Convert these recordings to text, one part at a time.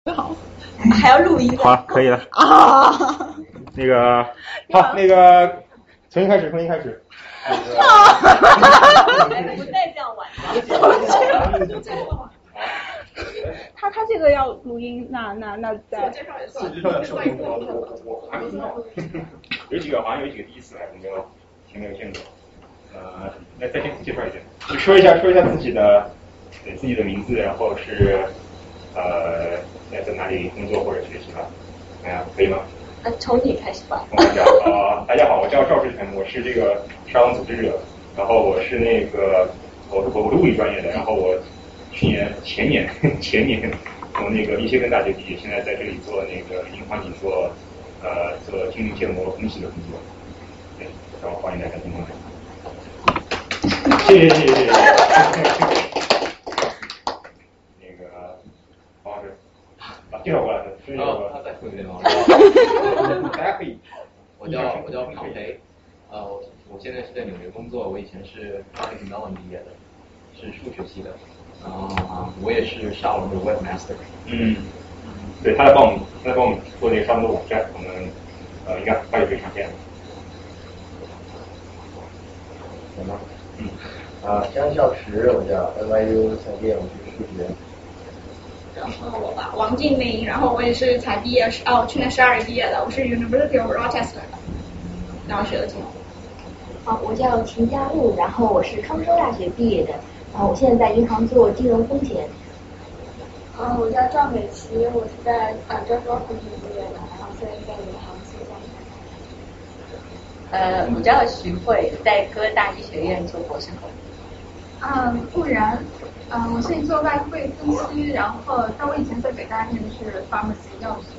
好，还要录音。 好，可以了啊。 那个，好，那个，重新开始。 不再这样玩。他这个要录音，那在。 自己介绍也是我还没知道，有几个好像有几个第一次来，没有见过。那再先介绍一下，你说一下自己的名字，然后是现在在哪里工作或者学习吧？可以吗？ 从你开始吧。 我讲大家好，我叫赵世成，我是这个沙龙组织者，然后我是我是物理专业的，然后我前年从那个密歇根大学毕业，现在在这里做那个银行里做精密建模分析的工作。对，然后欢迎大家听众来。谢谢。那个王老师，介绍过来的， 他再说一遍吗？ 大家可以。 我叫庞培，我现在是在纽约工作，我以前是 Marketing Development 毕业的，是数学系的，我也是沙龙的 Webmaster。 对，他在帮我们做那个沙龙的网站，我们应该很快就可以上线了。 行吗？张孝池，我叫 NYU 财电，我是数学。 然后我吧，王静明，然后我也是才毕业，去年12月毕业的，我是 University of Rochester 然后学的金融。 我叫秦佳璐，然后我是康州大学毕业的，然后我现在在银行做金融风险。 我叫赵美琪，我是在George Washington毕业的，然后现在在银行做我叫徐慧，在哥大医学院做博士后。 不然，我现在做外汇分析，然后但我以前在北大念的是 pharmacy 药学。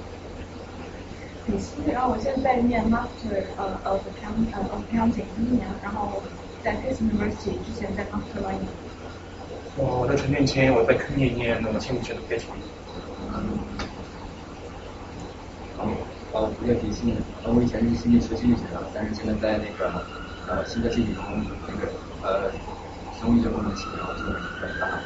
然后我现在念 Master of Accounting 1年，然后在 Pace University 之前在康斯特兰。 我在陈建清，我在科念心理学的背景。 不叫迪信，我以前是心理学的，但是现在在那个新科技理工那个生物医学工程系，然后做大行。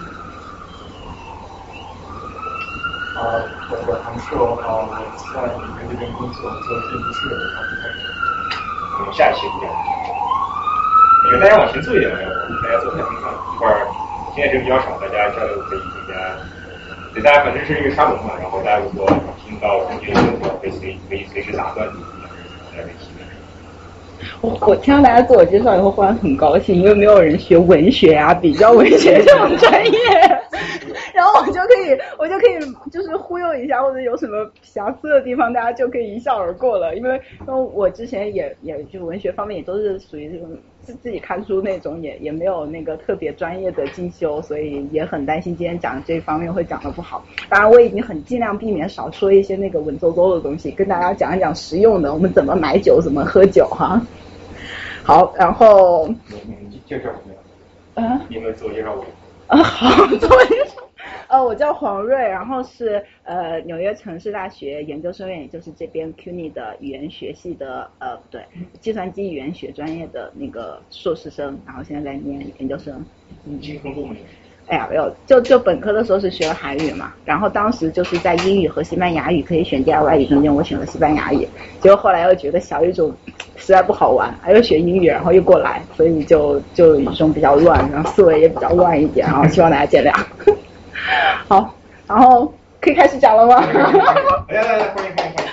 我唐硕，我在纽约这边工作，做分析师的，然后我们下一期不讲。大家往前坐一点吧，要不大家坐太平上，一会儿现在人比较少，大家交流可以更加。对，大家反正是一个沙龙嘛，然后大家如果听到中间有问题，可以随时打断你，大家可以提问。 我听到大家自我介绍以后，忽然很高兴，因为没有人学文学啊，比较文学这种专业，然后我就可以就是忽悠一下，或者有什么瑕疵的地方，大家就可以一笑而过了。因为我之前也就文学方面也都是属于这种自己看书那种，也没有那个特别专业的进修，所以也很担心今天讲这方面会讲得不好。当然我已经很尽量避免少说一些那个文绉绉的东西，跟大家讲一讲实用的，我们怎么买酒，怎么喝酒哈。好，然后你介绍我没有？你有没有自我介绍过？ 好，自我介绍。我叫黄瑞，然后是纽约城市大学研究生院，也就是这边 CUNY 的语言学系的计算机语言学专业的那个硕士生，然后现在在念研究生。 你精通过吗？ 哎呀，没有，就本科的时候是学了韩语嘛，然后当时就是在英语和西班牙语可以选第二外语中间，我选了西班牙语，结果后来又觉得小语种实在不好玩，又学英语，然后又过来，所以就语种比较乱，然后思维也比较乱一点，然后希望大家见谅。好，然后可以开始讲了吗？ 来，欢迎。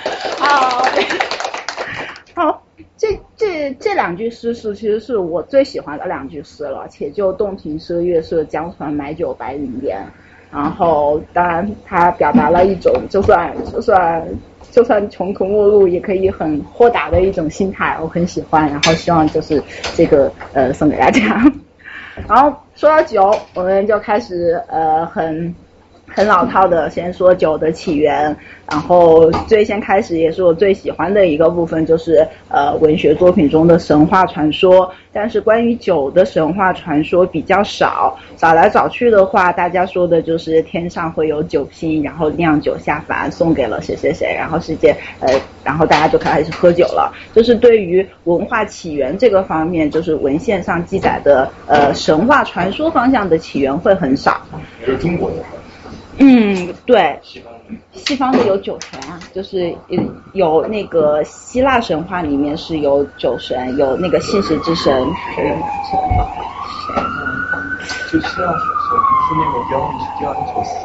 好，这两句诗其实是我最喜欢的两句诗了，且就洞庭诗月色，江船买酒白云烟。然后当然它表达了一种就算穷途末路也可以很豁达的一种心态，我很喜欢，然后希望就是这个送给大家。然后说到酒，我们就开始很老套的先说酒的起源，然后最先开始也是我最喜欢的一个部分，就是文学作品中的神话传说。但是关于酒的神话传说比较少，找来找去的话，大家说的就是天上会有酒瓶，然后酿酒下凡送给了谁谁谁，然后然后大家就开始喝酒了。就是对于文化起源这个方面，就是文献上记载的神话传说方向的起源会很少。 也就是中国的。 对。 西方的西方的有酒神啊，就是有那个希腊神话里面是有酒神，有那个信使之神。 就希腊神是那个狄奥尼索斯，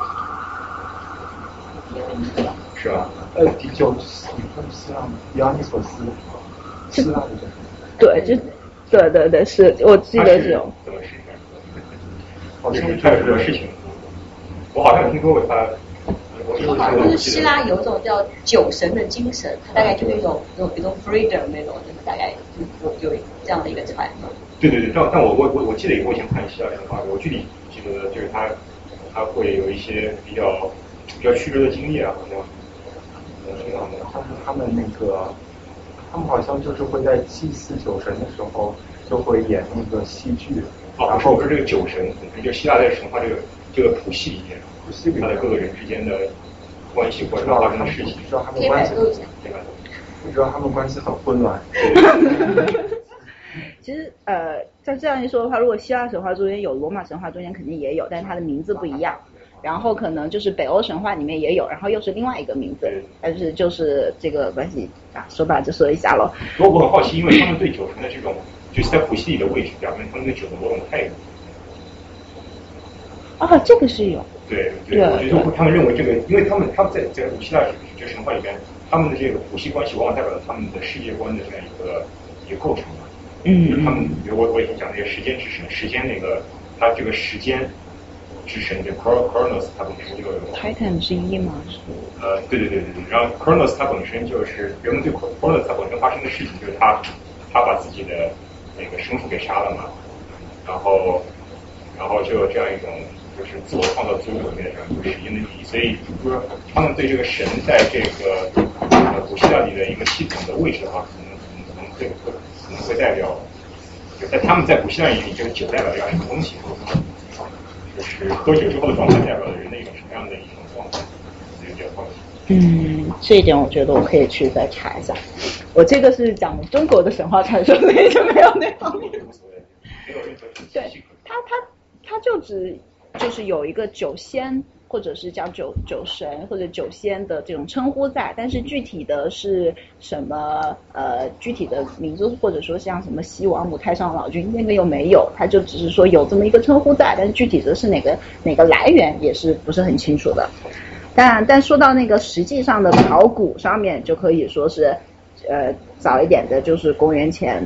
是吧？ 第九希腊狄奥尼索斯，希腊的神。 对，对，是我记得是有。 怎么是这样？ 好像他有什么事情？我好像听说过他。 就是希腊有种叫酒神的精神，它大概就是一种 freedom 那种，就是大概有这样的一个传统。 对，但我记得我以前看希腊神话，我具体记得就是他会有一些比较曲折的经历啊，好像挺好的。 他们那个，他们好像就是会在祭祀酒神的时候就会演那个戏剧。 然后不是这个酒神，就希腊在神话这个谱系里面。他的各个人之间的关系或者发生的事情， 知道他们关系，知道他们关系很混乱。 其实像这样一说的话，如果希腊神话中间有，罗马神话中间肯定也有，但是它的名字不一样。然后可能就是北欧神话里面也有，然后又是另外一个名字，但是就是这个关系啊，说吧就说一下咯。 我很好奇，因为他们对酒神的这种就是在谱系里的位置，表明他们对酒的某种态度。 啊，这个是有。对， 我觉得他们认为这个，因为他们在古希腊这个神话里边，他们的这个谱系关系往往代表了他们的世界观的这样一个构成嘛。就是他们，比如我以前讲那个时间之神，时间那个他这个时间之神，这 Kronos 它本身就有 Titan 之一嘛，是。 对，然后 Kronos 它本身就是人们对 Kronos 它本身发生的事情，就是他把自己的那个生父给杀了嘛，然后就有这样一种。就是自我创造自我毁灭的这样一个时间的意义，所以说他们对这个神在这个古希腊里的一个系统的位置的话，可能会代表，就在他们在古希腊眼里，这个酒代表这样一个东西，就是喝酒之后的状态代表了人的一种什么样的一种状态，所以比较好奇。 这一点我觉得我可以去再查一下。我这个是讲中国的神话传说，所以就没有那方面。对，他就就是有一个酒仙，或者是叫酒神或者酒仙的这种称呼在，但是具体的是什么具体的名字，或者说像什么西王母太上老君那个又没有，他就只是说有这么一个称呼在，但是具体的是哪个来源也是不是很清楚的。但说到那个实际上的考古上面，就可以说是早一点的就是公元前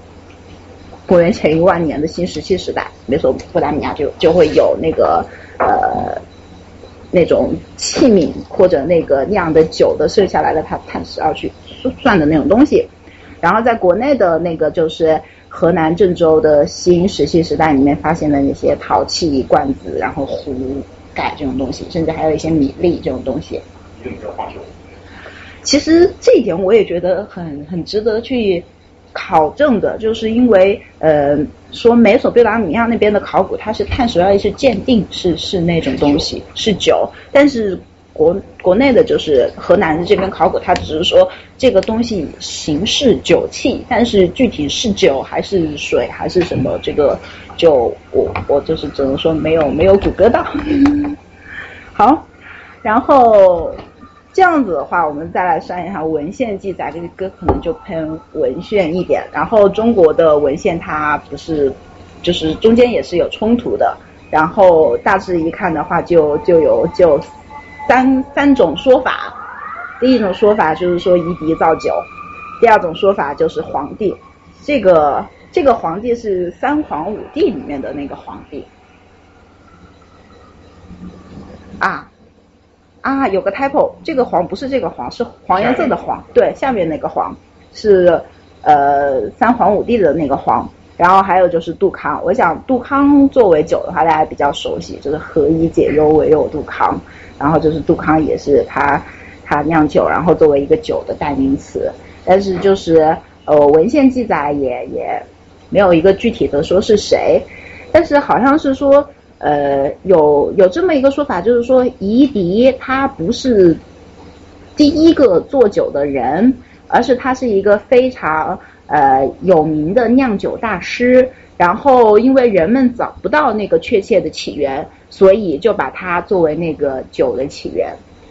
1万年的新石器时代，美索不达米亚就会有那个那种器皿或者那个酿的酒的剩下来的碳十二去算的那种东西。然后在国内的那个就是河南郑州的新石器时代里面发现的那些陶器罐子，然后壶盖这种东西，甚至还有一些米粒这种东西。 你怎么知道化学？ 其实这一点我也觉得很值得去考证的，就是因为说美索不达米亚那边的考古它是碳十二是鉴定是那种东西是酒，但是国内的就是河南的这边考古它只是说这个东西形式酒器，但是具体是酒还是水还是什么，这个就我就是只能说没有谷歌到。好，然后这样子的话，我们再来算一下文献记载，这个可能就偏文献一点。然后中国的文献它不是，就是中间也是有冲突的。然后大致一看的话就有三种说法。第一种说法就是说夷狄造酒，第二种说法就是皇帝。这个皇帝是三皇五帝里面的那个皇帝。有个 typo， 这个黄不是这个黄，是黄颜色的黄，对，下面那个黄是三皇五帝的那个黄。然后还有就是杜康，我想杜康作为酒的话大家比较熟悉，就是何以解忧唯有杜康，然后就是杜康也是他酿酒，然后作为一个酒的代名词。但是就是文献记载也没有一个具体的说是谁，但是好像是说有这么一个说法，就是说夷狄他不是第一个做酒的人，而是他是一个非常有名的酿酒大师，然后因为人们找不到那个确切的起源，所以就把它作为那个酒的起源。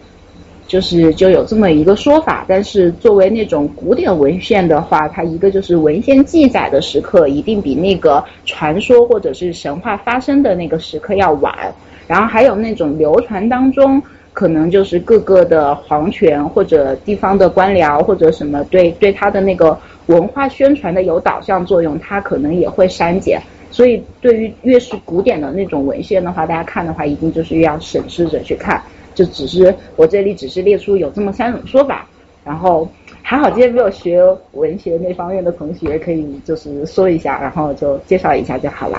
就有这么一个说法。但是作为那种古典文献的话，它一个就是文献记载的时刻一定比那个传说或者是神话发生的那个时刻要晚，然后还有那种流传当中可能就是各个的皇权或者地方的官僚或者什么对它的那个文化宣传的有导向作用，它可能也会删减。所以对于越是古典的那种文献的话，大家看的话一定就是要审视着去看。就只是我这里只是列出有这么3种说法，然后还好今天没有学文学那方面的同学可以就是说一下，然后就介绍一下就好了。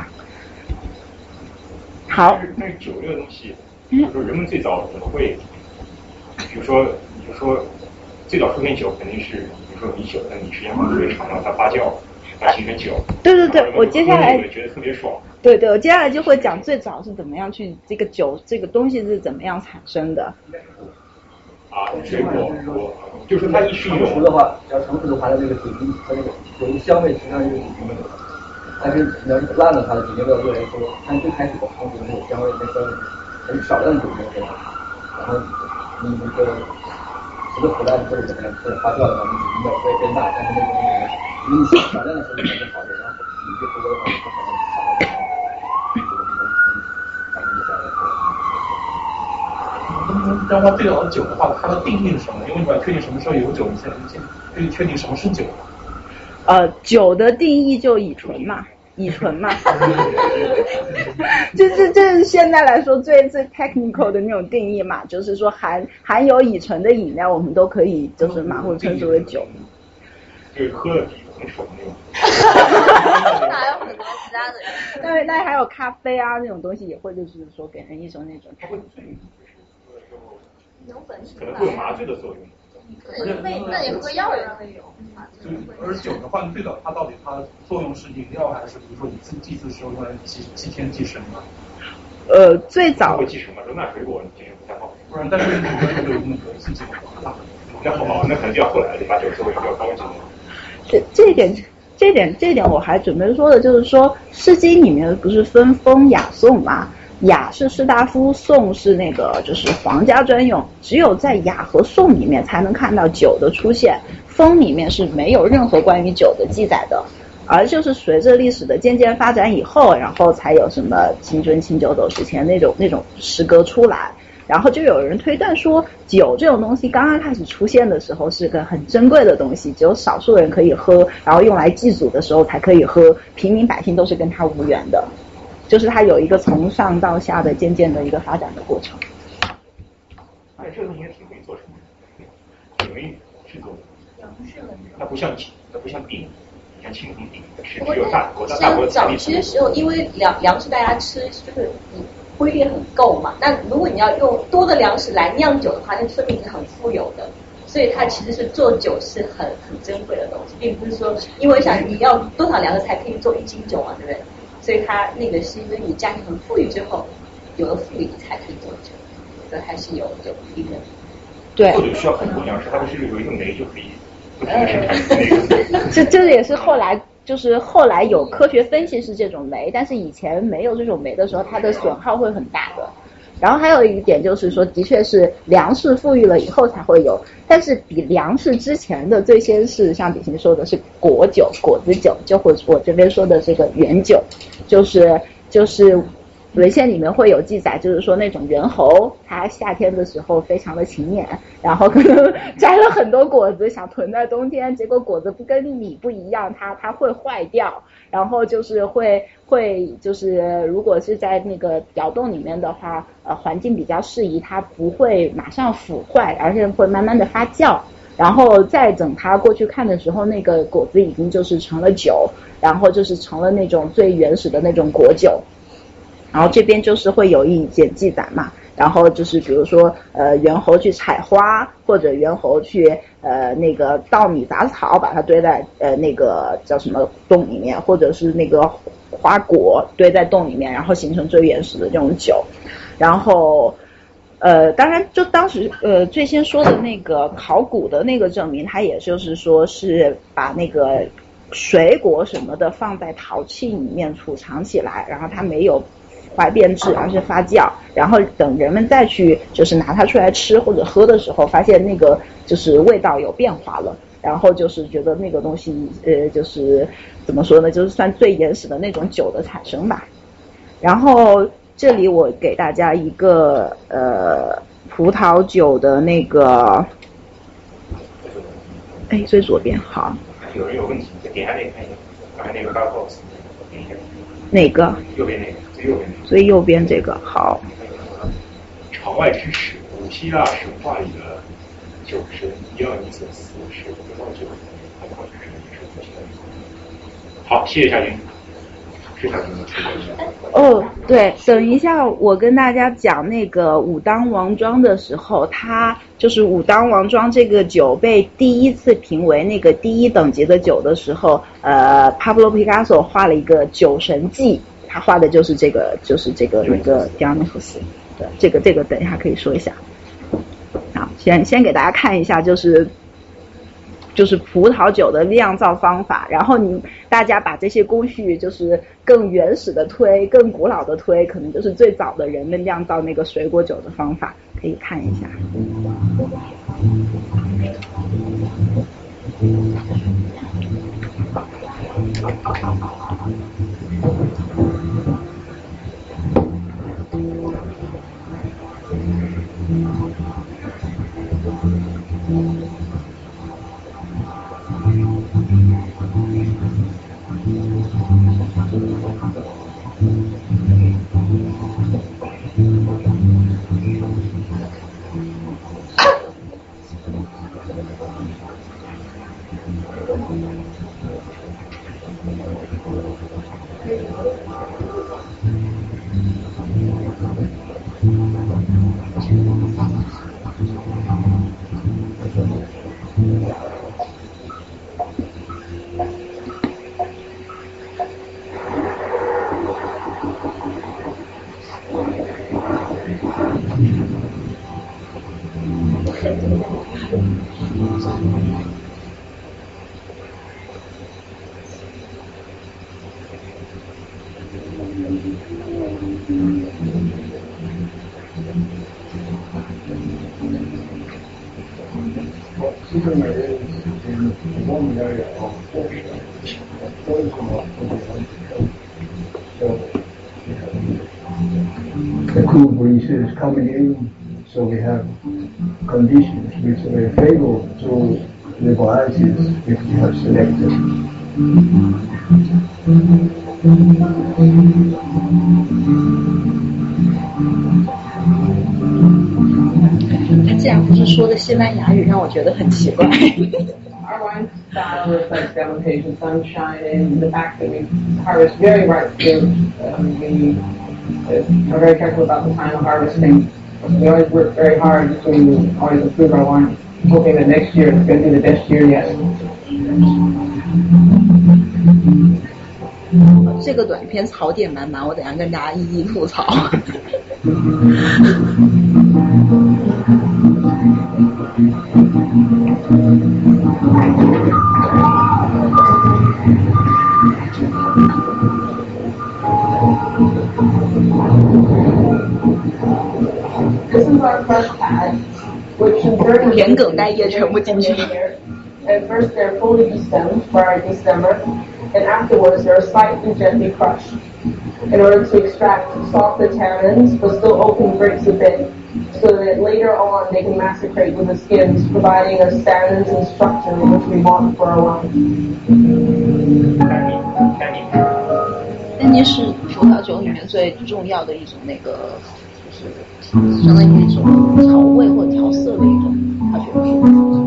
好。 但是酒这个东西，就是说人们最早怎么会，比如说最早出现酒肯定是，比如说米酒，但你时间放特别长了，它发酵，它形成酒。 对，我接下来觉得特别爽。 对，我接下来就会讲最早是怎么样去这个酒这个东西是怎么样产生的。 这个就是它是一种的话，要成熟的话，它那个酒精它那个酒的香味实际上就是酒精味。但是你要是烂的话，酒精味越来越多。但最开始的成熟的那个香味，那个很少量的酒精味，然后你那个除了腐烂或者怎么样，或者发酵的话，你酒精味会变大。但是那个因为你少量的时候你就好点，然后你越多的话，你就可能少量。 让它最早的酒的话，它的定义是什么？因为你要确定什么时候有酒，你现在可以确定什么是酒。 酒的定义就乙醇嘛，这是现在来说最 technical 的那种定义嘛，就是说含有乙醇的饮料，我们都可以就是马虎称之为酒。 就是喝了很爽那种。 还有很多其他的。 那还有咖啡啊那种东西也会就是说给人一种那种。 可能会有麻醉的作用。 那也喝药也会有。 而酒的话，最早它到底它作用是饮料还是比如说你祭祀时候用来祭天祭神嘛？ 最早。 会祭神嘛？扔烂水果其实不太好。 不然，但是有那个自己那好，那可能就要后来把酒作为比较高级的。 这一点我还准备说的就是说，《诗经》里面不是分风、雅、颂嘛？雅是士大夫，颂是那个就是皇家专用，只有在雅和颂里面才能看到酒的出现，风里面是没有任何关于酒的记载的。而就是随着历史的渐渐发展以后，然后才有什么青春清酒斗十千那种诗歌出来。然后就有人推断说，酒这种东西刚刚开始出现的时候是个很珍贵的东西，只有少数人可以喝，然后用来祭祖的时候才可以喝，平民百姓都是跟它无缘的。就是它有一个从上到下的渐渐的一个发展的过程。 这个东西也挺容易做成的，挺容易制作的。它不像饼，你像青铜饼是只有大国早期的时候，因为粮食大家吃就是不一定很够嘛，那如果你要用多的粮食来酿酒的话，那说明是很富有的。所以它其实是做酒是很珍贵的东西，并不是说因为想你要多少粮食才可以做1斤酒嘛，对不对？所以它那个是因为你家庭很富裕之后，有了富裕你才可以做酒，所以还是有一定的。 对。 或者需要很多粮食，它不是有一个酶就可以不停的生产那个。 这也是后来有科学分析是这种酶，但是以前没有这种酶的时候，它的损耗会很大的。然后还有一点就是说，的确是粮食富裕了以后才会有，但是比粮食之前的最先是像比心说的是果酒、果子酒，就或者我这边说的这个原酒，就是文献里面会有记载，就是说那种猿猴，它夏天的时候非常的勤勉，然后可能摘了很多果子想囤在冬天，结果果子跟米不一样，它会坏掉，然后就是会就是如果是在那个窑洞里面的话，环境比较适宜，它不会马上腐坏，而且会慢慢的发酵。然后再等它过去看的时候，那个果子已经就是成了酒，然后就是成了那种最原始的那种果酒。然后这边就是会有一些记载嘛，然后就是比如说猿猴去采花，或者猿猴去那个稻米杂草把它堆在那个叫什么洞里面，或者是那个花果堆在洞里面，然后形成最原始的这种酒。然后当然就当时最先说的那个考古的那个证明，它也就是说是把那个水果什么的放在陶器里面储藏起来，然后它没有坏变质，而是发酵。然后等人们再去就是拿它出来吃或者喝的时候，发现那个就是味道有变化了。然后就是觉得那个东西，就是怎么说呢，就是算最原始的那种酒的产生吧。然后这里我给大家一个葡萄酒的那个，最左边好。 有人有问题，点下那个看一下，刚才那个 Firefox， 点一下。 哪个？ 右边那个，最右边那个。 最右边这个好。 场外知识，古希腊神话里的酒神狄奥尼索斯是葡萄酒的矿泉水也是古希腊语。好，谢谢夏军。是夏军的出一下。 对，等一下我跟大家讲那个武当王庄的时候，它就是武当王庄这个酒被第一次评为那个第1等级的酒的时候，Pablo Picasso 画了一个酒神记，他画的就是这个那个狄奥尼索斯。对，这个等一下可以说一下。好，先给大家看一下，就是葡萄酒的酿造方法，然后大家把这些工序就是更原始的推，更古老的推，可能就是最早的人们酿造那个水果酒的方法，可以看一下。 其实每个人我们要有都是什么The cool breeze is coming in, so we have conditions which are very favorable to the varieties which we have selected. 他竟然不是说的西班牙语，让我觉得很奇怪。 Our wine style reflects the application sunshine and the fact that we harvest very ripe fruit. We are very careful about the time of harvesting. We always work very hard to always improve our wine, hoping that next year it's going to be the best year yet. 这个短片槽点满满，我等一下跟大家一一吐槽。 This is our fresh pad, which is very 田埂带叶全部进去。 At first, they're fully destemmed by December, and afterwards, they're slightly gently crushed in order to extract softer tannins, but still open grapes a bit, so that later on they can macerate with the skins, providing us tannins and structure which we want for our wine. 丹尼是葡萄酒里面最重要的一种那个，就是相当于一种调味或调色的一种化学品。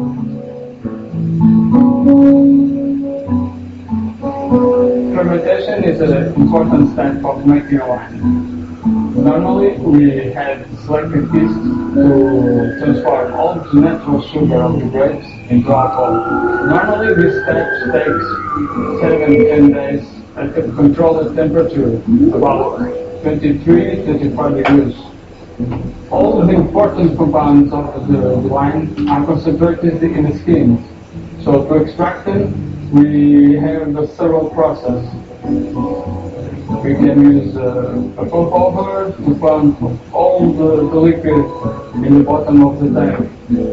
Fermentation is an important step of making a wine. Normally, we had selected yeast to transform all the natural sugar of the grapes into alcohol. Normally, this step takes 7-10 days at a controlled temperature, about 23-25 degrees. All the important compounds of the wine are concentrated in the skins. So to extract them, we have the several process. we can use a pump over to pump all the liquid in the bottom of the tank.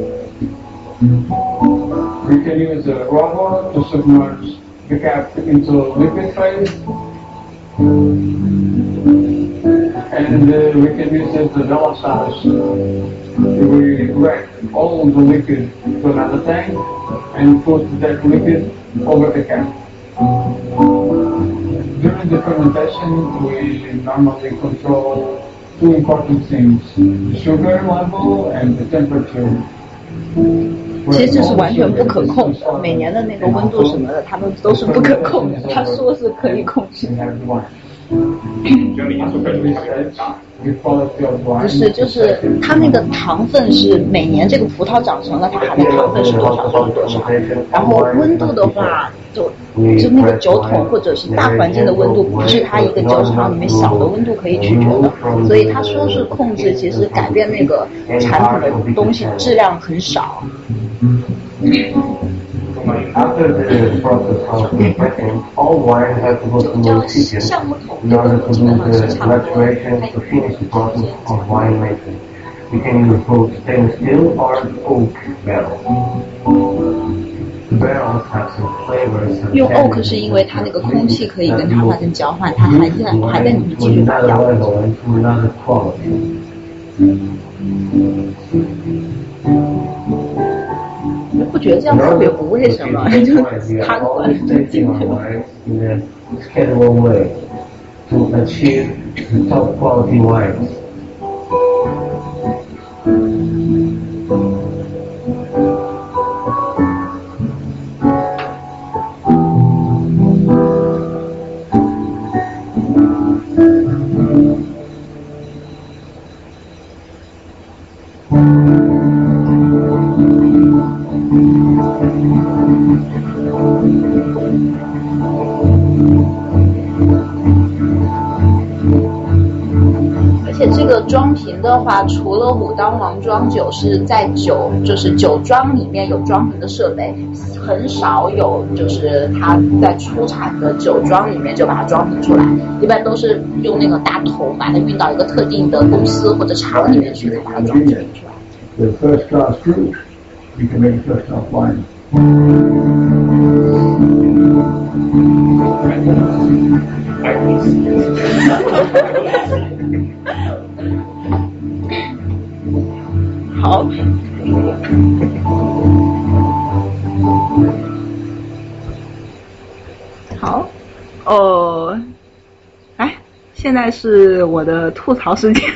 We can use a rover to submerge the cap into liquid phase. And we can use the Velasage. We rack all the liquid to another tank and put that liquid over the cap. During the fermentation, we normally control two important things: the sugar level and the temperature. 其实这是完全不可控的，每年的那个温度什么的，他们都是不可控的。他说是可以控制。不是，就是它那个糖分是每年这个葡萄长成了，它含的糖分是多少就是多少。然后温度的话，就那个酒桶或者是大环境的温度，不是它一个酒厂里面小的温度可以取决的。所以他说是控制，其实改变那个产品的东西质量很少。 After the process of compressing, all wine has to go through a kitchen in order to do the maturation to finish the process of wine making. You can use both stainless steel or oak barrels. Barrels have some flavors. 用 oak 是因为它那个空气可以跟它发生交换，它还在里面继续发酵。不觉得这样特别不为什么？就贪玩就进去了。 Schedule way to achieve the top quality wines. 装瓶的话，除了武当王庄酒是在就是酒庄里面有装瓶的设备，很少有就是它在出产的酒庄里面就把它装瓶出来，一般都是用那个大桶把它运到一个特定的公司或者厂里面去才把它装瓶出来。 The first class fruit, you can make first class wine. 好，好，来，现在是我的吐槽时间。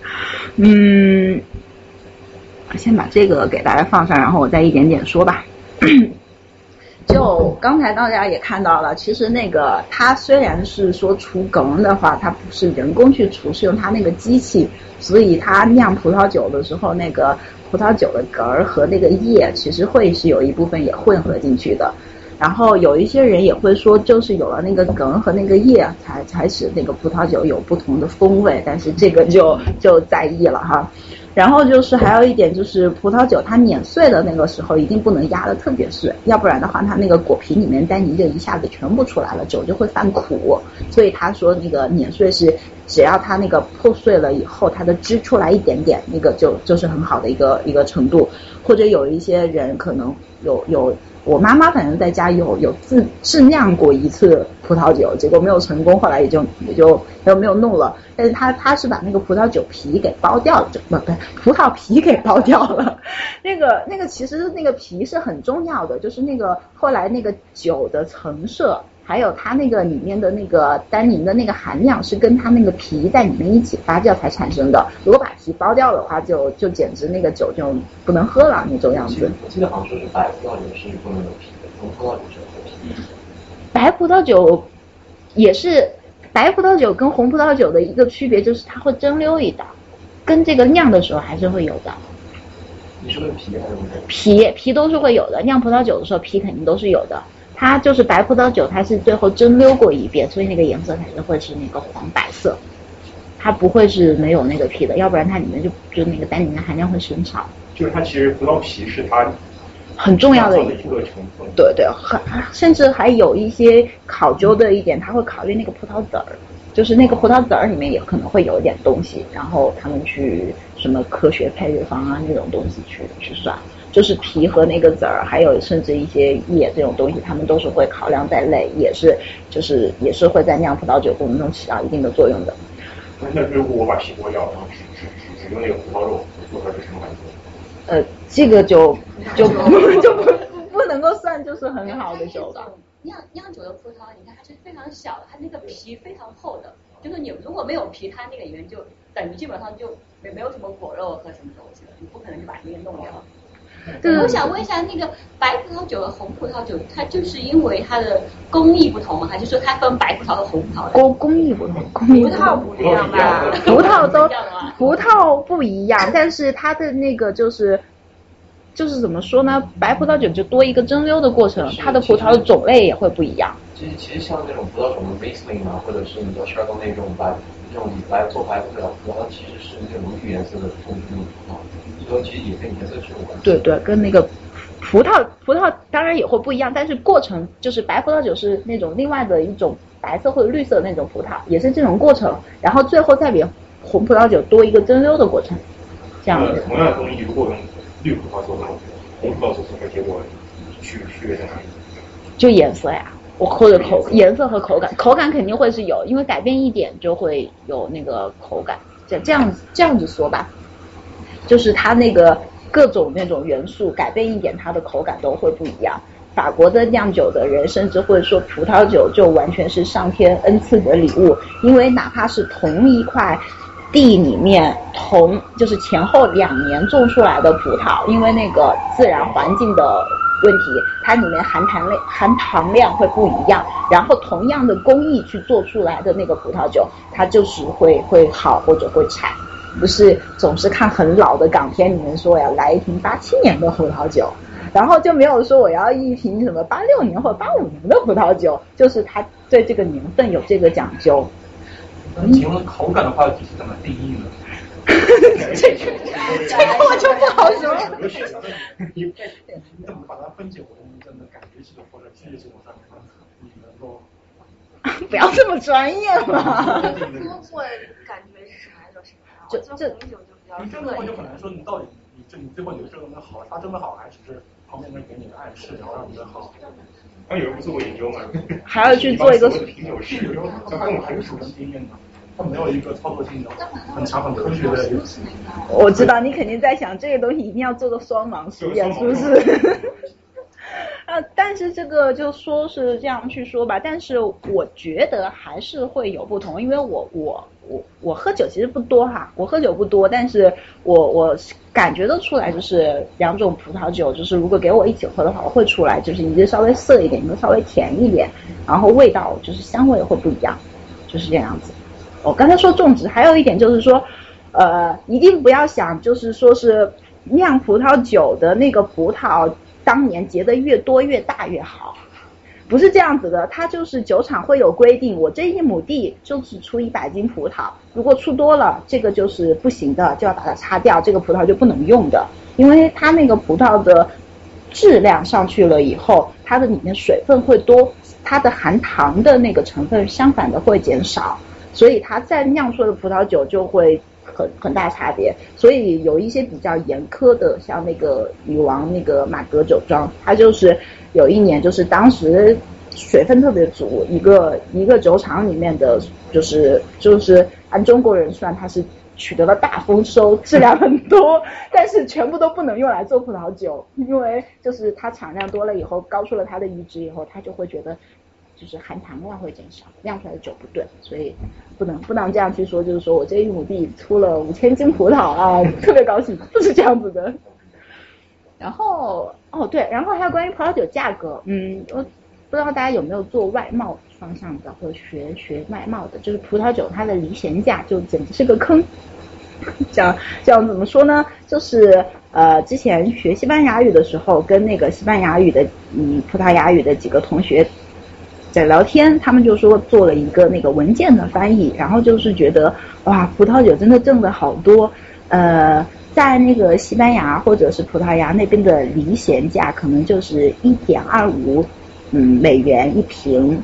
先把这个给大家放上，然后我再一点点说吧。就刚才大家也看到了，其实那个它虽然是说除梗的话，它不是人工去除，是用它那个机器，所以它酿葡萄酒的时候，那个葡萄酒的梗儿和那个叶其实会是有一部分也混合进去的。然后有一些人也会说，就是有了那个梗和那个叶才使那个葡萄酒有不同的风味，但是这个就在意了哈。然后就是还有一点就是葡萄酒它碾碎的那个时候一定不能压得特别碎，要不然的话它那个果皮里面单宁就一下子全部出来了，酒就会犯苦。所以他说那个碾碎是只要它那个破碎了以后，它的汁出来一点点，那个就是很好的一个程度。或者有一些人可能有我妈妈反正在家有自酿过一次葡萄酒，结果没有成功，后来也就没有弄了。但是他是把那个葡萄酒皮给剥掉了，不葡萄皮给剥掉了。那个其实那个皮是很重要的，就是那个后来那个酒的成色，还有它那个里面的那个单宁的那个含量是跟它那个皮在里面一起发酵才产生的。如果把皮剥掉的话，就简直那个酒就不能喝了那种样子。 我记得好像说是白葡萄酒是不能有皮的，红葡萄酒是有皮的。 白葡萄酒也是，白葡萄酒跟红葡萄酒的一个区别就是它会蒸馏一道，跟这个酿的时候还是会有的。 你说的皮还是没有？ 皮都是会有的，酿葡萄酒的时候皮肯定都是有的。它就是白葡萄酒，它是最后蒸馏过一遍，所以那个颜色才是会是那个黄白色，它不会是没有那个皮的，要不然它里面就那个单宁的含量会减少。 就是它其实葡萄皮是它很重要的一个成分。 对，甚至还有一些考究的一点，他会考虑那个葡萄籽儿， 就是那个葡萄籽儿里面也可能会有一点东西，然后他们去什么科学配乐方啊那种东西去算，就是皮和那个籽儿，还有甚至一些叶这种东西，他们都是会考量在内，也是会在酿葡萄酒过程中起到一定的作用的。 那如果我把皮剥掉，然后只用那个葡萄肉做出来是什么感觉？ 这个就不能够算就是很好的酒吧。 酿酒的葡萄，你看它是非常小的，它那个皮非常厚的，就是你如果没有皮，它那个里面就等于基本上就没有什么果肉和什么东西了，你不可能就把那个弄掉。我想问一下，那个白葡萄酒和红葡萄酒，它就是因为它的工艺不同吗？还是说它分白葡萄和红葡萄？ 工艺不同， 葡萄不一样吧？ 葡萄不一样，但是它的那个就是怎么说呢？白葡萄酒就多一个蒸馏的过程，它的葡萄的种类也会不一样。 其实像那种葡萄种的 Riesling 啊，或者是你说 Chardonnay 这种做白葡萄，它其实是那种绿颜色的葡萄，所以其实也跟颜色是有关系。 对，跟那个葡萄当然也会不一样，但是过程就是白葡萄酒是那种另外的一种白色或者绿色的那种葡萄，也是这种过程，然后最后再比红葡萄酒多一个蒸馏的过程，这样子。 同样的工艺，如果用绿葡萄做跟红葡萄做出来结果区别在哪里？就颜色呀，或者颜色和口感肯定会是有，因为改变一点就会有那个口感。这样子说吧，就是它那个各种那种元素改变一点，它的口感都会不一样。法国的酿酒的人甚至会说，葡萄酒就完全是上天恩赐的礼物，因为哪怕是同一块地里面就是前后2年种出来的葡萄，因为那个自然环境的问题，它里面含糖量会不一样，然后同样的工艺去做出来的那个葡萄酒，它就是会好或者会差，不是总是看很老的港片里面说要来一瓶87年的葡萄酒，然后就没有说我要一瓶什么86年或者85年的葡萄酒，就是它对这个年份有这个讲究。 请问口感的话，你是怎么定义呢？ 这个我就不好说。 你怎么把它分解为真的感觉系统或者机械系统上面，你能够不要这么专业嘛。 我感觉是啥就什么，就红酒就比较你真的话就很难说你到底你最后你这个能好，它真的好，还只是旁边人给你的暗示，然后让你的好。 他有人不做过研究吗？ 还要去做一个品酒师，有时候他更很熟人经验的，他没有一个操作性的很强很科学的。 我知道你肯定在想这个东西一定要做个双盲实验，是不是？但是这个就说是这样去说吧，但是我觉得还是会有不同，因为我喝酒其实不多哈，我喝酒不多，但是我感觉得出来，就是2种葡萄酒，就是如果给我一起喝的话，我会出来，就是一个稍微涩一点，一个稍微甜一点，然后味道就是香味会不一样，就是这样子。我刚才说种植，还有一点就是说，一定不要想就是说是酿葡萄酒的那个葡萄当年结得越多越大越好。不是这样子的，它就是酒厂会有规定，我这1亩地就只出100斤葡萄，如果出多了，这个就是不行的，就要把它擦掉，这个葡萄就不能用的，因为它那个葡萄的质量上去了以后，它的里面水分会多，它的含糖的那个成分相反的会减少，所以它再酿出的葡萄酒就会很大差别。所以有一些比较严苛的，像那个女王那个马格酒庄，它就是有一年就是当时水分特别足，一个酒厂里面的就是按中国人算，它是取得了大丰收，质量很多，但是全部都不能用来做葡萄酒，因为就是它产量多了以后，高出了它的阈值以后，它就会觉得就是含糖量会减少，酿出来的酒不对，所以不能这样去说，就是说我这1亩地出了5000斤葡萄啊，特别高兴，不是这样子的。然后对，然后还有关于葡萄酒价格，我不知道大家有没有做外贸方向的或者学外贸的，就是葡萄酒它的离弦价就简直是个坑。这样怎么说呢？就是之前学西班牙语的时候，跟那个西班牙语的葡萄牙语的几个同学在聊天，他们就说做了一个那个文件的翻译，然后就是觉得哇，葡萄酒真的挣了好多。在那个西班牙或者是葡萄牙那边的离弦价可能就是1.25美元一瓶，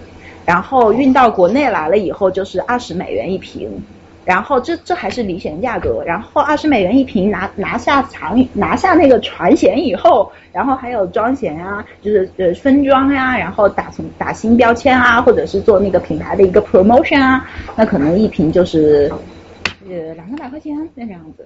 然后运到国内来了以后就是20美元一瓶。然后这还是离险价格，然后20美元一瓶拿下那个船险以后，然后还有装险啊，就是分装呀，然后打新标签啊，或者是做那个品牌的一个 promotion 啊，那可能一瓶就是200-300块钱那样子，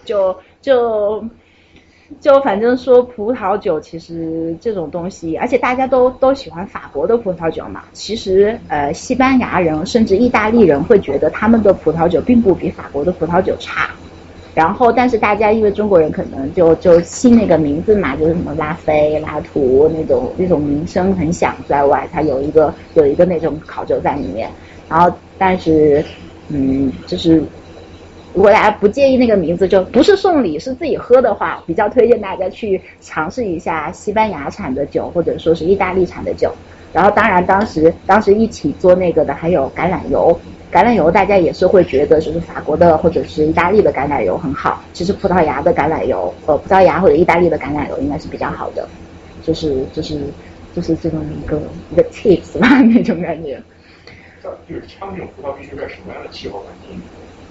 就反正说葡萄酒其实这种东西，而且大家都喜欢法国的葡萄酒嘛。其实西班牙人甚至意大利人会觉得他们的葡萄酒并不比法国的葡萄酒差。然后但是大家因为中国人可能就信那个名字嘛，就是什么拉菲、拉图那种名声很响在外，它有一个那种考究在里面。然后但是就是如果大家不介意那个名字，就不是送礼是自己喝的话，比较推荐大家去尝试一下西班牙产的酒，或者说是意大利产的酒。然后当然当时一起做那个的还有橄榄油大家也是会觉得就是法国的或者是意大利的橄榄油很好，其实葡萄牙或者意大利的橄榄油应该是比较好的，就是这种一个 tips 吧那种感觉。 就是他们这种葡萄必须在什么样的气候环境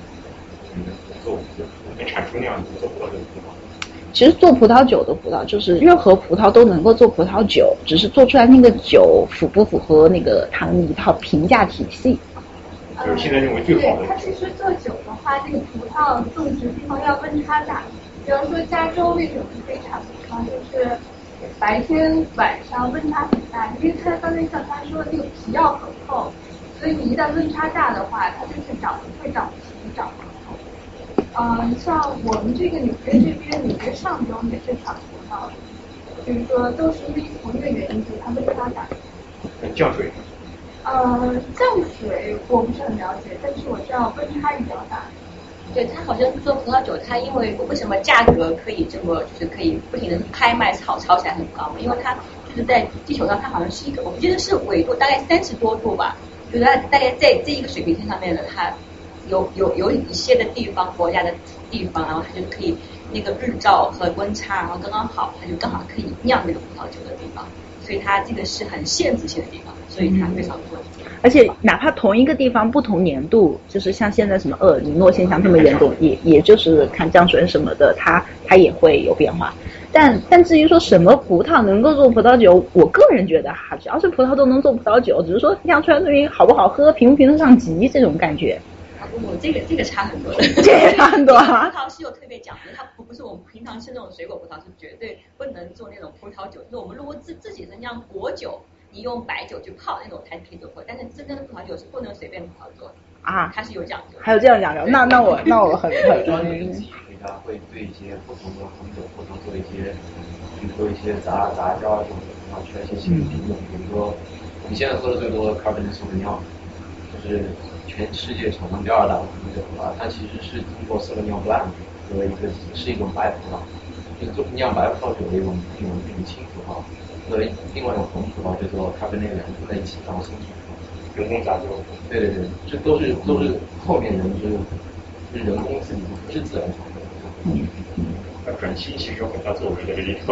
能产出那样子做葡萄酒的葡萄？ 其实做葡萄酒的葡萄就是任何葡萄都能够做葡萄酒，只是做出来那个酒符不符合那个他们一套评价体系。 就是现在认为最好的。 对，它其实做酒的话，这个葡萄种植地方要温差大。比方说加州为什么非常葡萄就是白天晚上温差很大，因为它刚才像他说的那个皮要很厚，所以你一旦温差大的话，它就是会长皮长葡萄。像我们这个纽约这边，纽约上州也是产葡萄，就是说都是因为同一个原因，就是它温差大。 降水？ 降水我不是很了解，但是我知道温差比较大。 对，它好像是做葡萄酒，它因为什么价格可以这么就是可以不停的拍卖炒起来很高嘛？因为它就是在地球上，它好像是一个，我记得是纬度大概30多度吧，就是它大概在这一个水平线上面的，它有一些的地方国家的地方，然后它就可以那个日照和温差，然后刚刚好，它就刚好可以酿这个葡萄酒的地方，所以它这个是很限制性的地方，所以它非常多。 而且哪怕同一个地方不同年度，就是像现在什么厄尔尼诺现象这么严重，也就是看降水什么的，它也会有变化。但至于说什么葡萄能够做葡萄酒，我个人觉得只要是葡萄都能做葡萄酒，只是说酿出来东西好不好喝，评不评得上级这种感觉。 这个差很多的， 这个差很多啊。 葡萄是有特别讲究，它不是我们平常吃那种水果葡萄是绝对不能做那种葡萄酒。就是我们如果自己是酿果酒，你用白酒去泡那种才可以做，但是真正的葡萄酒是不能随便泡做啊，它是有讲究。 还有这样讲究？那我很专业的技术家会对一些不同的红酒或者做一些，比如说一些杂交啊这种，然后出来一些新的品种，比如说你现在喝的最多的 Cabernet Sauvignon，就是全世界产量第2大的红酒啊，它其实是通过Sauvignon Blanc作为是一种白葡萄，就是做酿白葡萄酒的一种轻葡萄，和另外一种红葡萄叫做 Cabernet 两个在一起，然后生出人工杂交。对，这都是后面人是人工自己不是自然产的。 转基因其实有很大作为在这里头。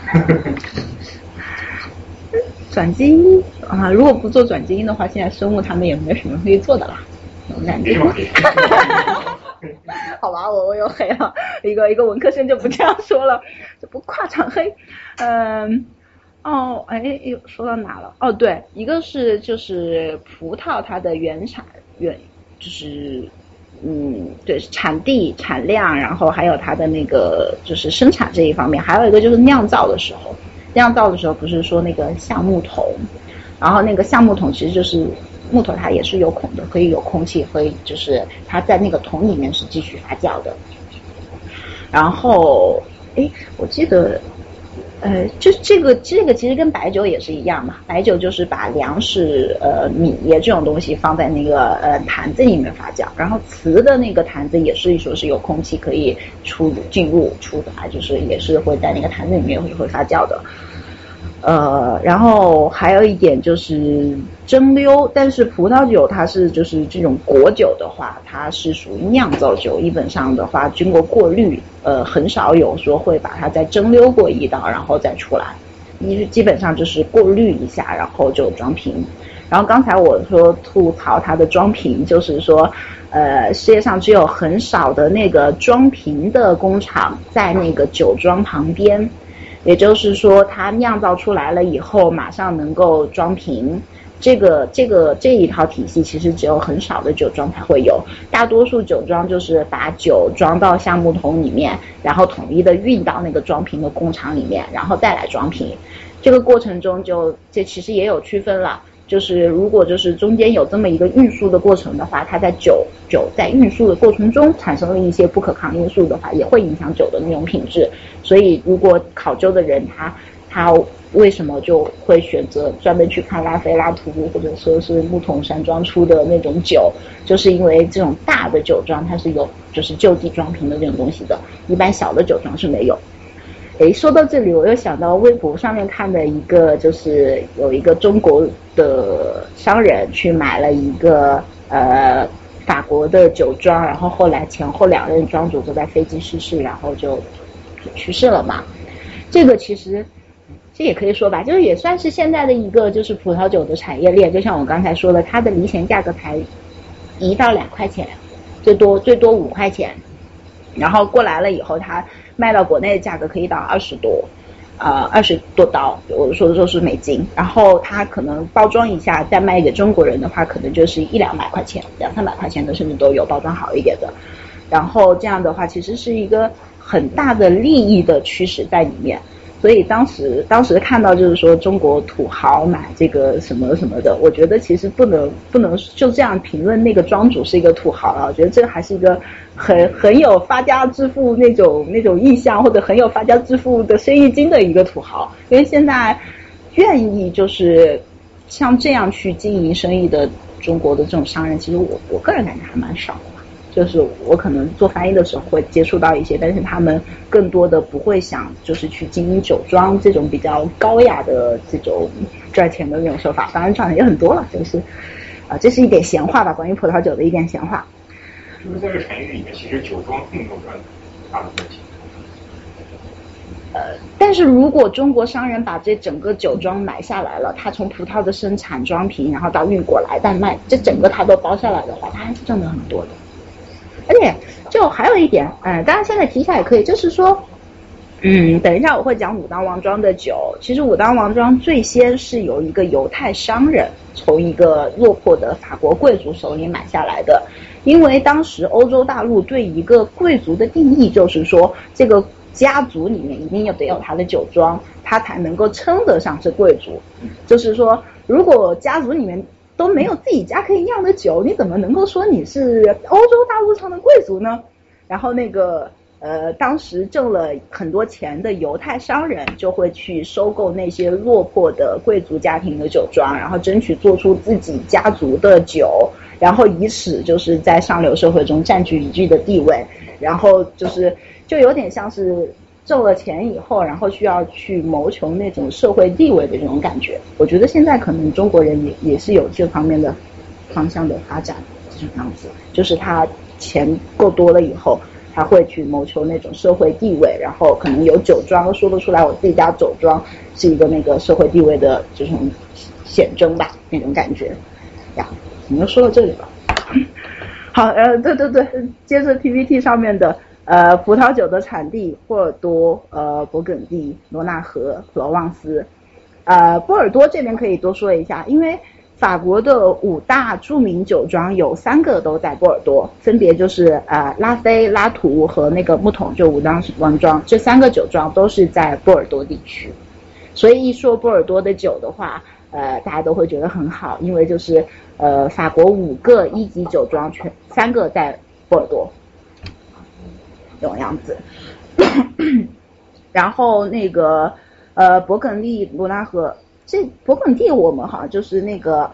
转基因啊，如果不做转基因的话，现在生物他们也没什么可以做的啦。我感觉。好吧，我又黑了，一个文科生就不这样说了，就不跨场黑。说到哪了？哦，对，一个是就是葡萄它的就是对，产地产量，然后还有它的那个就是生产这一方面，还有一个就是酿造的时候不是说那个橡木桶，然后那个橡木桶其实就是木头，它也是有孔的，可以有空气，可以就是它在那个桶里面是继续发酵的。然后我记得就是这个其实跟白酒也是一样嘛，白酒就是把粮食米这种东西放在那个坛子里面发酵，然后瓷的那个坛子也是说是有空气可以进入出来，就是也是会在那个坛子里面会发酵的。然后还有一点就是蒸馏，但是葡萄酒它是就是这种果酒的话，它是属于酿造酒，基本上的话经过过滤，很少有说会把它再蒸馏过一道然后再出来，基本上就是过滤一下然后就装瓶。 然后刚才我说吐槽它的装瓶，就是说世界上只有很少的那个装瓶的工厂在那个酒庄旁边，也就是说它酿造出来了以后马上能够装瓶。这一套体系其实只有很少的酒庄才会有，大多数酒庄就是把酒装到橡木桶里面，然后统一的运到那个装瓶的工厂里面，然后再来装瓶。这个过程中这其实也有区分了，就是如果就是中间有这么一个运输的过程的话，它在酒在运输的过程中产生了一些不可抗因素的话，也会影响酒的那种品质。所以如果考究的人他为什么就会选择专门去看拉菲拉图或者说是木桶山庄出的那种酒，就是因为这种大的酒庄它是有就是就地装瓶的这种东西的，一般小的酒庄是没有。说到这里我又想到微博上面看的一个，就是有一个中国的商人去买了一个法国的酒庄，然后后来前后2任庄主都在飞机失事，然后就去世了嘛。这个其实这也可以说吧，就是也算是现在的一个就是葡萄酒的产业链，就像我刚才说的，它的离弦价格才1到2块钱，最多5块钱，然后过来了以后它卖到国内的价格可以到20多刀，我说的都是美金，然后它可能包装一下再卖给中国人的话，可能就是100-200块钱，200-300块钱的甚至都有，包装好一点的。然后这样的话其实是一个很大的利益的驱使在里面。所以当时看到就是说中国土豪买这个什么什么的，我觉得其实不能就这样评论那个庄主是一个土豪了。我觉得这还是一个很有发家致富那种意向，或者很有发家致富的生意经的一个土豪。因为现在愿意就是像这样去经营生意的中国的这种商人，其实我个人感觉还蛮少的。就是我可能做翻译的时候会接触到一些，但是他们更多的不会想就是去经营酒庄这种比较高雅的这种赚钱的那种手法，当然赚的也很多了，就是这是一点闲话吧，关于葡萄酒的一点闲话。 就是在这个产业里面，其实酒庄并没有赚大部分钱。 但是如果中国商人把这整个酒庄买下来了，他从葡萄的生产、装瓶，然后到运过来再卖，这整个他都包下来的话，他还是挣得很多的。而且就还有一点，当然现在提一下也可以，就是说，等一下我会讲武当王庄的酒。其实武当王庄最先是由一个犹太商人从一个落魄的法国贵族手里买下来的，因为当时欧洲大陆对一个贵族的定义就是说，这个家族里面一定得有他的酒庄，他才能够称得上是贵族。就是说，如果家族里面都没有自己家可以酿的酒，你怎么能够说你是欧洲大陆上的贵族呢？然后那个当时挣了很多钱的犹太商人就会去收购那些落魄的贵族家庭的酒庄，然后争取做出自己家族的酒，然后以此就是在上流社会中占据一定的地位，然后就有点像是挣了钱以后，然后需要去谋求那种社会地位的这种感觉。我觉得现在可能中国人也是有这方面的方向的发展，这种样子，就是他钱够多了以后，他会去谋求那种社会地位，然后可能有酒庄，说得出来我自己家酒庄是一个那个社会地位的这种显征吧，那种感觉呀。我们就说到这里了。好，对，接着 PPT 上面的葡萄酒的产地波尔多、勃艮第、罗纳河、普罗旺斯。波尔多这边可以多说一下，因为法国的5大著名酒庄有3个都在波尔多，分别就是拉菲、拉图和那个木桶，就武当王庄，这3个酒庄都是在波尔多地区。所以一说波尔多的酒的话，大家都会觉得很好，因为就是法国5个1级酒庄3个在波尔多，这种样子。然后那个勃艮第、罗纳河，这勃艮第我们好像就是那个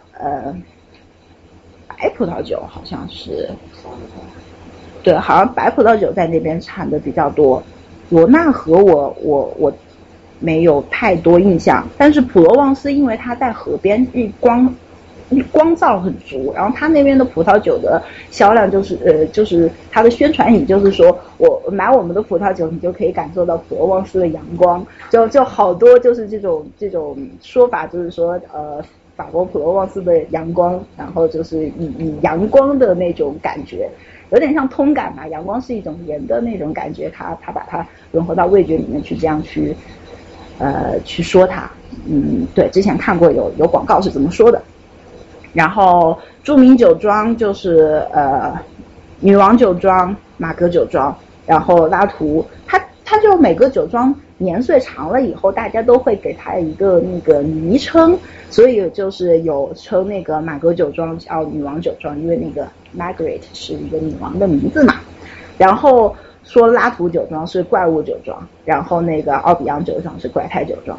白葡萄酒，好像是，对，好像白葡萄酒在那边产的比较多。罗纳河我没有太多印象，但是普罗旺斯因为它在河边，光照很足，然后它那边的葡萄酒的销量就是它的宣传语就是说，我买我们的葡萄酒，你就可以感受到普罗旺斯的阳光，就好多就是这种说法，就是说法国普罗旺斯的阳光，然后就是以阳光的那种感觉，有点像通感吧，阳光是一种盐的那种感觉，他把它融合到味觉里面去，这样去说它。对，之前看过有广告是怎么说的。然后著名酒庄就是女王酒庄、玛格酒庄，然后拉图，它就每个酒庄年岁长了以后，大家都会给它一个那个昵称，所以就是有称那个玛格酒庄叫女王酒庄，因为那个 Margaret 是一个女王的名字嘛。然后说拉图酒庄是怪物酒庄，然后那个奥比昂酒庄是怪胎酒庄。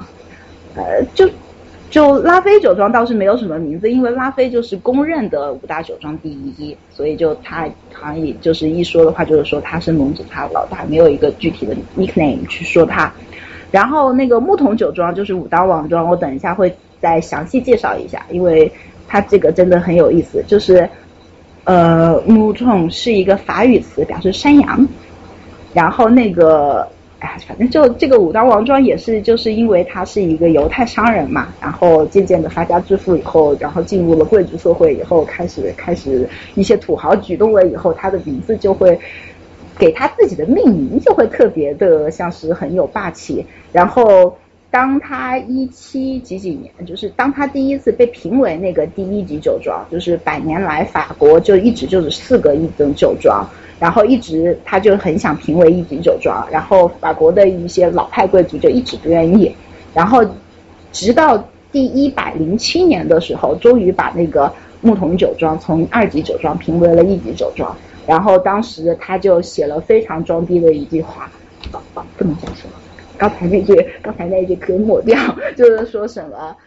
就拉菲酒庄倒是没有什么名字，因为拉菲就是公认的5大酒庄第一，所以就他好像也就是一说的话就是说他是盟主，他老大，没有一个具体的 nickname 去说他。然后那个木桶酒庄就是武当王庄，我等一下会再详细介绍一下，因为它这个真的很有意思，就是木桶是一个法语词，表示山羊。然后那个反正就这个武当王庄也是，就是因为他是一个犹太商人嘛，然后渐渐的发家致富以后，然后进入了贵族社会以后，开始一些土豪举动了以后，他的名字就会给他自己的命名就会特别的像是很有霸气。然后当他17几年，就是当他第一次被评为那个第1级酒庄，就是100年来法国就一直就是4个1等酒庄，然后一直他就很想评为1级酒庄，然后法国的一些老派贵族就一直不愿意，然后直到第107年的时候，终于把那个木桶酒庄从2级酒庄评为了1级酒庄。然后当时他就写了非常装逼的一句话，不能这样说，刚才那句可以抹掉，就是说什么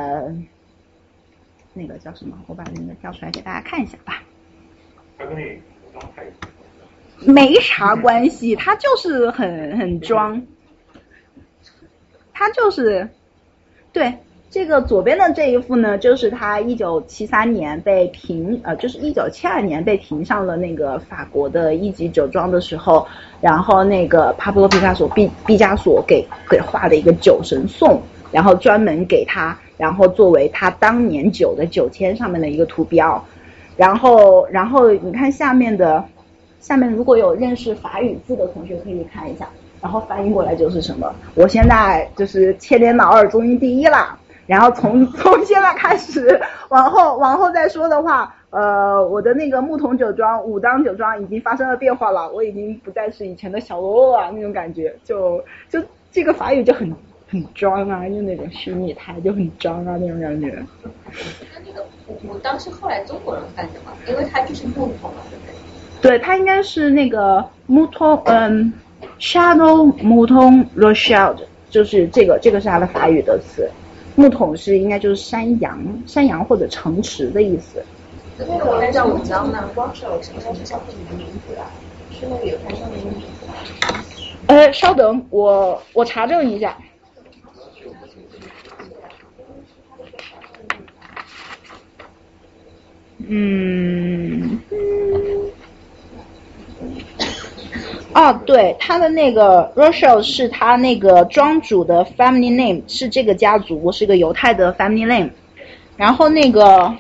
那个叫什么，我把那个调出来给大家看一下吧。没啥关系，他就是很装，他就是对。这个左边的这一幅呢，就是他1973年被评就是1972年被评上了那个法国的1级酒庄的时候，然后那个帕布罗毕加索给画的一个酒神颂，然后专门给他，然后作为他当年酒的酒签上面的一个图标。然后你看下面如果有认识法语字的同学可以看一下，然后翻译过来就是什么，我现在就是千年老二中英第一啦。然后从现在开始往后再说的话，我的那个木桶酒庄、武当酒庄已经发生了变化了，我已经不再是以前的小喽啰啊那种感觉，就这个法语就很装啊，就那种虚拟态就很装啊那种感觉。 那个武当是后来中国人干的嘛，因为它就是木桶嘛，对不对？ 对，它应该是那个木桶Shadow Mouton Rochelle， 就是这个是它的法语的词。木桶是应该就是山羊或者城池的意思。 那个我叫武当呢，光是我什么时候叫自己的名字啊？是那个有台上的名字。 稍等，我查证一下。对，他的那个 Rochelle 是他那个庄主的 family name， 是这个家族，是个犹太的 family name。然后那个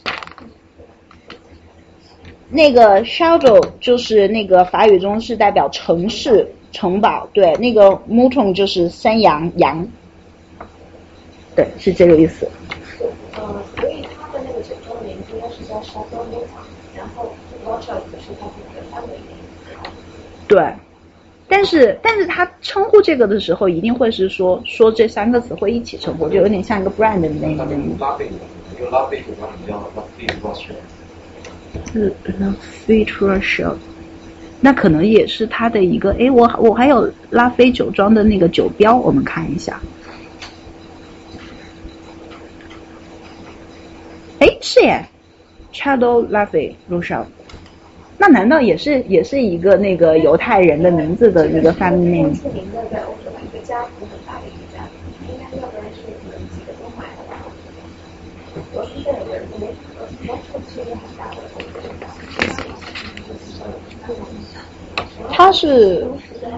Shadow 就是那个法语中是代表城市、城堡，对，那个 Mouton 就是山羊，对，是这个意思。 所以他的那个酒庄的名字应该是叫 Shadow Mouton， 然后 Rochelle 是他的family name。 对。但是他称呼这个的时候，一定会是说这3个词会一起称呼，就有点像一个 brand 的那个。 拉菲酒庄比较拉菲 Rochelle， 那可能也是他的一个。我还有拉菲酒庄的那个酒标，我们看一下。是耶 ，Shadow Lafay Rochelle。那难道也是一个那个犹太人的名字的一个 family name？ 出名的在欧洲一个家族很大的一个家族，应该要不然是你们几个都买了吧？我是这个人，没我是一个很大的他是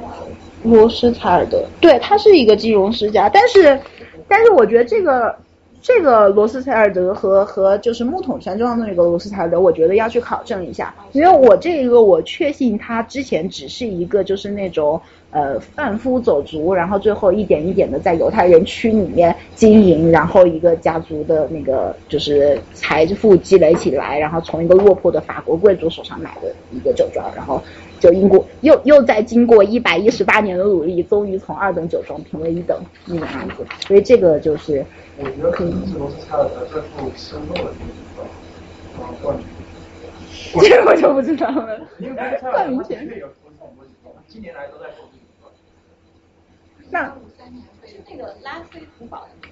罗斯柴尔德，对，他是一个金融世家，但是我觉得这个这个罗斯柴尔德和就是木桶山庄的那个罗斯柴尔德，我觉得要去考证一下，因为我这个我确信他之前只是一个就是那种贩夫走卒，然后最后一点一点的在犹太人区里面经营，然后一个家族的那个就是财富积累起来，然后从一个落魄的法国贵族手上买的一个酒庄，然后就又在经过118年的努力，终于从2等酒庄评为1等那个样子，所以这个就是我觉得可能是罗斯柴尔德最后生动的地方，冠名。 这个我就不知道了。 因为冠名前面有出很多酒，近年来都在做这个。 那是那个拉菲古堡的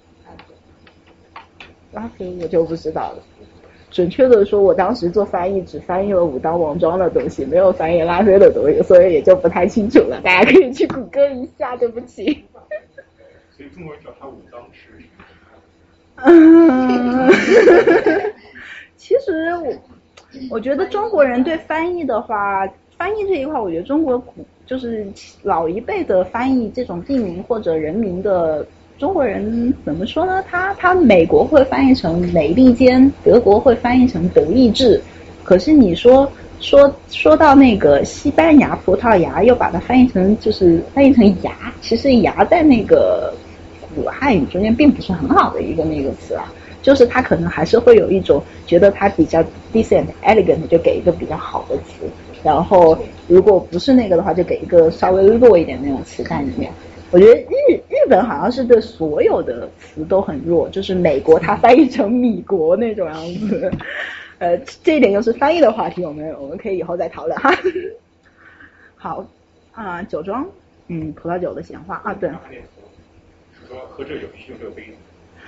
拉菲我就不知道了。准确的说，我当时做翻译只翻译了武当王庄的东西，没有翻译拉菲的东西，所以也就不太清楚了。大家可以去谷歌一下，对不起。 所以中国人叫它武当是。 其实我觉得中国人对翻译的话，翻译这一块，我觉得中国就是老一辈的翻译这种地名或者人名的中国人怎么说呢？他美国会翻译成美利坚，德国会翻译成德意志，可是你说到那个西班牙、葡萄牙，又把它翻译成牙，其实牙在那个古汉语中间并不是很好的一个那个词啊。就是他可能还是会有一种觉得他比较 decent elegant， 就给一个比较好的词，然后如果不是那个的话，就给一个稍微弱一点那种词在里面。我觉得日本好像是对所有的词都很弱，就是美国它翻译成米国那种样子。这一点又是翻译的话题，我们可以以后再讨论哈。好酒庄，葡萄酒的闲话啊，对。 说喝这酒必须用这个杯子。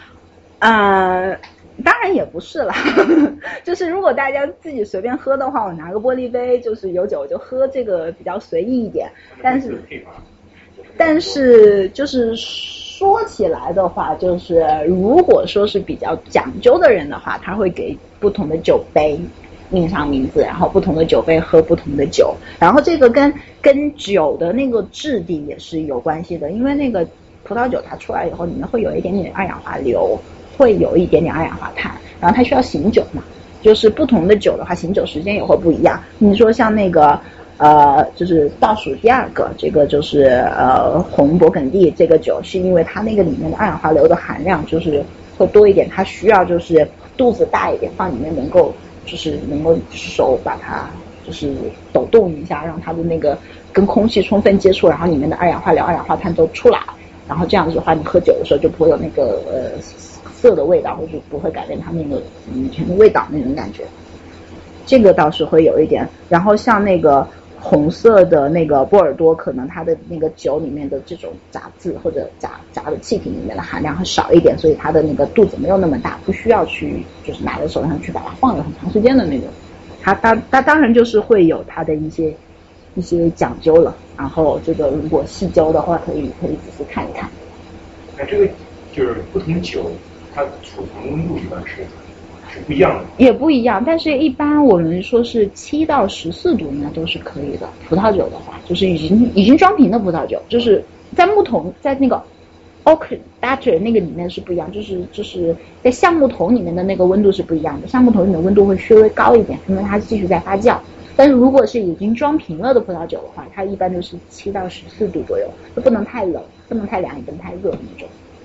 当然也不是啦，就是如果大家自己随便喝的话，我拿个玻璃杯，就是有酒就喝，这个比较随意一点。但是就是说起来的话，就是如果说是比较讲究的人的话，他会给不同的酒杯印上名字，然后不同的酒杯喝不同的酒，然后这个跟酒的那个质地也是有关系的，因为那个葡萄酒它出来以后，里面会有一点点二氧化硫。会有一点点二氧化碳，然后它需要醒酒嘛，就是不同的酒的话，醒酒时间也会不一样。你说像那个就是倒数第2个，这个就是红勃艮第这个酒，是因为它那个里面的二氧化硫的含量就是会多一点，它需要就是肚子大一点，放里面能够手把它就是抖动一下，让它的那个跟空气充分接触，然后里面的二氧化硫、二氧化碳都出来，然后这样子的话，你喝酒的时候就不会有那个涩的味道，或者不会改变它那个全的味道那种感觉。这个倒是会有一点。然后像那个红色的那个波尔多，可能它的那个酒里面的这种杂质或者杂的气体里面的含量会少一点，所以它的那个肚子没有那么大，不需要去就是拿在手上去把它放了很长时间的那种。它当然就是会有它的一些讲究了。然后这个如果细究的话，可以仔细看一看。 那这个就是不同酒，它储存温度一般是不一样的， 也不一样，但是一般我们说是7到14度应该都是可以的。葡萄酒的话，就是已经装瓶的葡萄酒，就是在木桶在那个 oak battery 那个里面是不一样，就是在橡木桶里面的那个温度是不一样的，橡木桶里面的温度会稍微高一点，因为它继续在发酵。但是如果是已经装瓶了的葡萄酒的话，它一般就是7到14度左右，就不能太冷，不能太凉，也不能太热那种。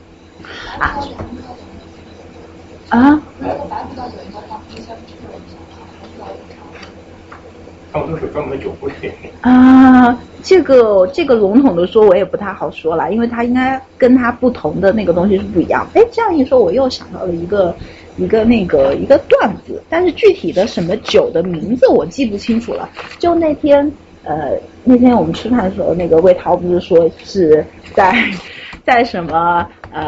他们都是专门的酒柜这个笼统的说，我也不太好说了，因为它应该跟它不同的那个东西是不一样。这样一说，我又想到了一个段子，但是具体的什么酒的名字我记不清楚了。就那天我们吃饭的时候，那个魏涛不是说是在什么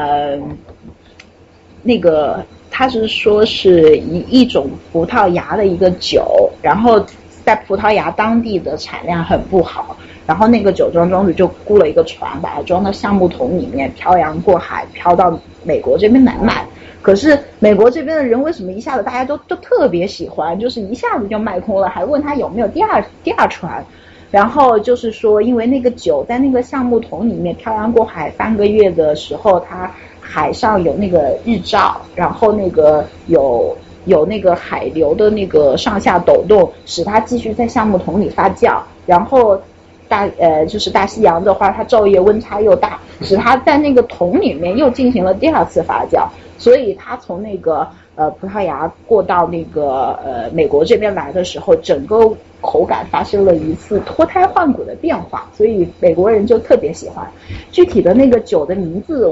那个他是说是一种葡萄牙的一个酒，然后在葡萄牙当地的产量很不好，然后那个酒庄庄主就雇了一个船，把它装到橡木桶里面，漂洋过海漂到美国这边来卖。可是美国这边的人为什么一下子大家都特别喜欢，就是一下子就卖空了，还问他有没有第二船。 然后就是说，因为那个酒在那个橡木桶里面漂洋过海3个月的时候，它海上有那个日照，然后那个有那个海流的那个上下抖动，使它继续在橡木桶里发酵。然后就是大西洋的话，它昼夜温差又大，使它在那个桶里面又进行了第2次发酵，所以它从那个葡萄牙过到那个美国这边来的时候，整个口感发生了一次脱胎换骨的变化，所以美国人就特别喜欢。具体的那个酒的名字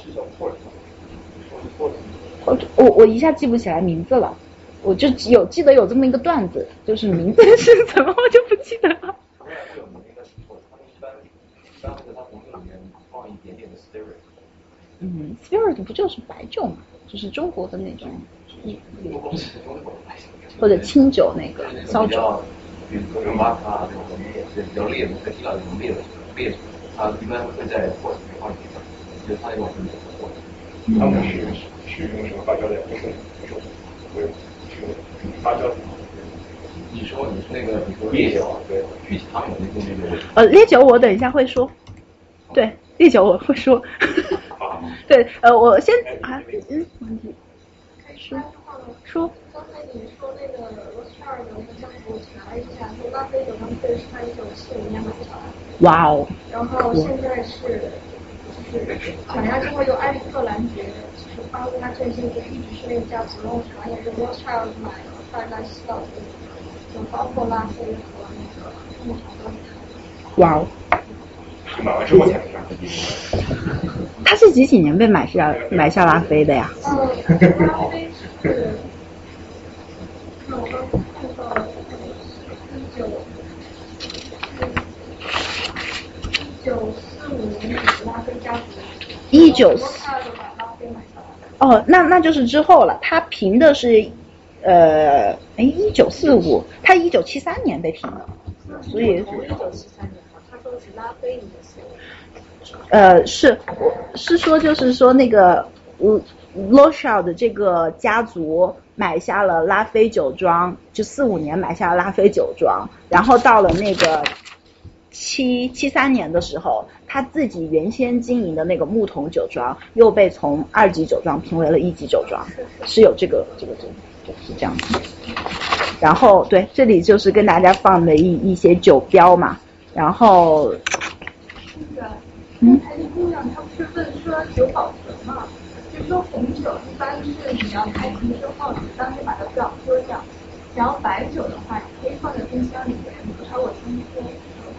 我一下记不起来名字了，我就记得有这么一个段子，就是名字是什么我就不记得了。spirit 不就是白酒嘛，就是中国的那种或者清酒那个烧酒。 比如说有马卡那种也是比较烈的，可以提到这种烈酒，它一般会在火里面放几个，就是它那种很火。 他们是用什么发酵的？不是发酵的。 你说那个烈酒，对，具体他们有那个。 烈酒我等一下会说，对，烈酒我会说。对，我先说。 刚才你说那个罗切尔的家族，查了一下，说拉菲酒他们是他1945年买下来。 哇哦！ 然后现在就是买下之后，有埃里克兰爵，就是帮助他振兴，就一直是那个家族，然后茶也是罗切尔买的，大概西到就包括拉菲和那个牧场都是他。 哇哦！ 买完之后才上飞机。 他是几年被买下拉菲的呀？ 拉菲是。那我刚看到了1945年拉菲家族哦，那就是之后了。他评的是1945，他1973年被评的，所以1973年他说是拉菲1945。 是说就是说那个Rothschild 的这个家族买下了拉菲酒庄，就45年买下了拉菲酒庄，然后到了那个73年的时候，他自己原先经营的那个木桶酒庄又被从2级酒庄评为了1级酒庄，是有这个就是这样子。然后对，这里就是跟大家放的一些酒标嘛，然后台里姑娘她不是问说酒保存嘛？就说红酒一般是你要开瓶之后，你当时把它不要喝掉，然后白酒的话，你可以放在冰箱里面不超过3天。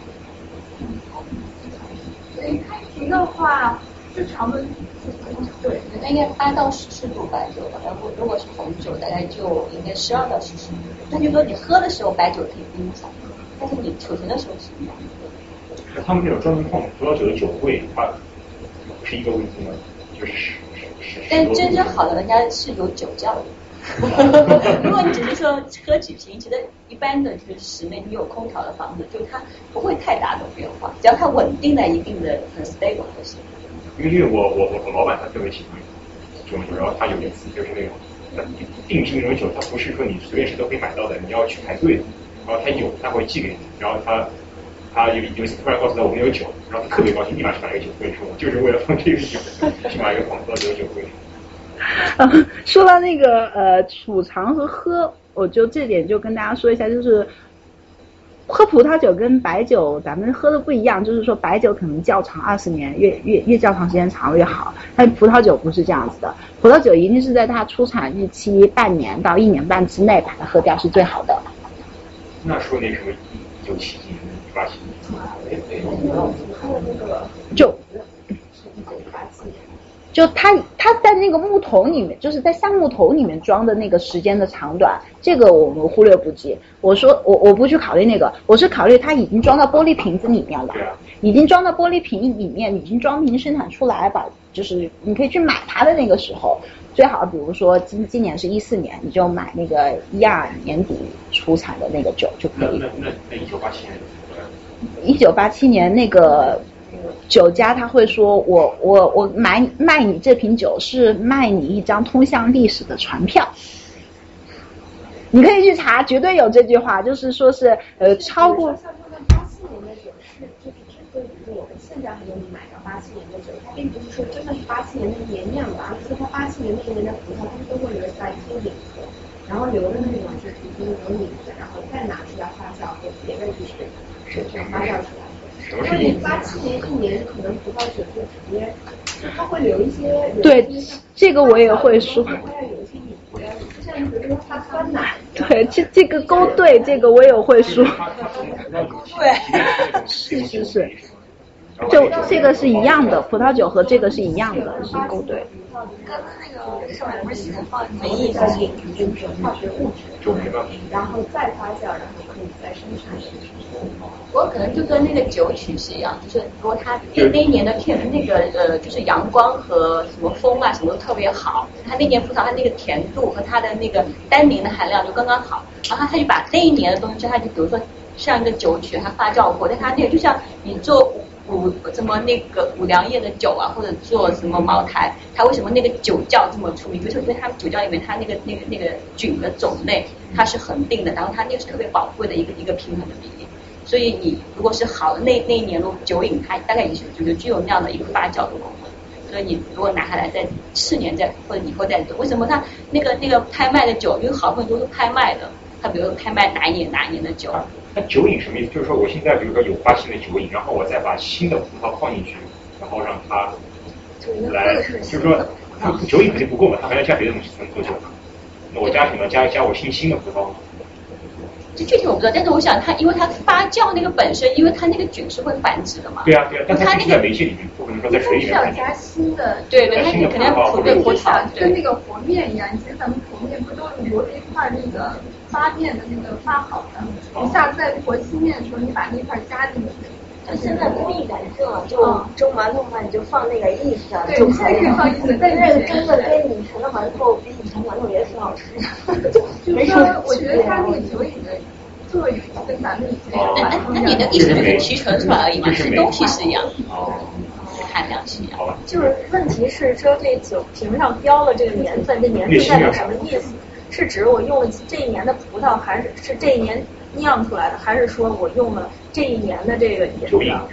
所以开瓶的话，是常温对， 那应该8到14度白酒吧，然后如果是红酒，大概就应该12到14度。那就是说你喝的时候白酒可以冰上，但是你储存的时候是一样的。 他们那种专门放葡萄酒的酒柜，它不是一个问题吗？就是但真正好的人家是有酒窖的。如果你只是说喝几瓶，其实一般的就是室内你有空调的房子，就它不会太大的变化，只要它稳定在一定的很 stable 就行。 因为我老板他特别喜欢这种酒，然后他有一次就是那种定制那种酒，它不是说你随便谁都可以买到的，你要去排队的，然后他会寄给你，然后他有一次突然告诉他我们有酒，然后他特别高兴，立马去买一个酒柜，说就是为了放这个酒，去买一个黄色的酒柜。 说到那个储藏和喝，我就这点就跟大家说一下，就是喝葡萄酒跟白酒咱们喝的不一样，就是说白酒可能窖藏20年，越窖藏时间长越好，但葡萄酒不是这样子的，葡萄酒一定是在它出产日期半年到1年半之内把它喝掉是最好的。 那说那什么1971年、18 年，就他在那个木桶里面，就是在橡木桶里面装的那个时间的长短，这个我们忽略不计。我说我不去考虑那个，我是考虑它已经装到玻璃瓶子里面了，已经装到玻璃瓶里面，已经装瓶生产出来吧，就是你可以去买它的那个时候，最好比如说今年是14年，你就买那个12年底出产的那个酒就可以。 那 1987年那个酒家他会说我卖你这瓶酒是卖你一张通向历史的船票，你可以去查，绝对有这句话，就是说是超过。 像他们84年就是之所以比如说我们现在还能买到87年的酒，它并不是说真的是87年的年酿的，而是说它87年那一年的葡萄它们都会留下一些影子，然后留的那种是比如说有影子，然后再拿出来发酵或别的就是这样发酵出来的。因为你87年一年可能葡萄酒就直接就它会留一些对，这个我也会说。 它要有一些影子，就像比如说它酸奶。 对，这个勾兑，这个我也会说。对，是。就这个是一样的，葡萄酒和这个是一样的，是勾兑。 刚才那个上面不是写的放没意思，就是化学物质，然后再发酵，然后可以再生产。 我可能就跟那个酒曲是一样，就是如果它那一年的就是阳光和什么风啊什么都特别好，它那年葡萄它那个甜度和它的那个单宁的含量就刚刚好，然后它就把那一年的东西，它就比如说像一个酒曲，它发酵过，但它那个就像你做什么那个五粮液的酒啊，或者做什么茅台，它为什么那个酒窖这么出名？就是因为它酒窖里面它那个菌的种类它是恒定的，然后它那个是特别宝贵的一个平衡的比例。所以你如果是好的那一年的酒饮，它大概也是具有那样的一个发酵的功能。所以你如果拿下来在4年再或者以后再做，为什么它那个拍卖的酒，因为好多人都是拍卖的，它比如拍卖哪一年的酒。 那酒饮什么意思？就是说我现在比如说有87年的酒饮，然后我再把新的葡萄放进去，然后让它来，就是说酒饮肯定不够嘛，它还要加别的东西才能做酒嘛。那我加什么？加我新的葡萄。 这具体我不知道，但是我想它，因为它发酵那个本身，因为它那个菌是会繁殖的嘛。 对啊，但它必须在媒介里面，不可能说在水里面。 它是要加新的。 对，它肯定要普遍葡萄， 跟那个和面一样，其实咱们和面不都是留着一块那个发面的那个发好的，你下次再和新面的时候，你把那块加进去。 现在工艺改正了，就蒸馒头嘛，你就放那个意思啊， 就可以放意思，但是那个蒸的跟以前的馒头比以前馒头也挺好吃的。 就是说，我觉得它那个酒饮的作用跟咱们以前那你的意思就是提纯出来而已嘛，是东西是一样，含量是一样。 就是问题是说这酒瓶上标了这个年份，这年份代表什么意思？是指我用了这一年的葡萄，还是这一年酿出来的，还是说我用了这一年的这个饮料？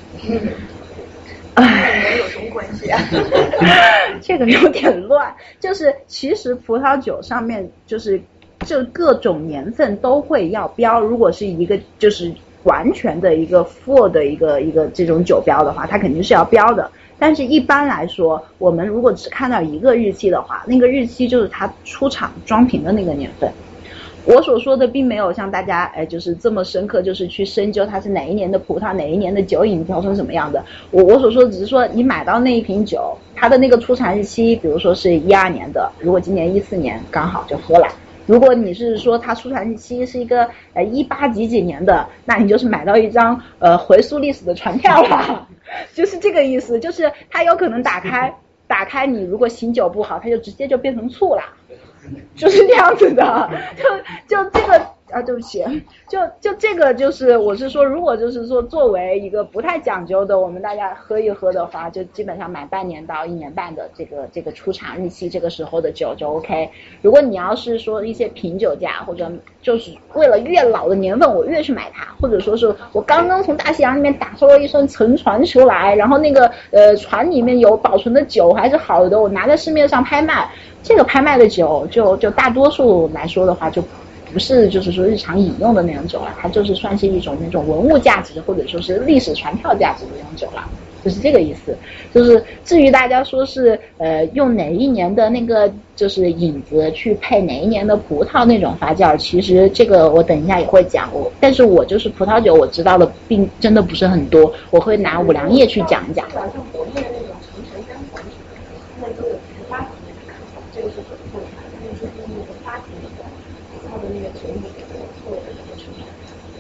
有什么关系啊？ 这个有点乱。就是其实葡萄酒上面就各种年份都会要标，如果是一个就是完全的一个 full 的一个这种酒标的话，它肯定是要标的。但是一般来说，我们如果只看到一个日期的话，那个日期就是它出厂装瓶的那个年份。我所说的并没有像大家就是这么深刻，就是去深究它是哪一年的葡萄，哪一年的酒饮调成什么样的。我所说的只是说你买到那一瓶酒，它的那个出产日期，比如说是12年的，如果今年14年刚好就喝了。如果你是说它出产日期是一个18几年的，那你就是买到一张回溯历史的船票了，就是这个意思。就是它有可能打开你如果醒酒不好，它就直接就变成醋了，就是这样子的。就这个对不起，就这个就是我是说，如果就是说作为一个不太讲究的，我们大家喝一喝的话，就基本上买半年到1年半的这个出厂日期，这个时候的酒就 OK。如果你要是说一些品酒家，或者就是为了越老的年份我越去买它，或者说是我刚刚从大西洋里面打收了一艘沉船出来，然后那个船里面有保存的酒还是好的，我拿在市面上拍卖，这个拍卖的酒就大多数来说的话就不是就是说日常饮用的那种酒了，它就是算是一种那种文物价值或者说是历史传票价值的那种酒了，就是这个意思。就是至于大家说是用哪一年的那个就是引子去配哪一年的葡萄那种发酵，其实这个我等一下也会讲。但是我就是葡萄酒我知道的并真的不是很多，我会拿五粮液去讲一讲。 像国内的那种成陈单黄酒，他们都有18级的看法，这个是很正常的，那就是那个8级的它的那个酒里面做的那个成陈。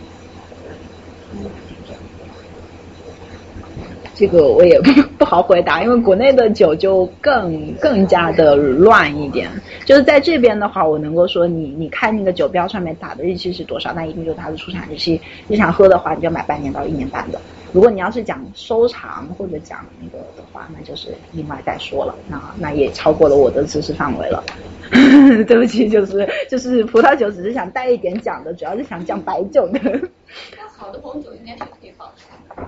这个我也不好回答，因为国内的酒就更加的乱一点。就是在这边的话，我能够说你看那个酒标上面打的日期是多少，那一定就是它的出产日期。日常喝的话，你就买半年到1年半的。如果你要是讲收藏或者讲那个的话，那就是另外再说了，那也超过了我的知识范围了。对不起，就是葡萄酒只是想带一点讲的，主要是想讲白酒的。 那好的红酒应该是可以保存。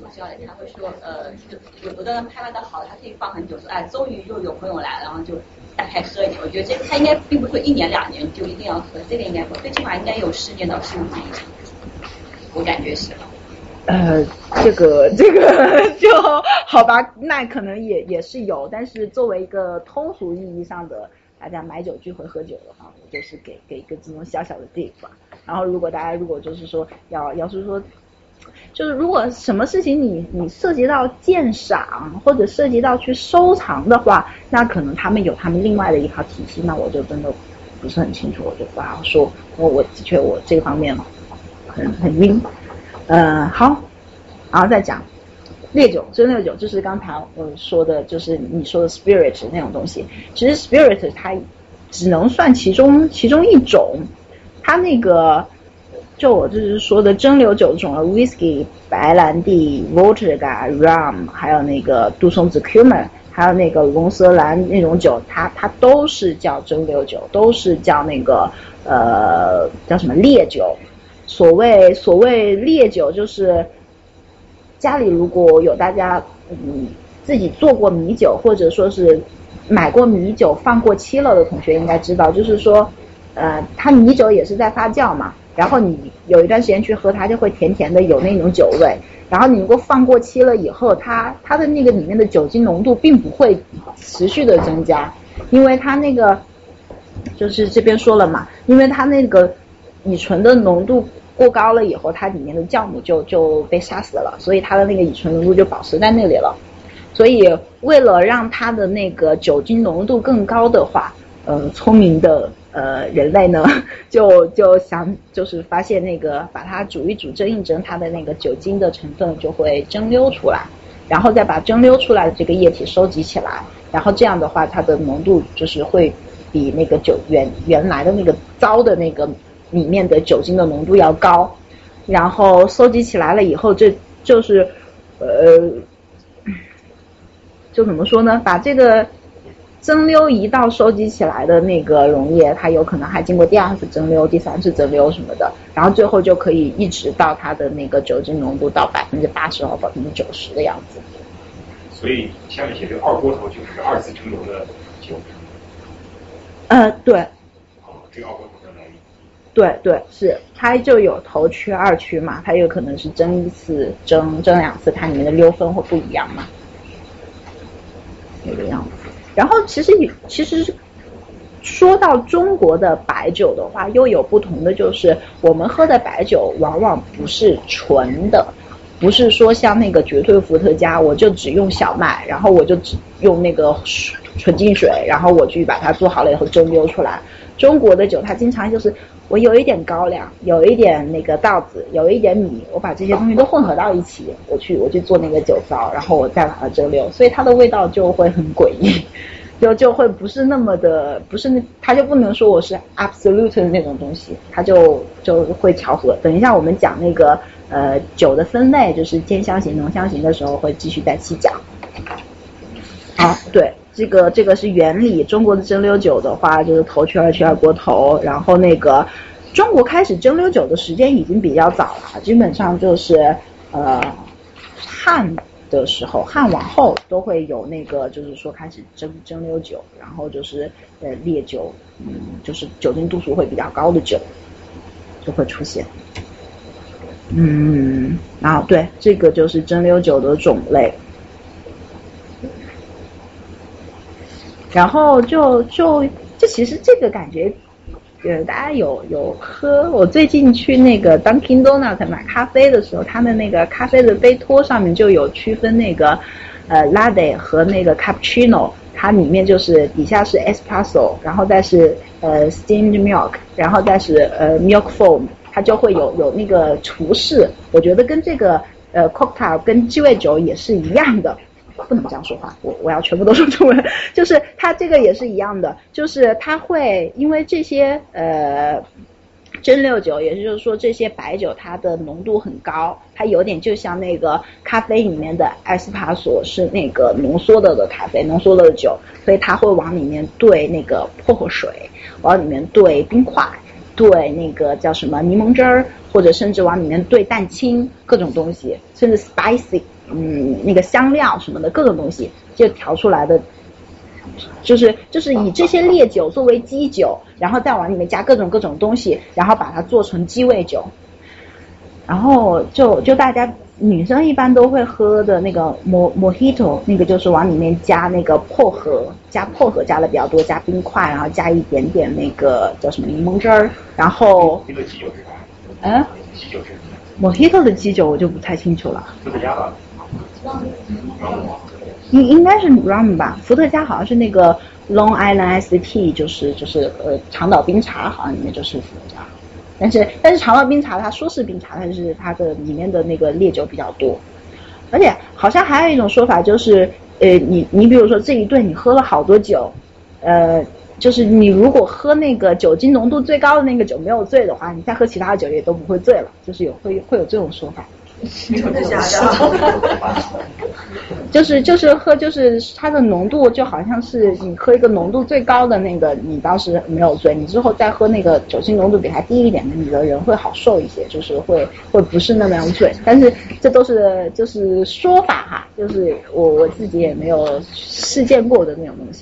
教练，他会说有的人拍卖的好，他可以放很久，说终于又有朋友来了，然后就打开喝一点。我觉得这他应该并不会1年2年就一定要喝，这个应该不，最起码应该有10年到15年以上，我感觉是。 这个就好吧，那可能也是有，但是作为一个通俗意义上的大家买酒聚会喝酒的话，我就是给一个这种小小的 tip 吧。然后如果大家就是说要是说，就是如果什么事情你涉及到鉴赏或者涉及到去收藏的话，那可能他们有他们另外的一套体系，那我就真的不是很清楚，我就不好说。我的确我这方面很晕。好，然后再讲烈酒，蒸馏酒就是刚才我说的，就是你说的 spirit 那种东西。其实 spirit 它只能算其中一种，它那个就我就是说的蒸馏酒种了 whisky、白兰地、vodka、rum， 还有那个杜松子 cumin， 还有那个龙舌兰那种酒，它都是叫蒸馏酒，都是叫那个叫什么烈酒。所谓烈酒，就是家里如果有大家自己做过米酒，或者说是买过米酒放过期了的同学应该知道，就是说它米酒也是在发酵嘛，然后你有一段时间去喝它就会甜甜的有那种酒味，然后你如果放过期了以后，它的那个里面的酒精浓度并不会持续的增加，因为它那个就是这边说了嘛，因为它那个乙醇的浓度过高了以后，它里面的酵母就被杀死了，所以它的那个乙醇浓度就保持在那里了。所以为了让它的那个酒精浓度更高的话，聪明的人类呢就想就是发现那个把它煮一煮蒸一蒸，它的那个酒精的成分就会蒸馏出来，然后再把蒸馏出来的这个液体收集起来，然后这样的话它的浓度就是会比那个原来的那个糟的那个里面的酒精的浓度要高，然后收集起来了以后，这就是就怎么说呢？把这个蒸馏一道收集起来的那个溶液，它有可能还经过第2次蒸馏、第3次蒸馏什么的，然后最后就可以一直到它的那个酒精浓度到80%或90%的样子。 所以下面写这个2锅头就是2次蒸馏的酒。 对。 这个2锅头的来历。 对，是它就有头区、2区嘛，它有可能是蒸1次、蒸2次，它里面的馏分会不一样嘛，那个样子。然后其实说到中国的白酒的话，又有不同的，就是我们喝的白酒往往不是纯的，不是说像那个绝对伏特加，我就只用小麦，然后我就只用那个纯净水，然后我去把它做好了以后蒸馏出来。中国的酒它经常就是我有一点高粱，有一点那个稻子，有一点米，我把这些东西都混合到一起，我去做那个酒糟，然后我再把它蒸馏，所以它的味道就会很诡异，就会不是那么的，它就不能说我是 absolute 的那种东西，它就会调和。等一下我们讲那个酒的分类，就是兼香型、浓香型的时候会继续再细讲。好，对。这个是原理。中国的蒸馏酒的话，就是头区、2区、2锅头。然后那个中国开始蒸馏酒的时间已经比较早了，基本上就是汉的时候，汉往后都会有那个，就是说开始蒸馏酒，然后就是烈酒，就是酒精度数会比较高的酒就会出现。然后对，这个就是蒸馏酒的种类。然后就其实这个感觉，大家有喝。我最近去那个 Dunkin' Donuts 买咖啡的时候，他们那个咖啡的杯托上面就有区分那个latte 和那个 cappuccino， 它里面就是底下是 espresso， 然后再是steamed milk， 然后再是milk foam， 它就会有那个厨师。我觉得跟这个cocktail 跟鸡尾酒也是一样的。不能这样说话，我要全部都说中文。就是它这个也是一样的，就是它会因为这些蒸馏酒，也就是说这些白酒它的浓度很高，它有点就像那个咖啡里面的埃斯帕索是那个浓缩的咖啡，浓缩的酒，所以它会往里面兑那个薄荷水，往里面兑冰块，兑那个叫什么柠檬汁儿，或者甚至往里面兑蛋清，各种东西，甚至 spicy。 那个香料什么的各种东西，就调出来的，就是以这些烈酒作为基酒，然后再往里面加各种东西，然后把它做成鸡尾酒。然后就大家女生一般都会喝的那个mojito， 那个就是往里面加那个薄荷加的比较多，加冰块，然后加一点点那个叫什么柠檬汁儿，然后mojito 的基酒我就不太清楚了。 伏特加吧， 应该是 rum 吧，伏特加好像是那个 Long Island Iced Tea， 就是长岛冰茶，好像里面就是伏特加。但是长岛冰茶它说是冰茶，但是它的里面的那个烈酒比较多，而且好像还有一种说法就是，你比如说这一顿你喝了好多酒，就是你如果喝那个酒精浓度最高的那个酒没有醉的话，你再喝其他的酒也都不会醉了，就是会有这种说法。 真的假的？ 就是喝，就是它的浓度就好像是你喝一个浓度最高的那个，你当时没有醉，你之后再喝那个酒精浓度比它低一点的，你的人会好受一些，就是会不是那么样醉。但是这都是就是说法哈，就是我自己也没有试见过的那种东西。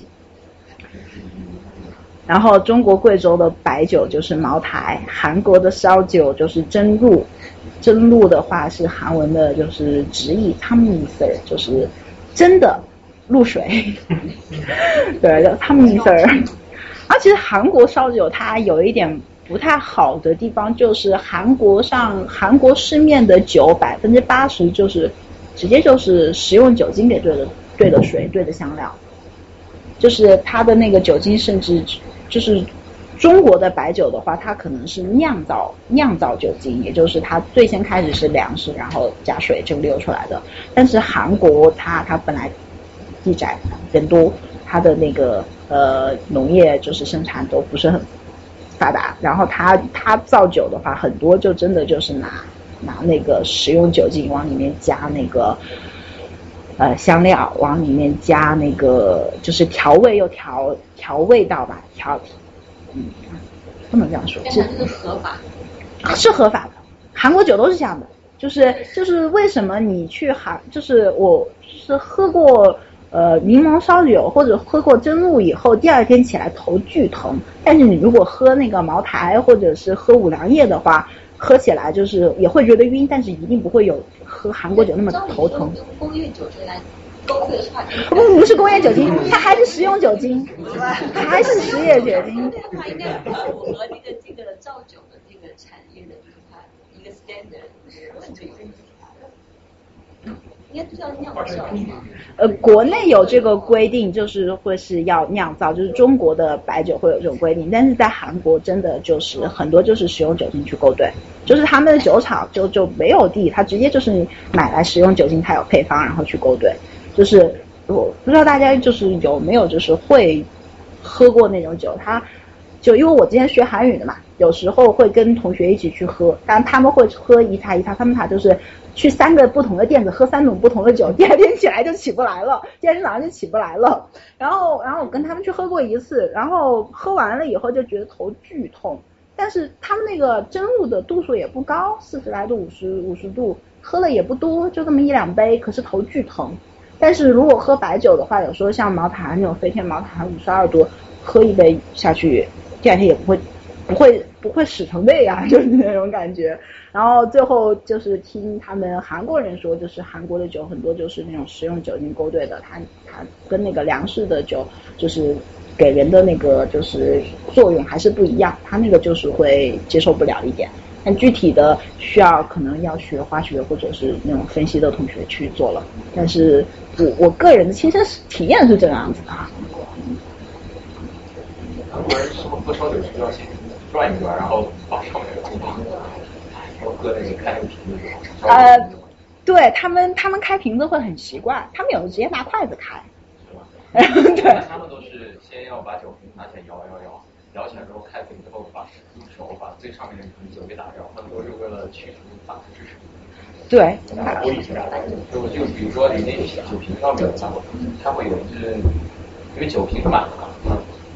然后中国贵州的白酒就是茅台，韩国的烧酒就是真露。真露的话是韩文的就是直译 Tamiser， 就是真的露水对，叫 Tamiser。 而其实韩国烧酒它有一点不太好的地方，就是韩国市面的酒80%就是直接就是食用酒精给兑的水兑的香料，就是它的那个酒精甚至就是中国的白酒的话，它可能是酿造酒精，也就是它最先开始是粮食，然后加水蒸馏出来的。但是韩国它本来地窄人多，它的那个农业就是生产都不是很发达，然后它造酒的话，很多就真的就是拿那个食用酒精往里面加那个香料，往里面加那个就是调味又调味道吧，不能这样说， 但是这是合法的， 是合法的。韩国酒都是这样的，就是为什么你去就是我是喝过柠檬烧酒或者喝过真露以后，第二天起来头巨疼。但是你如果喝那个茅台或者是喝五粮液的话，喝起来就是也会觉得晕，但是一定不会有喝韩国酒那么头疼。 用工业酒精来勾兑的话， 不是工业酒精，它还是食用酒精，它还是食业酒精。 对的话，应该不符合这个造酒的这个产业的它一个 standard 问题。应该就叫酿造。 国内有这个规定，就是会是要酿造，就是中国的白酒会有这种规定，但是在韩国真的就是很多就是使用酒精去勾兑，就是他们的酒厂就没有地，他直接就是你买来食用酒精，它有配方然后去勾兑。就是我不知道大家就是有没有就是会喝过那种酒，它就因为我之前学韩语的嘛，有时候会跟同学一起去喝，但他们会喝一塔，他们就是去3个不同的店子喝3种不同的酒，第二天起来就起不来了，第二天早上就起不来了。然后我跟他们去喝过一次，然后喝完了以后就觉得头巨痛，但是他们那个真露的度数也不高，40来度50度，喝了也不多，就这么1-2杯，可是头巨疼。但是如果喝白酒的话，有时候像茅台那种飞天茅台52度，喝一杯下去，第二天也不会屎成那样，就是那种感觉。然后最后就是听他们韩国人说，就是韩国的酒很多就是那种食用酒精勾兑的，它跟那个粮食的酒就是给人的那个就是作用还是不一样，它那个就是会接受不了一点。但具体的需要可能要学化学或者是那种分析的同学去做了，但是我个人的亲身体验是这样子的啊。 韩国人是不是喝烧酒需要先转一转，然后把上面的空放，然后喝那个开那个瓶子的时候？ 对他们开瓶子会很习惯，他们有的直接拿筷子开。 对，他们都是先要把酒瓶拿起来摇起来之后开瓶之后把手把最上面的瓶酒给打掉，他们都是为了去除反式之处。 对， 就比如说你那酒瓶上面它会有因为酒瓶是满的嘛，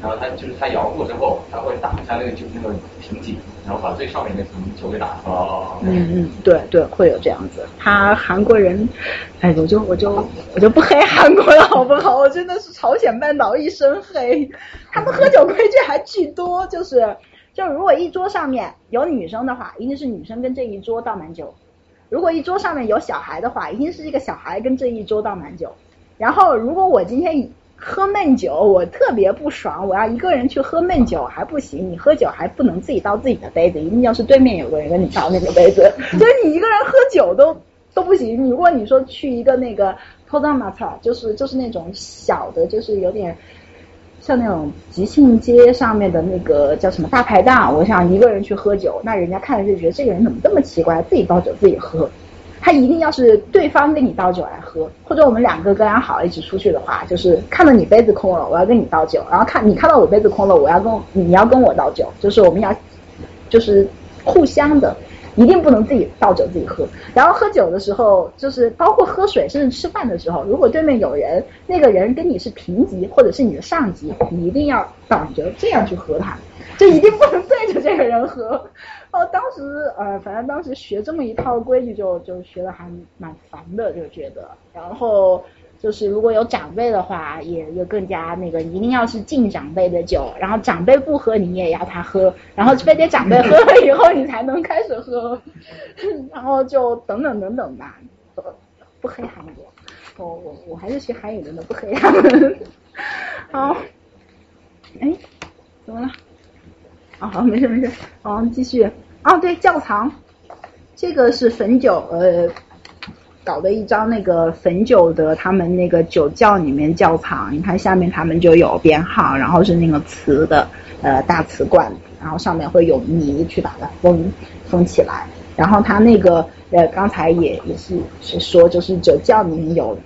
然后它摇过之后，它会打一下那个酒那个瓶颈，然后把最上面那层酒给打出来。 对对，会有这样子。韩国人，哎，我就不黑韩国了好不好？我真的是朝鲜半岛一身黑，他们喝酒规矩还巨多，就如果一桌上面有女生的话，一定是女生跟这一桌倒满酒；如果一桌上面有小孩的话，一定是这个小孩跟这一桌倒满酒。然后如果我今天喝闷酒，我特别不爽，我要一个人去喝闷酒还不行，你喝酒还不能自己倒自己的杯子，一定要是对面有个人跟你倒那个杯子，所以你一个人喝酒都不行。如果你说去一个那个포장마차，就是那种小的，就是有点像那种吉庆街上面的那个叫什么大排档，我想一个人去喝酒，那人家看着就觉得这个人怎么这么奇怪，自己倒酒自己喝。他一定要是对方跟你倒酒来喝，或者我们两个跟好一起出去的话，就是看到你杯子空了，我要跟你倒酒，然后你看到我杯子空了，你要跟我倒酒，就是我们要就是互相的，一定不能自己倒酒自己喝。然后喝酒的时候，就是包括喝水甚至吃饭的时候，如果对面有人，那个人跟你是平级或者是你的上级，你一定要倒着这样去喝他，就一定不能对着这个人喝。当时反正当时学这么一套规矩就学的还蛮烦的，就觉得。然后就是如果有长辈的话，也更加那个，一定要是敬长辈的酒，然后长辈不喝你也要他喝，然后非得长辈喝了以后你才能开始喝，然后就等等吧，不黑韩国，我还是学韩语的呢，不黑他们。好，哎，怎么了？好，没事，继续。对，窖藏，这个是汾酒，搞的一张那个汾酒的他们那个酒窖里面窖藏，你看下面他们就有编号，然后是那个瓷的大瓷罐，然后上面会有泥去把它封起来，然后它那个刚才也是说，就是酒窖里面有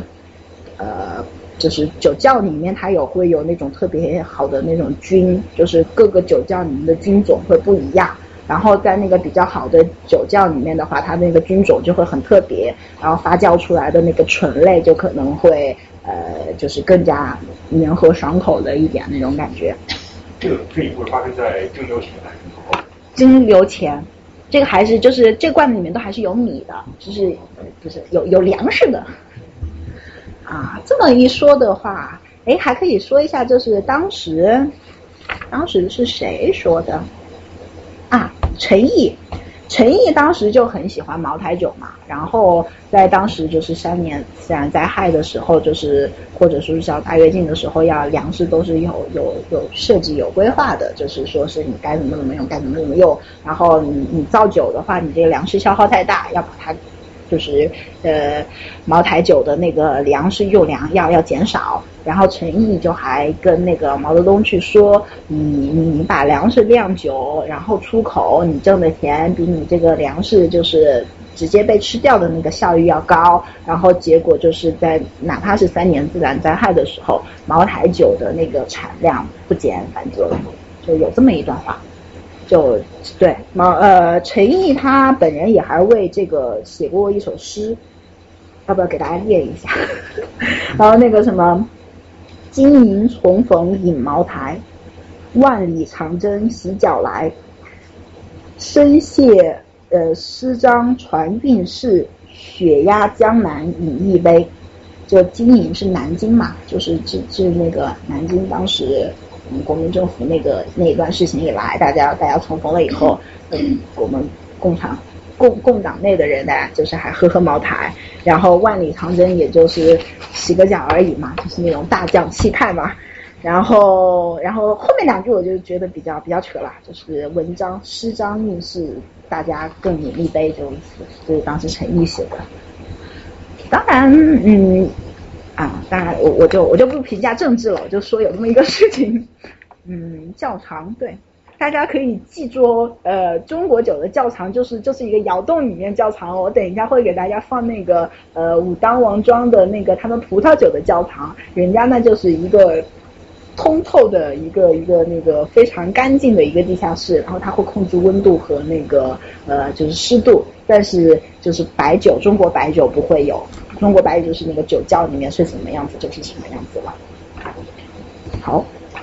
就是酒窖里面它会有那种特别好的那种菌，就是各个酒窖里面的菌种会不一样，然后在那个比较好的酒窖里面的话，它那个菌种就会很特别，然后发酵出来的那个醇类就可能会就是更加黏和爽口的一点那种感觉。 这一步发生在蒸馏前还是后？ 蒸馏前，这个还是就是这罐子里面都还是有米的，就是有粮食的。这么一说的话，还可以说一下，就是当时是谁说的陈毅当时就很喜欢茅台酒嘛，然后在当时就是3年自然灾害的时候，就是或者说是叫大跃进的时候，要粮食都是有设计有规划的，就是说是你该怎么用，该怎么用，然后你造酒的话，你这个粮食消耗太大，要把它就是茅台酒的那个粮食用量要减少，然后陈毅就还跟那个毛泽东去说，你把粮食酿酒，然后出口，你挣的钱比你这个粮食就是直接被吃掉的那个效益要高，然后结果就是在哪怕是3年自然灾害的时候，茅台酒的那个产量不减反增，就有这么一段话。就对陈毅他本人也还为这个写过一首诗，要不要给大家念一下？然后那个什么，金银重逢饮茅台，万里长征洗脚来，深谢诗章传韵事，血压江南饮一杯。就金银是南京嘛，就是指那个南京当时国民政府那一段事情以来，大家重逢了以后，我们共党内的人呢，就是还喝茅台，然后万里长征也就是洗个脚而已嘛，就是那种大将气派嘛。然后后面2句我就觉得比较扯了，就是文章诗章韵事，大家更饮一杯，就是当时陈毅写的。当然当然我就不评价政治了，我就说有这么一个事情。窖藏，对，大家可以记住中国酒的窖藏就是一个窑洞里面窖藏。我等一下会给大家放那个武当王庄的那个他们葡萄酒的窖藏，人家那就是一个通透的一个那个非常干净的一个地下室，然后它会控制温度和那个就是湿度，但是就是白酒，中国白酒不会有，中国白酒就是那个酒窖里面是什么样子就是什么样子了。好非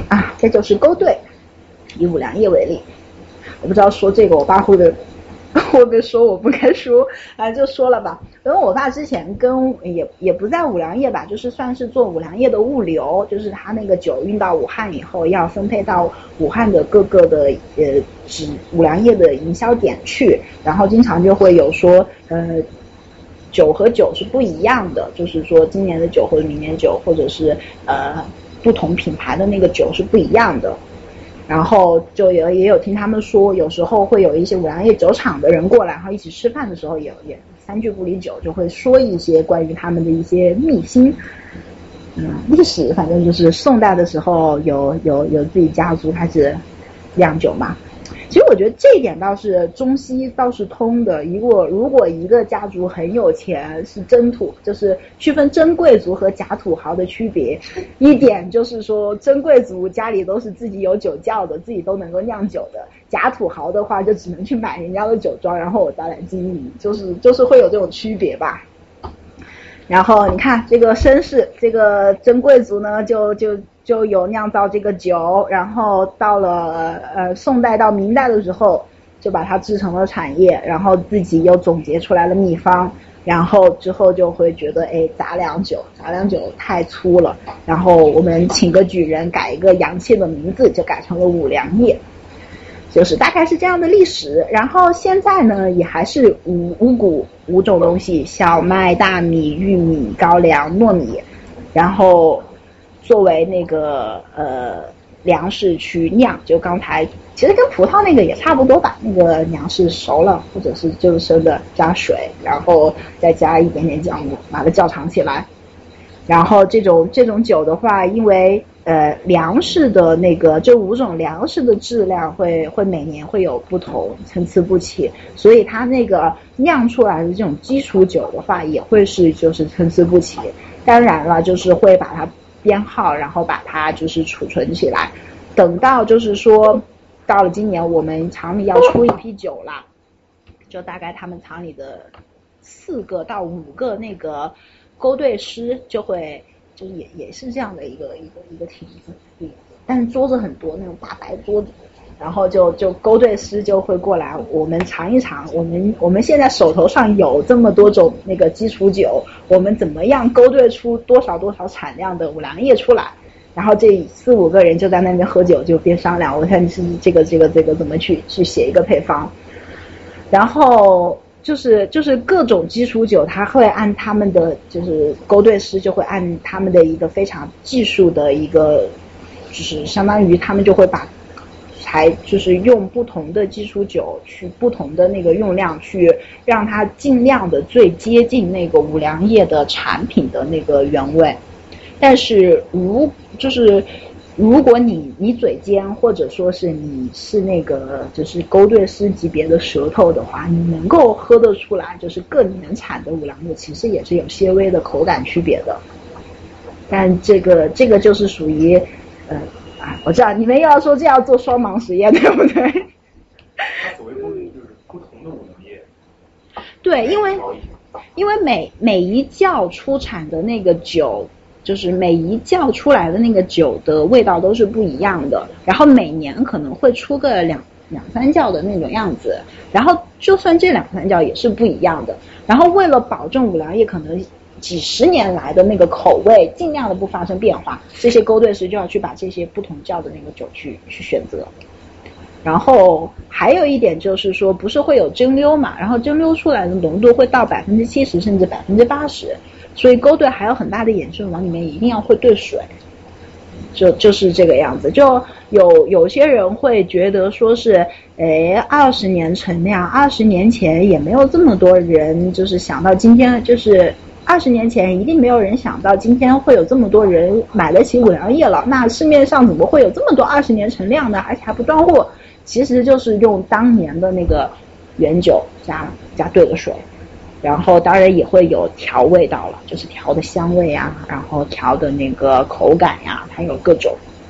这就是勾兑。以五粮液为例，我不知道说这个我爸会不会说我不该说，就说了吧。因为我爸之前也不在五粮液吧，就是算是做五粮液的物流，就是他那个酒运到武汉以后要分配到武汉的各个的五粮液的营销点去，然后经常就会有说酒和酒是不一样的，就是说今年的酒或者明年酒，或者是不同品牌的那个酒是不一样的。然后就也有听他们说，有时候会有一些五粮液酒厂的人过来，然后一起吃饭的时候也三句不离酒，就会说一些关于他们的一些秘辛。历史反正就是宋代的时候有自己家族开始酿酒嘛。其实我觉得这一点倒是中西倒是通的。如果一个家族很有钱，是真土，就是区分真贵族和假土豪的区别。一点就是说，真贵族家里都是自己有酒窖的，自己都能够酿酒的。假土豪的话，就只能去买人家的酒庄，然后我再来经营，就是会有这种区别吧。然后你看这个绅士，这个真贵族呢，就有酿造这个酒，然后到了宋代到明代的时候，就把它制成了产业，然后自己又总结出来了秘方，然后之后就会觉得杂粮酒太粗了，然后我们请个举人改一个洋气的名字，就改成了五粮液。就是大概是这样的历史。然后现在呢也还是五谷5种东西，小麦、大米、玉米、高粱、糯米，然后作为那个粮食去酿。就刚才其实跟葡萄那个也差不多吧，那个粮食熟了或者是就是生的，加水，然后再加一点点酵母，把它窖藏起来。然后这种酒的话，因为粮食的那个这5种粮食的质量会每年会有不同，参差不齐，所以它那个酿出来的这种基础酒的话也会是就是参差不齐。当然了，就是会把它编号，然后把它就是储存起来，等到就是说到了今年我们厂里要出一批酒了，就大概他们厂里的4个到5个那个勾兑师就会就是也是这样的一个亭子，但是桌子很多，那种大白桌子，然后就勾兑师就会过来，我们尝一尝，我们现在手头上有这么多种那个基础酒，我们怎么样勾兑出多少产量的五粮液出来？然后这4-5个人就在那边喝酒，就边商量，我看你是这个怎么去写一个配方，然后就是各种基础酒，他会按他们的就是勾兑师就会按他们的一个非常技术的一个，就是相当于他们就会把就是用不同的基础酒去不同的那个用量去让它尽量的最接近那个五粮液的产品的那个原味。但是如果你嘴尖，或者说是你是那个就是勾兑师级别的舌头的话，你能够喝得出来，就是各年产的五粮液其实也是有些微的口感区别的。但这个就是属于我知道你们又要说这要做双盲实验，对不对？ 它所谓勾兑就是不同的五粮液。 对，因为每一窖出产的那个酒，就是每一窖出来的那个酒的味道都是不一样的，然后每年可能会出个两三窖的那种样子，然后就算这2、3窖也是不一样的。然后为了保证五粮液可能几10年来的那个口味尽量的不发生变化，这些勾兑师就要去把这些不同窖的那个酒去选择。然后还有一点就是说，不是会有蒸馏嘛，然后蒸馏出来的浓度会到70%甚至80%，所以勾兑还有很大的衍生，往里面一定要会兑水，就是这个样子。就有些人会觉得说是20年陈酿，20年前也没有这么多人就是想到今天，就是20年前一定没有人想到今天会有这么多人买得起五粮液了，那市面上怎么会有这么多20年陈酿的，而且还不断货？其实就是用当年的那个原酒加兑的水，然后当然也会有调味道了，就是调的香味啊，然后调的那个口感呀，还有各种。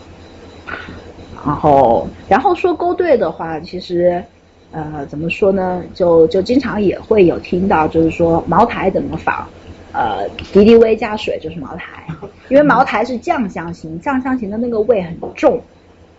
然后说勾兑的话，其实怎么说呢，就经常也会有听到，就是说茅台怎么仿，敌敌畏加水就是茅台，因为茅台是酱香型的那个味很重，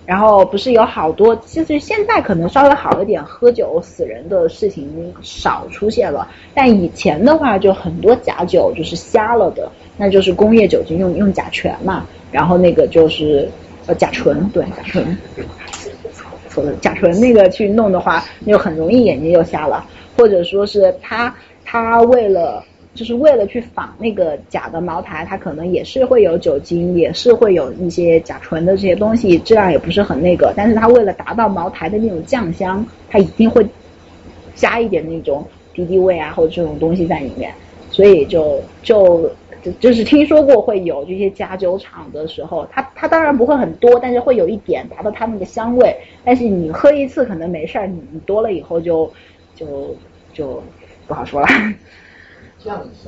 然后不是有好多，其实现在可能稍微好一点，喝酒死人的事情少出现了，但以前的话就很多假酒就是瞎了的，那就是工业酒精用甲醛嘛，然后那个就是甲醇，对，甲醇，错了，甲醇那个去弄的话，就很容易眼睛又瞎了，或者说是他为了去仿那个假的茅台，它可能也是会有酒精，也是会有一些甲醇的这些东西，质量也不是很那个，但是它为了达到茅台的那种酱香，它一定会加一点那种敌敌畏啊或者这种东西在里面，所以就是听说过会有这些假酒厂的时候，它当然不会很多，但是会有一点达到它那个香味，但是你喝一次可能没事儿，你多了以后就不好说了。 这样子是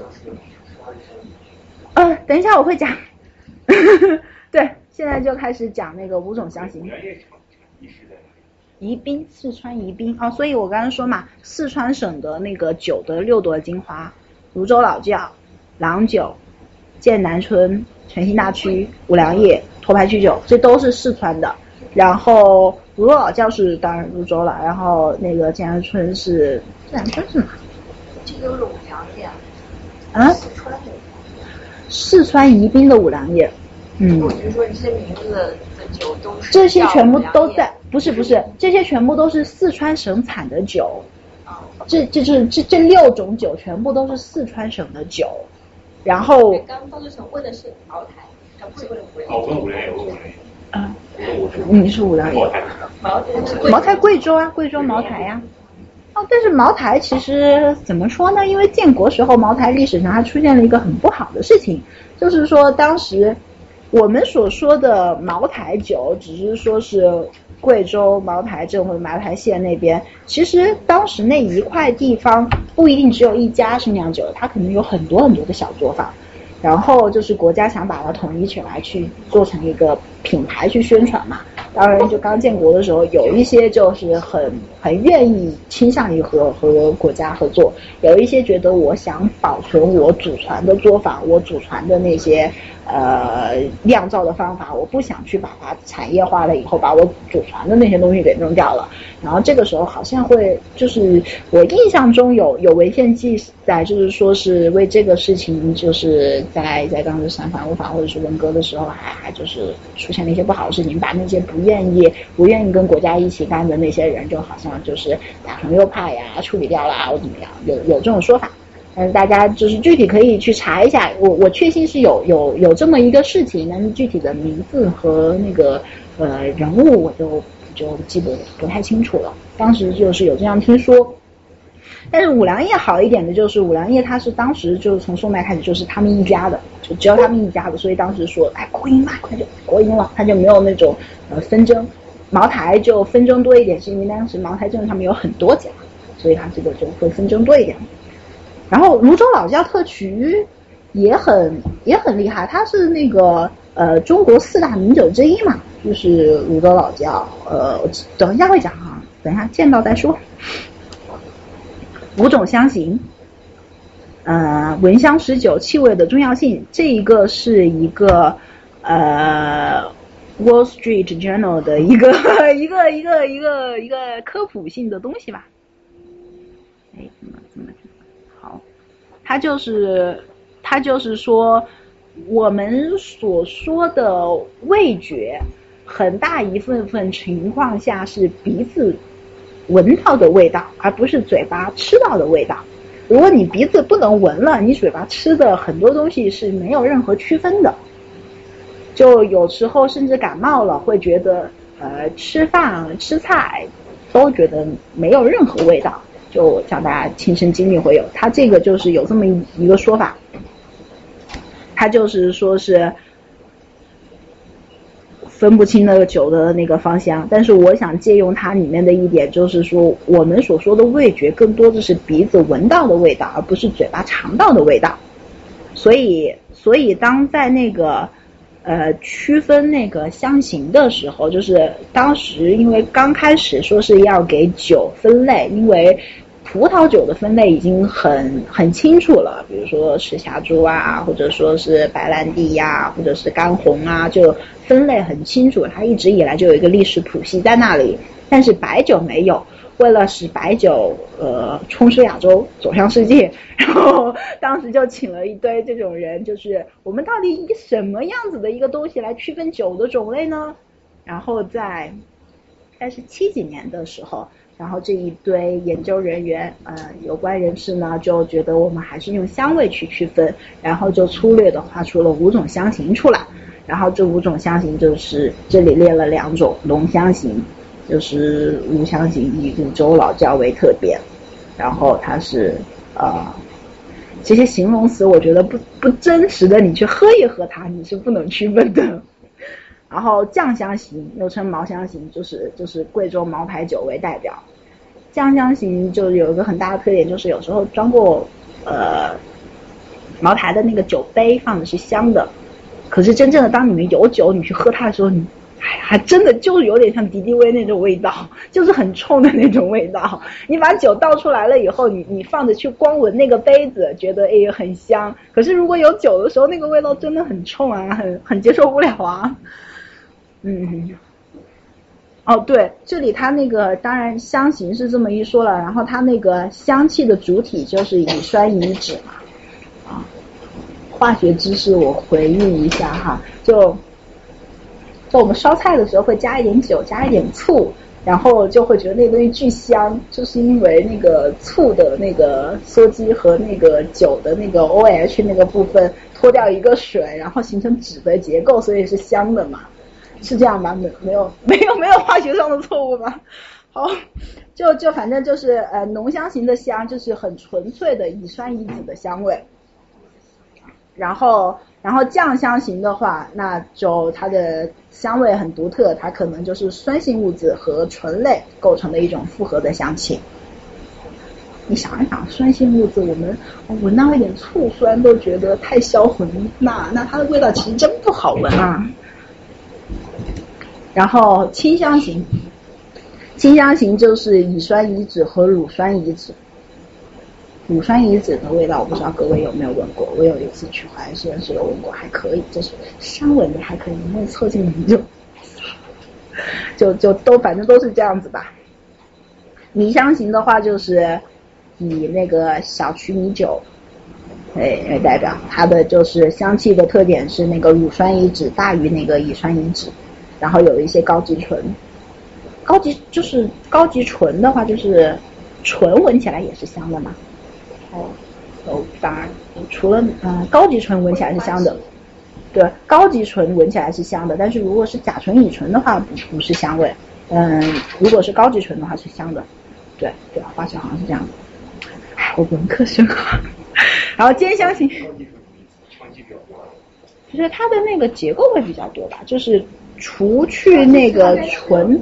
等一下我会讲。对，现在就开始讲那个5种香型。宜宾，四川宜宾所以我刚刚说嘛，四川省的那个酒的6朵金花，泸州老窖、郎酒、剑南春、城西大曲、五粮液、沱牌曲酒，这都是四川的。然后泸州老窖是当然泸州了，然后那个剑南春是哪？ 这个是五粮液四川宜宾的五粮液。 我就说这些名字的酒都是这些全部都在，不是，这些全部都是四川省产的酒。这6种酒全部都是四川省的酒。然后刚刚都是问的是茅台，不是问五粮液。 你是五粮液。茅台贵州啊，贵州茅台呀。但是茅台其实怎么说呢？因为建国时候茅台历史上它出现了一个很不好的事情，就是说当时我们所说的茅台酒只是说是贵州茅台镇或者茅台县那边，其实当时那一块地方不一定只有一家是酿酒的，它可能有很多很多的小作坊，然后就是国家想把它统一起来去做成一个品牌去宣传嘛。当然就刚建国的时候有一些就是很愿意倾向于和国家合作，有一些觉得我想保存我祖传的作坊，我祖传的那些酿造的方法，我不想去把它产业化了以后把我祖传的那些东西给弄掉了。然后这个时候好像会就是我印象中有文献记载，就是说是为这个事情就是在当时三反五反或者是文革的时候还就是出现了一些不好的事情，把那些不愿意跟国家一起干的那些人就好像就是打成右派呀处理掉啦或怎么样，有这种说法。但是大家就是具体可以去查一下，我确信是有这么一个事情，但是具体的名字和那个人物我就记不太清楚了。当时就是有这样听说。但是五粮液好一点的就是五粮液它是当时就是从宋代开始就是他们一家的，就只有他们一家的，所以当时说国营嘛，快就国营了，它就没有那种纷争。茅台就纷争多一点，是因为当时茅台镇他们有很多家，所以它这个就会纷争多一点。然后泸州老窖特曲也很厉害，它是那个中国4大名酒之一嘛，就是泸州老窖。等一下会讲哈，等一下见到再说。5种香型，闻香识酒气味的重要性，这一个是一个Wall Street Journal 的一个科普性的东西吧。怎么好？它就是说，我们所说的味觉，很大一部分情况下是鼻子闻到的味道，而不是嘴巴吃到的味道。如果你鼻子不能闻了，你嘴巴吃的很多东西是没有任何区分的。就有时候甚至感冒了，会觉得吃饭吃菜都觉得没有任何味道。就像大家亲身经历会有，它这个就是有这么一个说法，它就是说是分不清那个酒的那个芳香，但是我想借用它里面的一点，就是说我们所说的味觉更多的是鼻子闻到的味道，而不是嘴巴尝到的味道。所以当在那个区分那个香型的时候，就是当时因为刚开始说是要给酒分类，因为葡萄酒的分类已经很清楚了，比如说赤霞珠啊，或者说是白兰地呀，或者是干红啊，就分类很清楚，它一直以来就有一个历史谱系在那里。但是白酒没有，为了使白酒充斥亚洲走向世界，然后当时就请了一堆这种人，就是我们到底以什么样子的一个东西来区分酒的种类呢？然后在但是70几年的时候，然后这一堆研究人员有关人士呢就觉得我们还是用香味去区分，然后就粗略的画出了5种香型出来。然后这5种香型就是这里列了2种，浓香型就是乳香型，以泸州老窖为特点，然后它是这些形容词我觉得不真实的，你去喝一喝它你是不能区分的。然后酱香型又称茅香型，就是贵州茅台酒为代表。酱香型就有一个很大的特点，就是有时候装过茅台的那个酒杯放的是香的，可是真正的当你们有酒你去喝它的时候，你还真的就是有点像敌敌畏那种味道，就是很冲的那种味道。你把酒倒出来了以后，你放着去光闻那个杯子觉得很香，可是如果有酒的时候那个味道真的很冲啊，很接受不了啊。哦对，这里它那个当然香型是这么一说了，然后它那个香气的主体就是乙酸乙酯嘛。化学知识我回忆一下哈，就我们烧菜的时候会加一点酒加一点醋，然后就会觉得那个东西巨香，就是因为那个醋的那个羧基和那个酒的那个 OH 那个部分脱掉一个水，然后形成酯的结构，所以是香的嘛。是这样吧？没有化学上的错误吧？好，就反正就是浓香型的香就是很纯粹的乙酸乙酯的香味，然后酱香型的话，那就它的香味很独特，它可能就是酸性物质和醇类构成的一种复合的香气。你想一想，酸性物质我们闻到一点醋酸都觉得太销魂，那它的味道其实真不好闻啊。然后清香型就是乙酸乙酯和乳酸乙酯。乳酸乙酯的味道我不知道各位有没有闻过，我有一次去化学实验室有闻过，还可以，就是香闻的还可以，没有凑近闻就都反正都是这样子吧。米香型的话就是以那个小曲米酒为代表，它的就是香气的特点是那个乳酸乙酯大于那个乙酸乙酯，然后有一些高级醇。高级醇的话就是醇闻起来也是香的嘛。当然除了高级醇闻起来是香的，对，高级醇闻起来是香的，但是如果是甲醇乙醇的话不是香味。如果是高级醇的话是香的，对，化学好像是这样的。我文科生啊。然后尖香型就是它的那个结构会比较多吧，就是除去那个醇，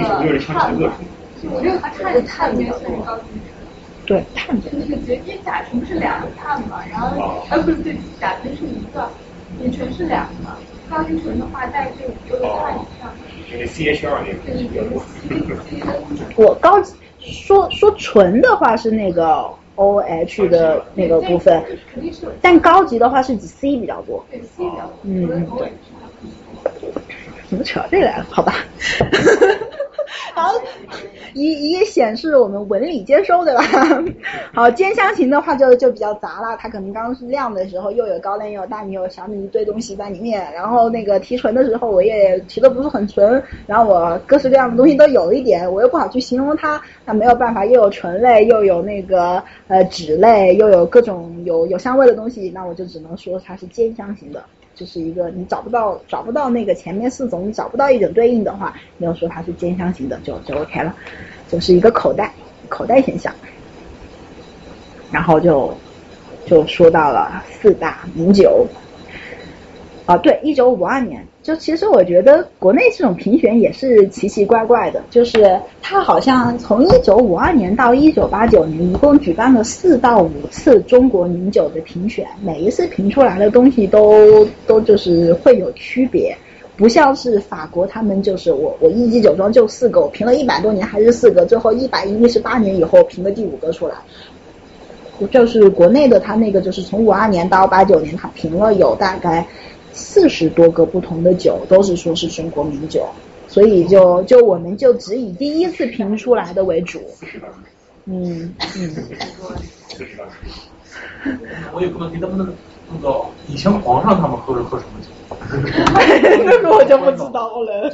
我觉得它的碳应该算是高级醇。 对，碳就是因为甲醇不是2个碳嘛，然后不是对，甲醇是1个，乙醇是2个，高级醇的话带这5个碳以上。 那个 CH2 那个比较多。 我说醇的话是那个 OH 的那个部分，但高级的话是指 C 比较多。 对 C 比较多。 对。怎么扯到这来了？好吧。好，以显示我们文理兼收，对吧？好，尖香型的话就比较杂了，它可能刚刚是晾的时候又有高粱又有大米又有小米一堆东西在里面，然后那个提纯的时候我也提的不是很纯，然后我各式各样的东西都有一点，我又不好去形容它，那没有办法，又有醇类又有那个酯类又有各种有香味的东西，那我就只能说它是尖香型的。就是一个你找不到那个前面4种，你找不到一种对应的话，你要说它是尖香型的就 OK 了，就是一个口袋现象。然后就说到了4大名酒。对，1952年，就其实我觉得国内这种评选也是奇奇怪怪的，就是它好像从1952年到1989年一共举办了4到5次中国名酒的评选，每一次评出来的东西都就是会有区别。 不像是法国，他们就是我一级酒庄就4个，我评了100多年还是4个，最后118年以后评个第5个出来。就是国内的他那个就是从52年到89年，他评了有大概40多个不同的酒，都是说是中国名酒，所以就我们就只以第一次评出来的为主。 我有个问题，他们那个以前皇上他们喝什么酒？ 那个我就不知道了。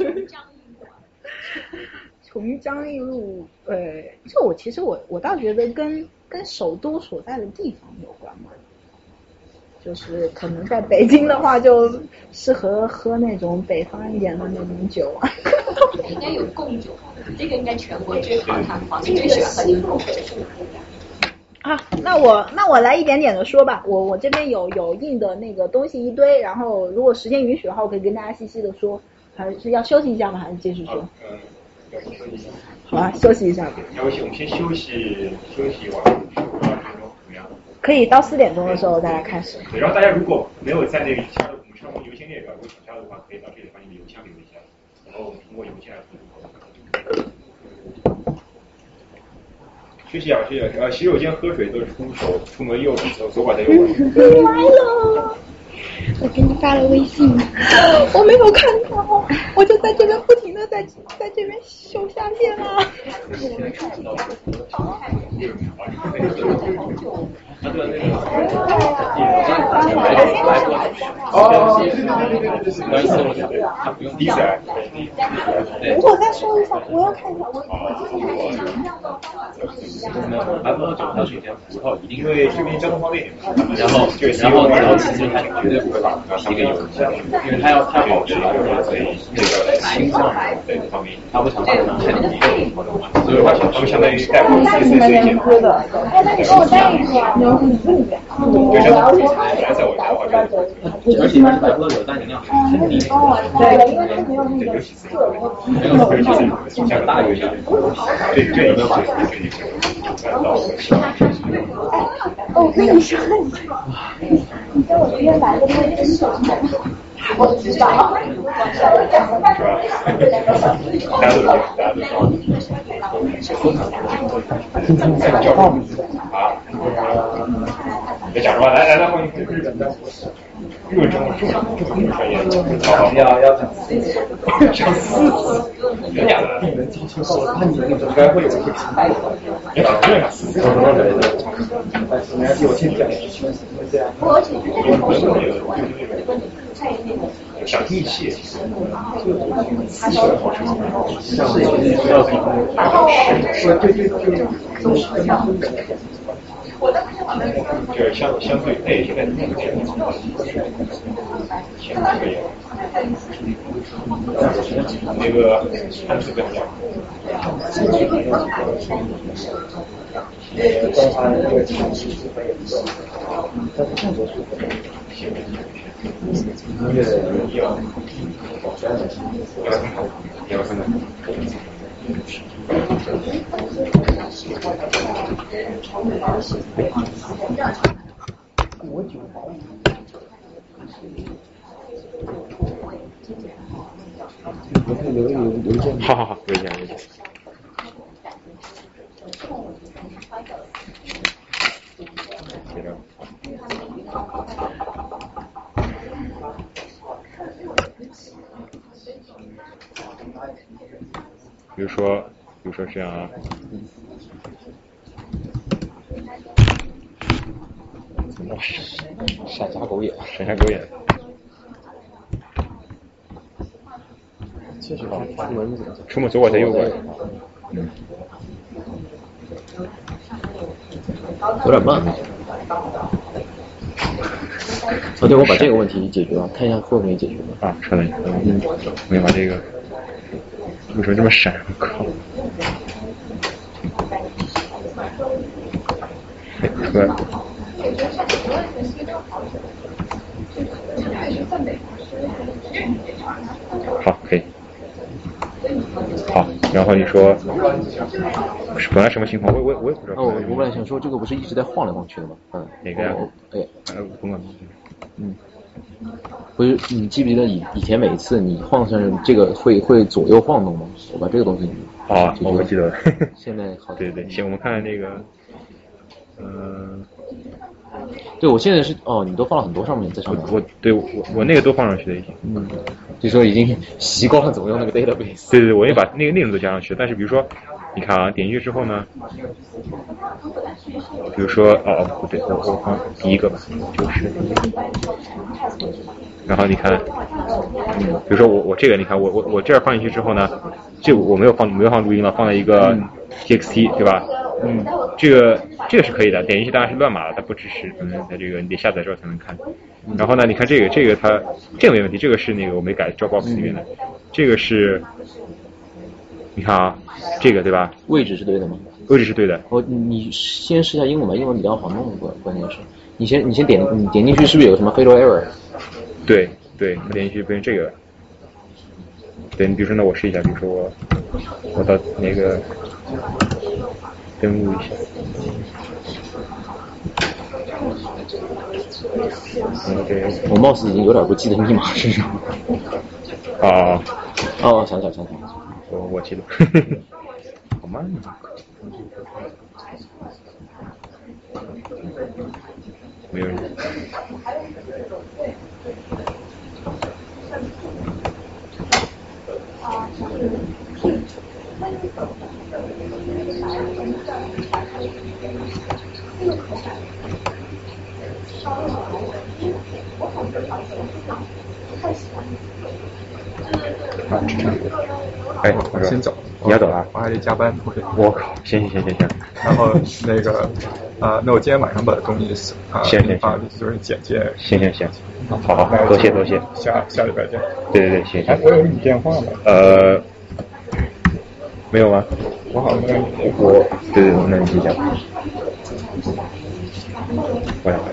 从江一路，就我倒觉得跟首都所在的地方有关嘛。就是可能在北京的话，就适合喝那种北方一点的那种酒啊。 应该有贡酒，这个应该全国最好看，皇帝最喜欢喝这种。 啊，那我来一点点的说吧，我这边有印的那个东西一堆，然后如果时间允许的话，我可以跟大家细细的说，还是要休息一下吗？还是继续说？ 要休息一下。 好啊，休息一下吧。 我们先休息完，15分钟怎么样？ 可以到4点钟的时候大家开始。 对，然后大家如果没有在那个加入我们上邮件列表，如果想加入的话，可以到这里把你的邮箱留一下，然后我们通过邮件来回复。休息啊，休息。洗手间喝水都是出门右左拐在右拐。 你来了，我给你发了微信，我没有看到，我就在这边不停的在这边修下线了。我再说一下，我要看一下，我之前来葡萄酒它首先葡萄一定因为这边交通方便一点，然后其实它绝对不会把它一个有香，因为它要保持所以那个清香对方面，它不想太低，所以它相当于带入你们人喝的，那你给我带一个，你要很重点。 就相当于来在我家的话， 而且白葡萄酒单宁量很低， 对，因为它没有那个色， 没有倾向大于这这有没有把这里我跟你说，你跟我这边来的那个手我知道，是吧？ 大家都啊，别讲什么，来，欢迎日本的热衷专业，好，要讲别讲了，你们进去后，那你们应该会有一些期待的，别讲这个，但是呢，我先讲一句，这样，想听气，它是好吃，是要就是相对配现在那个钱，那个汉字不要讲。中华那个城市是很有名，但是中国是很音乐要保证的，要看的。国酒保姆。好，留言。比如说这样啊，哇，闪瞎狗眼，这是出门左拐再右拐， 有点慢。对，我把这个问题解决了，看一下会不会解决了。 啊，稍等一下，我要把这个为什么这么闪？我靠！对。好，可以。好，然后你说本来什么情况？我也不知道。 我本来想说这个不是一直在晃来晃去的吗？ 哪个呀？ 对， 甭管。 不是，你记不记得以前每一次你晃上这个会左右晃动吗？我把这个东西我记得了。 现在好。 对，行，我们看那个， 对，我现在是你都放了很多上面在上面。 我那个都放上去了已经。 就说已经习惯了怎么用那个 database。 对，我也把那个内容都加上去了。但是比如说，你看啊，点进去之后呢，比如说不对，我放第一个吧，就是然后你看，比如说我这个，你看我这儿放进去之后呢，这我没有放录音了，放了一个 txt 对吧？这个是可以的，点进去当然是乱码的，它不支持，可能在这个你得下载之后才能看。然后呢，你看这个它这个没问题，这个是那个我没改 Dropbox 里面的，这个是，你看啊，这个对吧？ 位置是对的吗？ 位置是对的。 你先试一下英文吧，英文比较好弄，关键是你先点进去是不是有什么 fatal error？ 对，我点进去变成这个。对，你比如说呢，我试一下，比如说我到那个登录一下。 我貌似已经有点不记得密码是什么。想起来， 我记得。好慢啊！没有人。 我先走。 你要走啊？ 我还得加班。 我靠！行。 然后那个那我今天晚上把东西行发就是简介。 行。好，多谢。 下礼拜见。 对，行。 我有你电话吗？ 没有吗？ 我好像没有。 对，那你先讲。我来。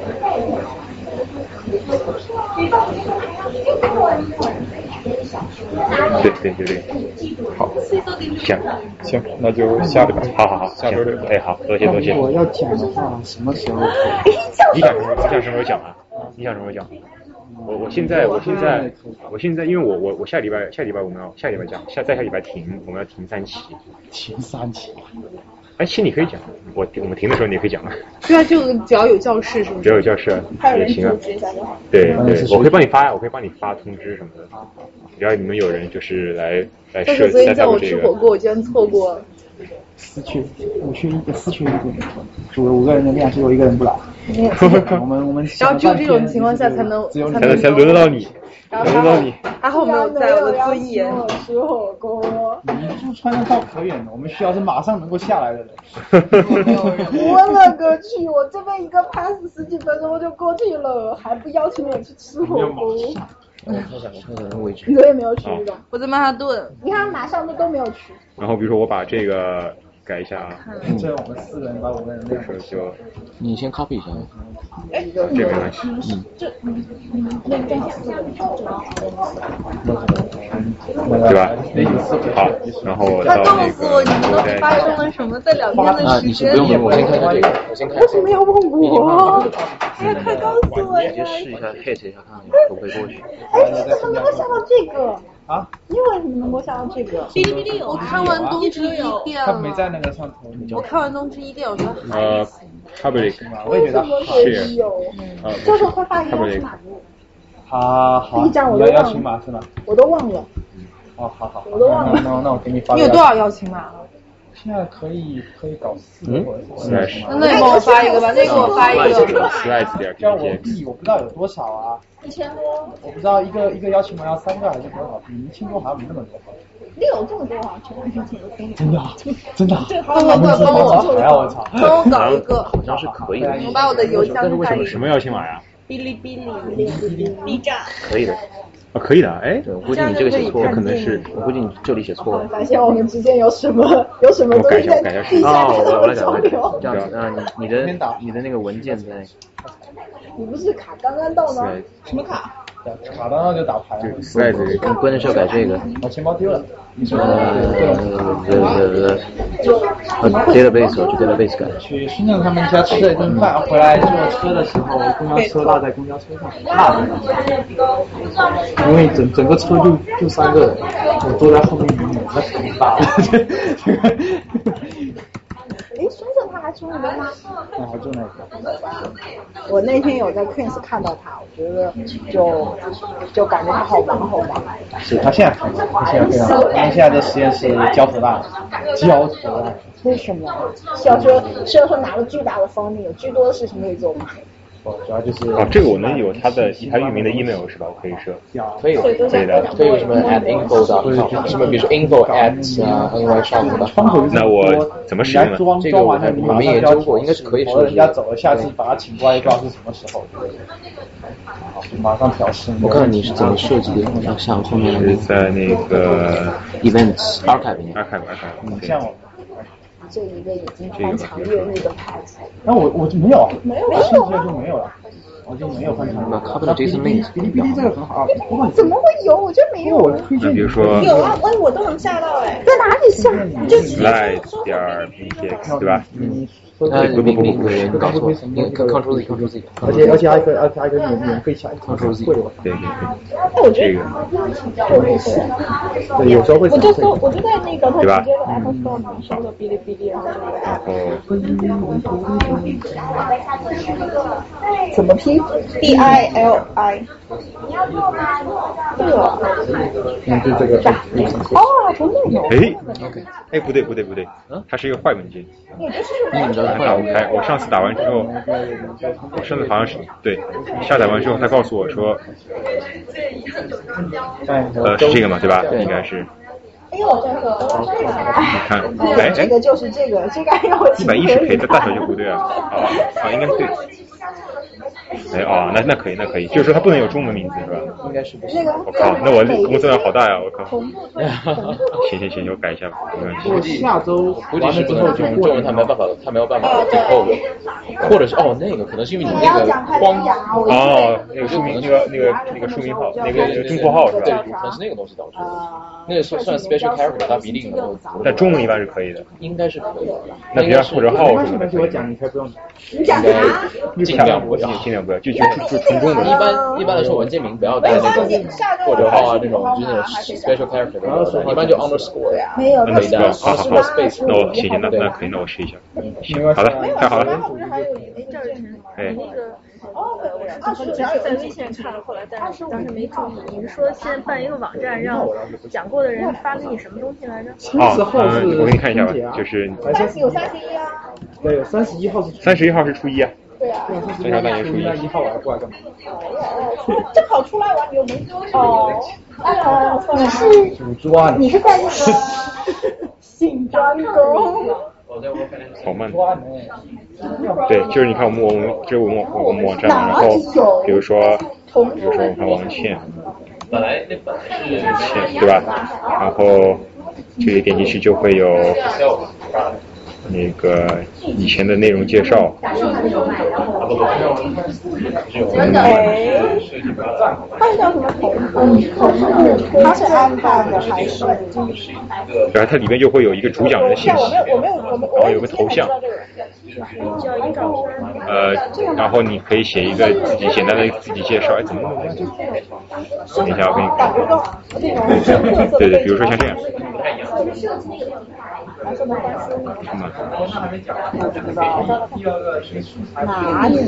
对。好。行，那就下礼拜。好，下周六。好，多谢。 我要讲的话，什么时候？ 你想什么时候讲啊？我现在，因为我下礼拜我们要下礼拜讲，再下礼拜我们要停3期。 停3期。 期你可以讲，我们停的时候你也可以讲啊。 对啊，就只要有教室是不是？ 只要有教室也行啊。对，我可以帮你发通知什么的。只要你们有人就是来设所以叫我吃火锅，我居然错过了。 4去1点，组了5个人的量，结果1个人不来。我们然后只有这种情况下才能轮得到你。 还好没有在我的尊严。 吃火锅。你住川江道可远了，我们需要是马上能够下来的人。 我勒个去！我这边一个 pass 10几分钟就过去了，还不邀请我去吃火锅。你也没有去吧？ 我在曼哈顿。 你看马上都没有去。 然后比如说我把这个改一下啊。 这样我们4个人把5个人量就你先 copy 一下。 这没关系。对吧？好，然后我到那个。 告诉我你们都发生了什么？在2天的时间里。 你不用，我先看这个， 为什么要问我？ 哎， 快告诉我呀！ 直接试一下 hit 一下，看看可不可以过去。 你怎么能够想到这个？你为什么能够想到这个？ 哔哩哔哩有，我看完冬之1店了。 他没在那个上头。 我看完冬之1店，我觉得还行。 public， 我也觉得 share。教授会发一个邀请码给我。 好。 第1站我都忘了。 邀请码是吗？ 我都忘了。 好。 我都忘了。 那我给你发。 你有多少邀请码了？ 现在可以搞4个或者是。 那你帮我发一个吧，那个我发一个。 叫我弟，我不知道有多少啊。 1000多。 我不知道一个邀请码要3个还是多少？比1000多好像没那么多。 6这么多啊，全部1000多。 真的。 帮我。 还要我操。 帮我搞一个。 好像是可以的。 我把我的邮箱发一个。 什么邀请码呀？ 哔哩哔哩。B 站。 可以的。可以的， 对，我估计你这个写错了，可能是我估计你这里写错了。 发现我们之间有什么东西在地下交流。 这样子，你的那个文件在。 你不是卡刚刚到吗？ 什么卡？ 卡刚刚就打牌了。 你关键是要改这个。 我钱包丢了。 database 我去 database 干。 去深圳他们家吃了一顿饭，回来坐车的时候，公交车落在公交车上，落在那，因为整个车就3个人，我坐在后面远远，那挺大的。 哎，深圳他还住那边吗？ 还住那个。 我那天有在 Queens 看到他，我觉得就感觉他好忙好忙。 是他现在很忙，他现在非常忙，他们现在的实验室焦头烂额。 为什么？是要说拿了巨大的 funding， 有巨多的事情可以做吗？ 主要就是这个我能有他域名的 email 是吧？我可以设。 可以的，可以有什么 @info.com 什么，比如说 info@ NYShop 的。 那我怎么使用呢？ 这个我们研究过，应该是可以设置。 人家走了，下次把他请过来，不知道是什么时候。马上调试。 我看看你是怎么设计的，要像后面是在那个 events archive 里面。 像我。 这一个已经翻墙越狱的牌子。 那我就没有， 没有就没有了。我就没有翻墙。 哔哩哔哩这个很好。 怎么会有？我觉得没有。 我推荐。 比如说。 有啊，我都能下到哎。 在哪里下？ 你就 slide.ptx 对吧？ 不，你搞错了，Ctrl Z， 而且还可以免费下 Ctrl Z， 对。 我觉得对，有时候会。 我就在那个他直接的 Apple Store 上搜了哔哩哔哩，然后怎么拼 ？BILI。对了。 就这个。 哦，从那种。 哎，不对，它是一个坏文件。我上次打完之后，我上次好像是对下载完之后，他告诉我说，是这个嘛，对吧？应该是。 哎呦，这个， 你看， 这个就是这个还要 110K，这大小就不对啊，应该对。那可以，就是说它不能有中文名字是吧？ 应该是不行。 我靠，那我公司量好大呀！我靠。行，我改一下吧，没关系。 下周估计是不能中文，他没有办法 decode， 或者是那个可能是因为你那个光那个书名那个书名号那个中括号是吧？ 对，可能是那个东西导致的。那个算 special character， 它比例可能。 但中文一般是可以的。 应该是可以的。 那别或者号什么的。 我讲，你才不用。 你讲啥？ 尽量不要，就纯中文。 一般来说文件名不要带那种或者号这种就是那种 special character 的，一般就 underscore 没有， 好，那我谢谢，那可以，那我试一下。行，好的，太好了。 只要在微信上看了，后来当时没注意。你是说现在办一个网站，让讲过的人发给你什么东西来着？ 我给你看一下吧，就是有31啊。 对，有31号是。 31号是初一啊。 对啊。 正常大年初一。 1号我要过来干嘛？ 正好出来玩，你又没说。你是在那个性专攻。 好慢。对，就是你看我们网站，然后比如说我看王倩， 本来是倩对吧？然后这里点进去就会有那个以前的内容介绍。 他叫什么同步？他是安排的还是？ 然后它里面就会有一个主讲人的信息，然后有个头像。然后你可以写一个自己简单的自己介绍，怎么弄？等一下我给你看。对，比如说像这样。什么？ 哪里？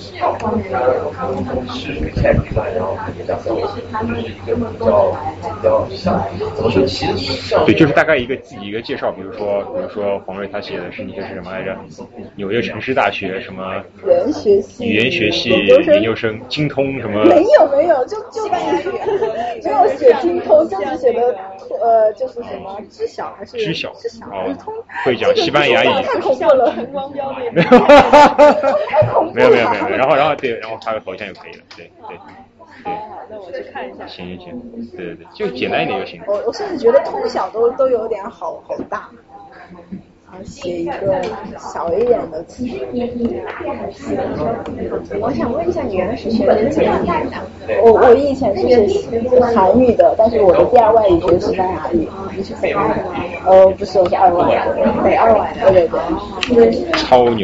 是水菜地方，然后也叫就是一个比较像怎么说？其实对，就是大概自己一个介绍，比如说黄瑞他写的是你这是什么来着？纽约城市大学什么语言学系研究生精通什么？ 没有，就在没有写精通，就只写的就是什么知晓还是知晓哦，会讲西班牙语。 太恐怖了，很光标那没有，然后对，然后发个头像就可以了，对。 那我去看一下。 行，对，就简单一点就行。 我甚至觉得通晓都有点好大。 写一个小一点的词。 我想问一下，你原来是学的什么语言的？ 我以前是学韩语的，但是我的第二外语学西班牙语。 你是北外的吗？ 不是，我是二外的， 北二外的。 对。 超牛。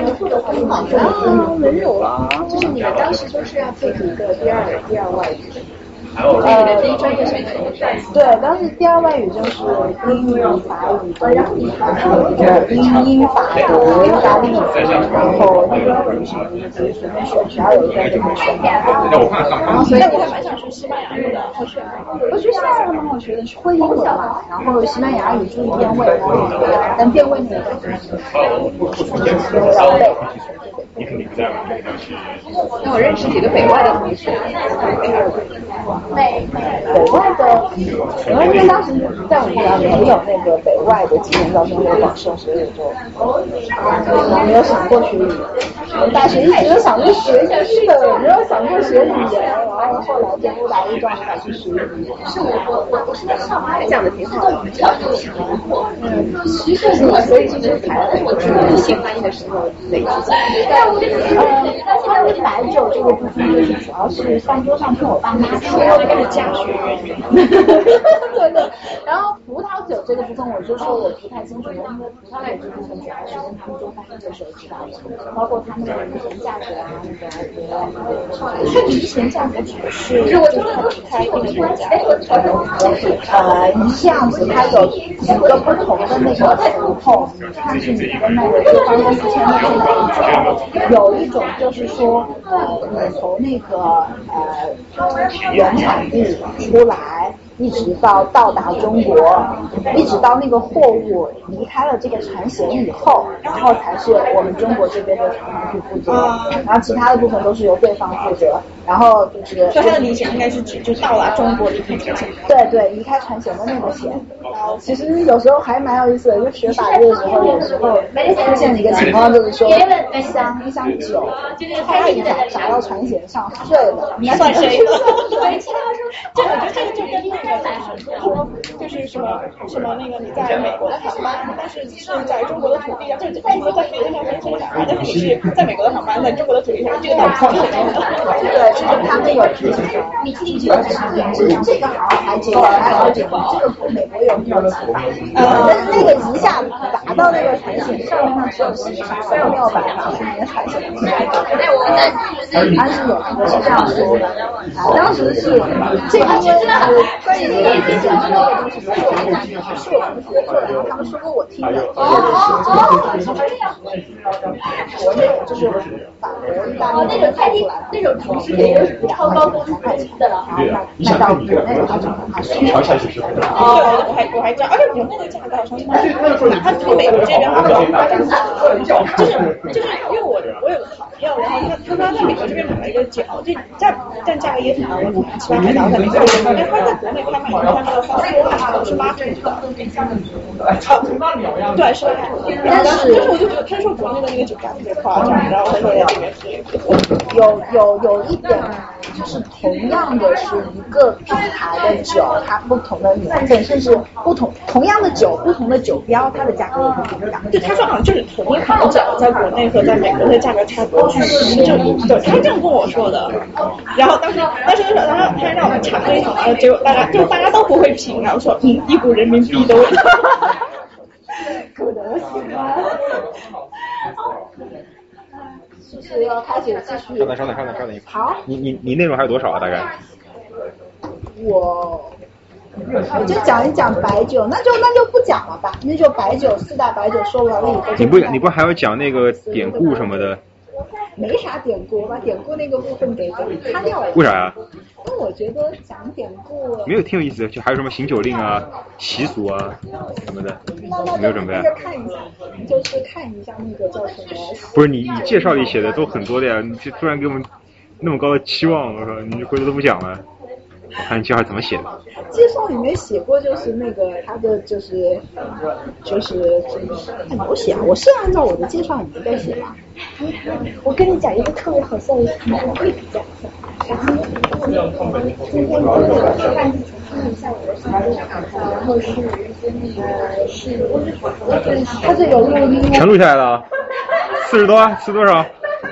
没有啊， 就是你们当时都是要配一个第二外语。 你的第一专业是什么？ 对，当时第二外语就是英语、法语、英法德、意大利，然后那个什么随便选，只要有一个就可以选。然后所以我还蛮想学西班牙语的，好学吗？我觉得西班牙语蛮好学的，会英文嘛，然后西班牙语注意变位，但变位那个要背。 你肯定不在吧？ 那我认识几个北外的同学， 北外的，因为当时在我们学校没有那个北外的今年招生的广受，所以我没有想过学语言。我大学一直都想着学一下是的，没有想过学语言，然后后来就误打误撞才去学语言。 是我是在上班讲的挺好的，其实所以就是才我自行翻译的时候累积起来。 关于白酒这个部分，就是主要是饭桌上听我爸妈说的， 这个家学渊源。 对。然后葡萄酒这个部分，我就说我不太清楚了，因为葡萄酒这部分主要是跟他们做翻译的时候知道的，包括他们的提前价格啊，它提前价格只是就是它只开定的价格，这样子它有几个不同的那个合同，看是你跟那个对方公司签的是哪一种，有一种就是说你从那个原产地出来，一直到达中国，一直到那个货物离开了这个船舷以后，然后才是我们中国这边的厂商去负责，然后其他的部分都是由对方负责。然后就是， 所以它的离舷应该是指就到达中国离开船舷。 对，离开船舷的那个舷。其实有时候还蛮有意思的，就学法律的时候，有时候出现一个情况，就是说一箱酒太砸到船舷上碎了， 你算谁的？这我觉得这个就跟那个说，就是什么那个你在美国的航班，但是是在中国的土地上，就是中国在飞机上飞机上，但是你是在美国的航班，在中国的土地上，这个到底是谁的？ 对，就是他们有这个，这个好像还解决还好解决，这个美国有没有起法？但是那个一下砸到那个船舷上面，只有洗法，没有办法，是你的船舷。当时有一个是这样说的，当时是这个因为关于那个飞机上那个东西是我同学做的，然后他们说给我听的。国内就是法国、意大利那种开出来的那种城市，也就是超高工资块钱的了，然后卖到国内的话，它是对，我还知道，而且国内的价格好像哪怕比美国这边还高，就是因为我有个朋友，然后他在美国这边买了一个酒，这但价格也挺高的，700-800刀在美国，但他在国内他买他那个方式是拉住的，对，是拉住的。但是我就觉得他说国内的那个酒价特别夸张，然后他说这边是有一点就是同样的是一个品牌的酒，它不同的年份甚至同样的酒不同的酒标，它的价格也会不一样。 对，他说好像就是同一款酒在国内和在美国的价格差不多，对，他这样跟我说的。然后当时他让我们尝了一口，结果大家都不会评，然后说一股人民币的味道。 可能喜欢。是要开始继续。 稍等。 好。 你内容还有多少啊？大概？ 我就讲一讲白酒，那就不讲了吧，那就白酒4大白酒说完了以后。 你不还要讲那个典故什么的？ 没啥典故，我把典故那个部分给擦掉了。 为啥呀？ 因为我觉得讲典故没有挺有意思的，就还有什么行酒令啊、习俗啊什么的，没有准备啊。 就是看一下那个叫什么？ 不是你介绍里写的都很多的呀，你就突然给我们那么高的期望，我说你回头都不讲了。我看你介绍怎么写的。 介绍里面写过，就是那个他的就是很狗血啊！我是按照我的介绍里面在写吧。我跟你讲一个特别好笑的事情，我可以讲一下。今天问一下我的小组然后是它是有录音。 全录下来了啊，40多，是多少？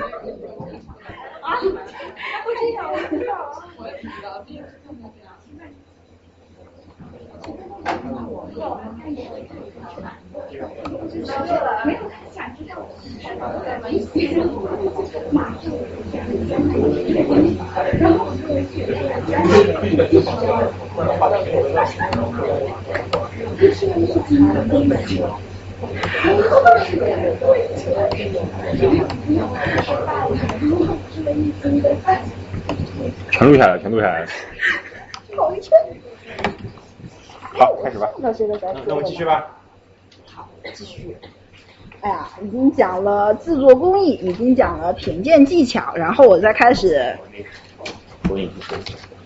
全录下来，全录下来。 跑一圈。 好，开始吧。 那我们继续吧。 好，继续。哎呀，已经讲了制作工艺，已经讲了品鉴技巧，然后我再开始。 投影技术。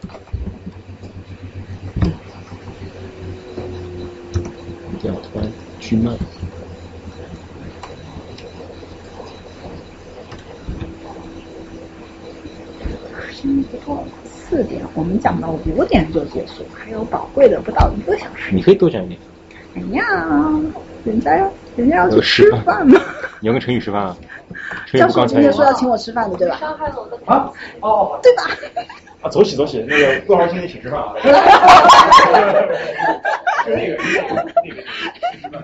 这样突然巨慢。 4点，我们讲到5点就结束，还有宝贵的不到1个小时。 你可以多讲一点。 哎呀，人家要去吃饭嘛。 你要跟陈宇吃饭啊？ 教授今天说要请我吃饭的，对吧？ 啊，哦， 对吧？ 啊，走起，那个陆豪今天请吃饭啊。就那个吃饭。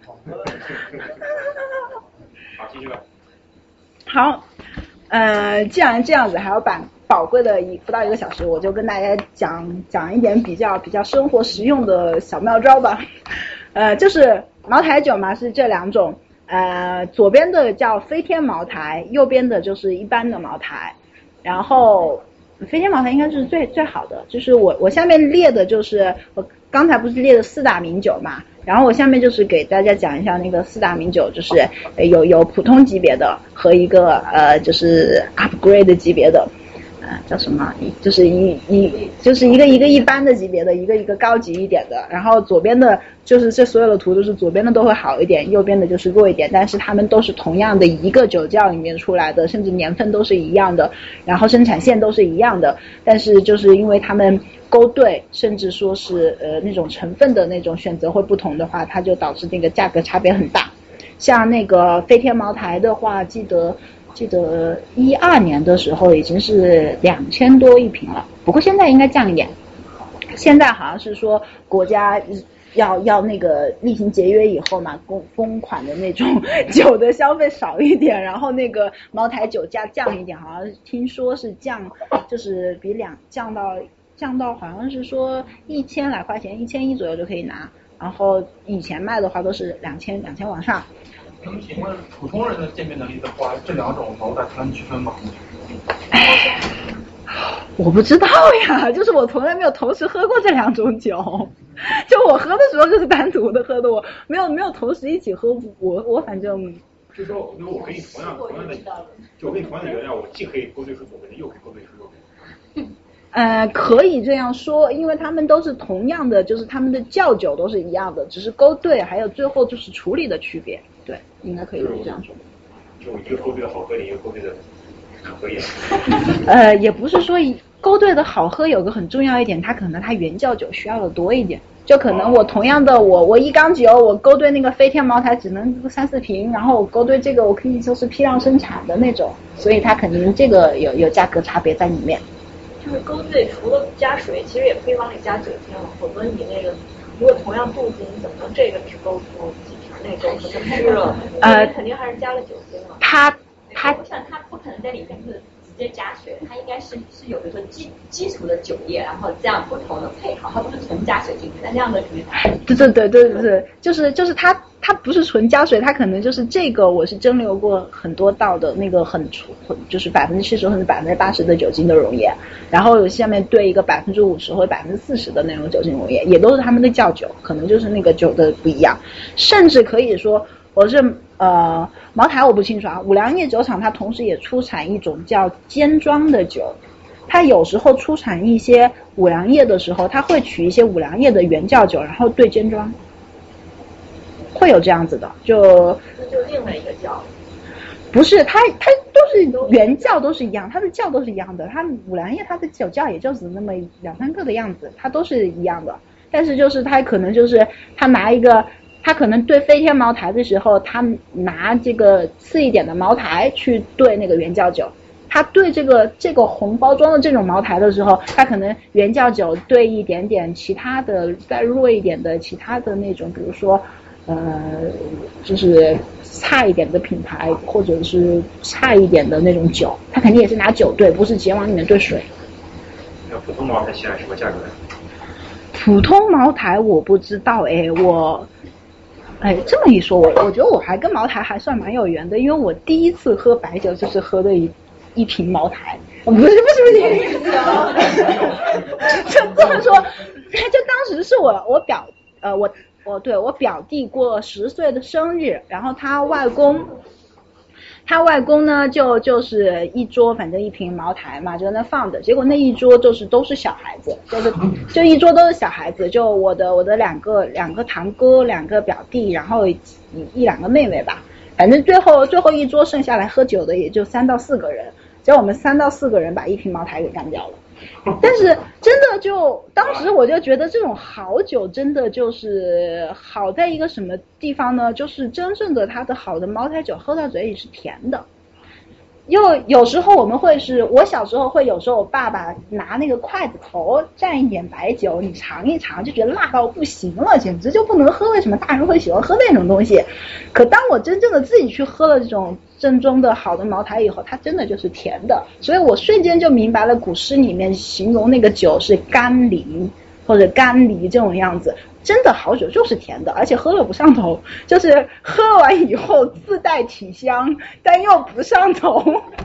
好，继续吧。 好，既然这样子，还要宝贵的不到1个小时，我就跟大家讲一点比较生活实用的小妙招吧。就是茅台酒嘛，是这2种。左边的叫飞天茅台，右边的就是一般的茅台。然后飞天茅台应该是最好的，就是我下面列的就是我刚才不是列的4大名酒嘛，然后我下面就是给大家讲一下那个4大名酒，就是有普通级别的和一个就是 upgrade 级别的。叫什么？就是就是一个一般的级别的，一个高级一点的。然后左边的，就是这所有的图都是左边的都会好一点，右边的就是弱一点。但是他们都是同样的一个酒窖里面出来的，甚至年份都是一样的，然后生产线都是一样的。但是就是因为他们勾兑，甚至说是那种成分的那种选择会不同的话，它就导致那个价格差别很大。像那个飞天茅台的话，记得12年的时候已经是2000多一瓶了，不过现在应该降一点。现在好像是说国家要那个厉行节约以后嘛，公款的那种酒的消费少一点，然后那个茅台酒价降一点，好像听说是就是比降到好像是说1000来块钱，1100左右就可以拿，然后以前卖的话都是2000往上。 那么请问普通人的鉴别能力的话，这2种茅台它能区分吗？ 我不知道呀，就是我从来没有同时喝过这2种酒，就我喝的时候就是单独的喝的，我没有同时一起喝，我反正。 就是说，如果我给你同样的，就我给你同样的原料，我既可以勾兑出左边的，又可以勾兑出右边的。 可以这样说，因为他们都是同样的，就是他们的窖酒都是一样的，只是勾兑还有最后就是处理的区别。对，应该可以这样说。 就一个勾兑的好喝点，一个勾兑的好喝一点。 也不是说勾兑的好喝有个很重要一点，它可能它原窖酒需要的多一点。就可能我同样的我1缸酒，我勾兑那个飞天茅台只能3-4瓶，然后我勾兑这个我可以就是批量生产的那种，所以它肯定这个有价格差别在里面。 就是勾兑除了加水，其实也可以往里加酒精了，否则你那个如果同样度数，你怎么能这个只勾出几瓶，那个可能湿了？肯定还是加了酒精了。 我想它不可能在里面是直接加水，它应该是有一个基础的酒液，然后这样不同的配好，它不是纯加水进去，那这样的肯定。 对，就是它不是纯加水，它可能就是这个我是蒸馏过很多道的那个就是70%或者80%的酒精的溶液，然后下面兑一个50%或者40%的那种酒精溶液，也都是他们的窖酒，可能就是那个酒的不一样，甚至可以说我是茅台我不清楚啊，五粮液酒厂它同时也出产一种叫尖庄的酒，它有时候出产一些五粮液的时候，它会取一些五粮液的原窖酒，然后兑尖庄，会有这样子的，就另外一个窖。 不是，它都是原教都是一样，它的教都是一样的，它五粮液它的酒窖也就是那么2-3个的样子，它都是一样的。但是就是它可能就是它拿一个，它可能兑飞天茅台的时候，它拿这个次一点的茅台去兑那个原教酒。他对这个红包装的这种茅台的时候，他可能原教酒对一点点其他的再弱一点的其他的那种，比如说就是差一点的品牌或者是差一点的那种酒，他肯定也是拿酒兑，不是直接往里面兑水。 那普通茅台现在什么价格呢？ 普通茅台我不知道这么一说，我觉得我还跟茅台还算蛮有缘的，因为我第一次喝白酒就是喝的一瓶茅台，不是，就这么说，就当时是我表弟过10岁的生日，然后他外公呢就是一桌反正一瓶茅台嘛，就在那放着，结果那一桌都是小孩子，就一桌都是小孩子，就我的两个堂哥2个表弟，然后1-2个妹妹吧，反正最后一桌剩下来喝酒的也就3到4个人，结果我们3到4个人把一瓶茅台给干掉了。但是真的就当时我就觉得这种好酒真的就是好在一个什么地方呢，就是真正的它的好的茅台酒喝到嘴里是甜的。有时候我小时候会有时候我爸爸拿那个筷子头蘸一点白酒，你尝一尝就觉得辣到不行了，简直就不能喝，为什么大人会喜欢喝那种东西？可当我真正的自己去喝了这种正宗的好的茅台以后，它真的就是甜的，所以我瞬间就明白了古诗里面形容那个酒是甘霖或者甘梨这种样子，真的好酒就是甜的，而且喝了不上头，就是喝完以后自带体香，但又不上头。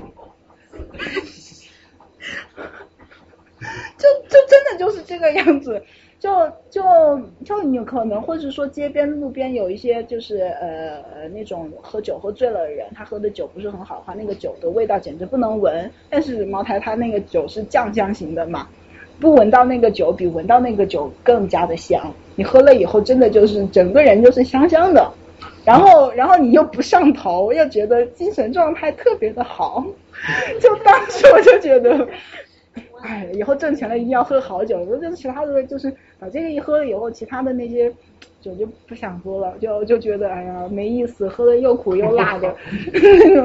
就真的就是这个样子，就你可能或者说街边路边有一些就是那种喝酒喝醉了的人，他喝的酒不是很好的话，那个酒的味道简直不能闻，但是茅台它那个酒是酱香型的嘛，不闻到那个酒比闻到那个酒更加的香，你喝了以后真的就是整个人就是香香的，然后你又不上头，又觉得精神状态特别的好，就当时我就觉得以后挣钱了一定要喝好酒，就是其他的就是把这个一喝了以后，其他的那些酒就不想喝了，就觉得没意思，喝的又苦又辣的那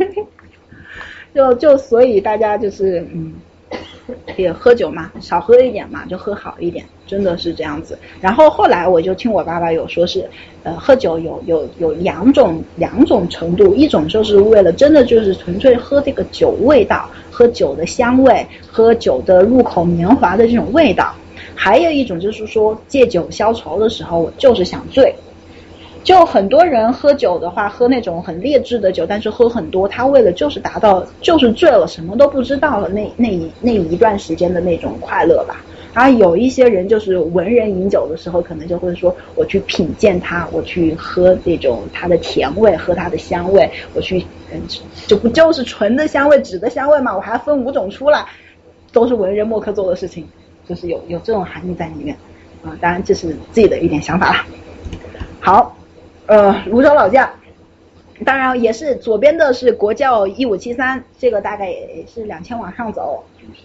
种就所以大家就是也喝酒嘛，少喝一点嘛，就喝好一点，真的是这样子。然后后来我就听我爸爸有说是喝酒有两种程度，一种就是为了真的就是纯粹喝这个酒味道，喝酒的香味，喝酒的入口绵滑的这种味道，还有一种就是说借酒消愁的时候我就是想醉。就很多人喝酒的话，喝那种很劣质的酒，但是喝很多，他为了就是达到就是醉了什么都不知道了那一段时间的那种快乐吧。然后有一些人就是文人饮酒的时候，可能就会说我去品鉴它，我去喝这种它的甜味，喝它的香味，我去就不就是纯的香味酯的香味嘛，我还要分5种出来，都是文人墨客做的事情，就是有这种含义在里面当然这是自己的一点想法啦。好，泸州老窖，当然也是左边的是国窖1573，这个大概也是2000往上走。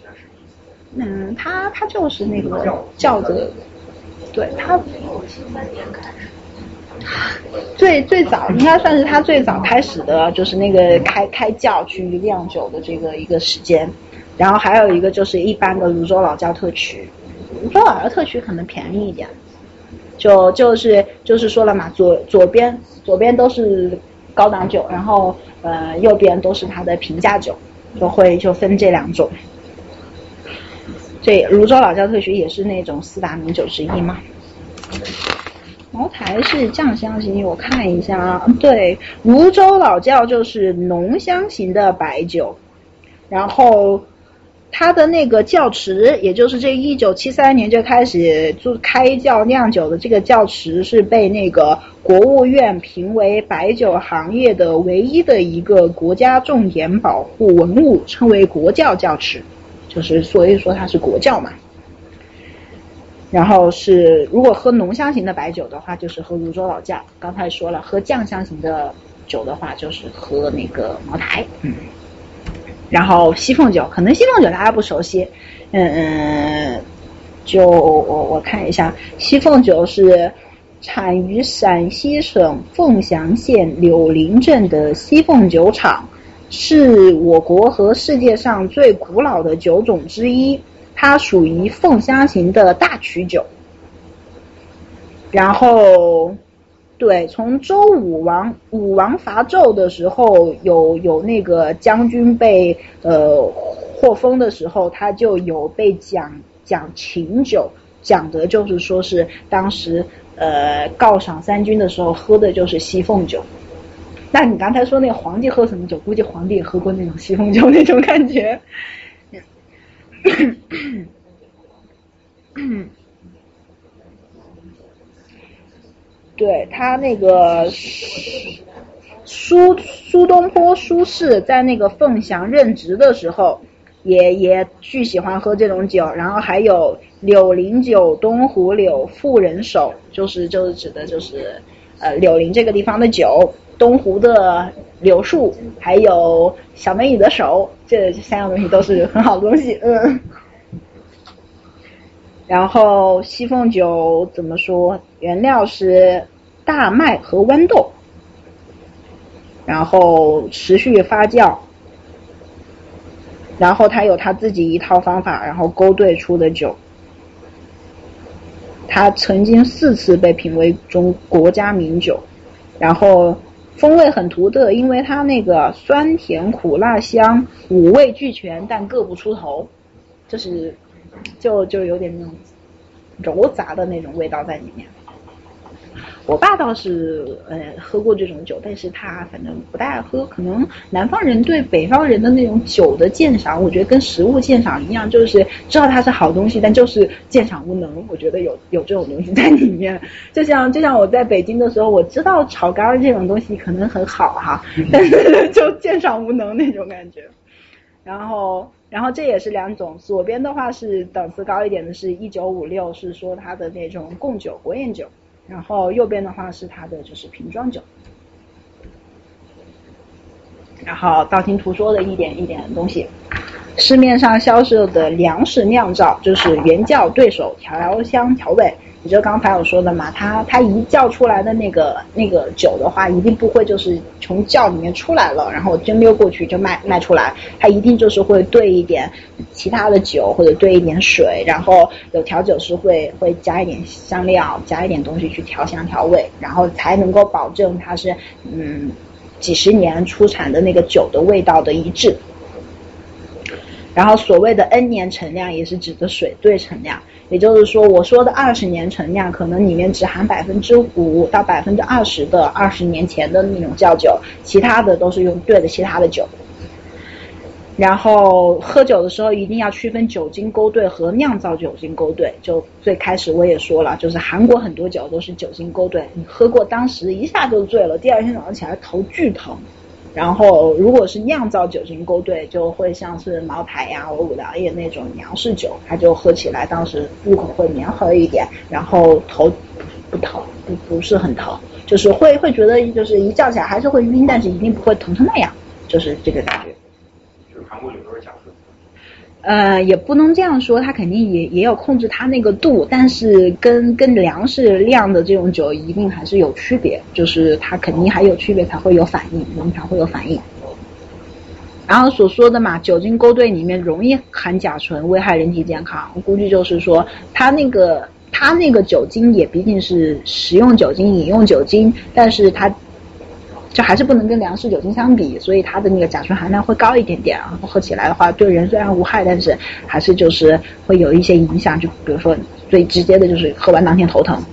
它就是那个窖子，对，它 73年开始。 最早应该算是它最早开始的，就是那个开窖去酿酒的这个一个时间。然后还有一个就是一般的泸州老窖特曲，泸州老窖特曲可能便宜一点。就是说了嘛，左边都是高档酒，然后右边都是它的平价酒，就分这2种。这泸州老窖特曲也是那种4大名酒之一嘛。茅台是酱香型，我看一下啊，对，泸州老窖就是浓香型的白酒，然后它的那个窖池，也就是这1973年就开始就开窖酿酒的这个窖池，是被那个国务院评为白酒行业的唯一的一个国家重点保护文物，称为国窖窖池，就是所以说它是国窖嘛。然后是如果喝浓香型的白酒的话，就是喝泸州老窖，刚才说了，喝酱香型的酒的话，就是喝那个茅台，然后西凤酒，可能西凤酒大家不熟悉，就我看一下，西凤酒是产于陕西省凤翔县柳林镇的西凤酒厂，是我国和世界上最古老的酒种之一，它属于凤香型的大曲酒。然后对，从周武王伐纣的时候，有那个将军被获封的时候，他就有被讲琴酒，讲的就是说是当时犒赏三军的时候喝的就是西凤酒。那你刚才说那个皇帝喝什么酒，估计皇帝也喝过那种西凤酒那种感觉。对，他那个苏东坡苏轼在那个凤翔任职的时候，也巨喜欢喝这种酒，然后还有柳林酒、东湖柳、妇人手，就是指的就是柳林这个地方的酒，东湖的柳树，还有小美女的手，这三样东西都是很好的东西，然后西凤酒怎么说？原料是大麦和豌豆，然后持续发酵，然后它有它自己一套方法，然后勾兑出的酒。它曾经4次被评为中国家名酒，然后风味很独特，因为它那个酸甜苦辣香5味俱全，但各不出头，就有点那种柔杂的那种味道在里面。我爸倒是喝过这种酒，但是他反正不大爱喝。可能南方人对北方人的那种酒的鉴赏，我觉得跟食物鉴赏一样，就是知道它是好东西，但就是鉴赏无能。我觉得有这种东西在里面。就像我在北京的时候，我知道炒肝这种东西可能很好哈，但是就鉴赏无能那种感觉。然后这也是2种，左边的话是档次高一点的，是1956，是说它的那种贡酒、国宴酒。然后右边的话是它的就是瓶装酒，然后道听途说的一点东西，市面上销售的粮食酿造就是原酵、对手、调香、调味，也就刚才我说的嘛，它一酵出来的那个酒的话，一定不会就是从酵里面出来了，然后蒸馏过去就卖出来，它一定就是会兑一点其他的酒或者兑一点水，然后有调酒师会加一点香料，加一点东西去调香调味，然后才能够保证它是几十年出产的那个酒的味道的一致。然后所谓的 N 年陈酿也是指的水兑陈酿，也就是说我说的20年陈酿可能里面只含5%到20%的20年前的那种酵酒，其他的都是用兑的其他的酒。然后喝酒的时候一定要区分酒精勾兑和酿造酒精勾兑，就最开始我也说了，就是韩国很多酒都是酒精勾兑，你喝过当时一下就醉了，第二天早上起来头巨疼。然后如果是酿造酒精勾兑，就会像是茅台呀、五粮液那种粮食酒，它就喝起来当时入口会绵和一点，然后头不疼，不是很疼，就是会觉得就是一叫起来还是会晕，但是一定不会疼成那样，就是这个感觉。 就是韩国酒都是假喝。 也不能这样说，它肯定也有控制它那个度，但是跟粮食酿的这种酒一定还是有区别，就是它肯定还有区别才会有反应，人才会有反应。然后所说的嘛，酒精勾兑里面容易含甲醇，危害人体健康，我估计就是说它那个酒精也毕竟是食用酒精、饮用酒精，但是它就还是不能跟粮食酒精相比，所以它的那个甲醇含量会高一点点，然后喝起来的话对人虽然无害，但是还是就是会有一些影响，就比如说最直接的就是喝完当天头疼。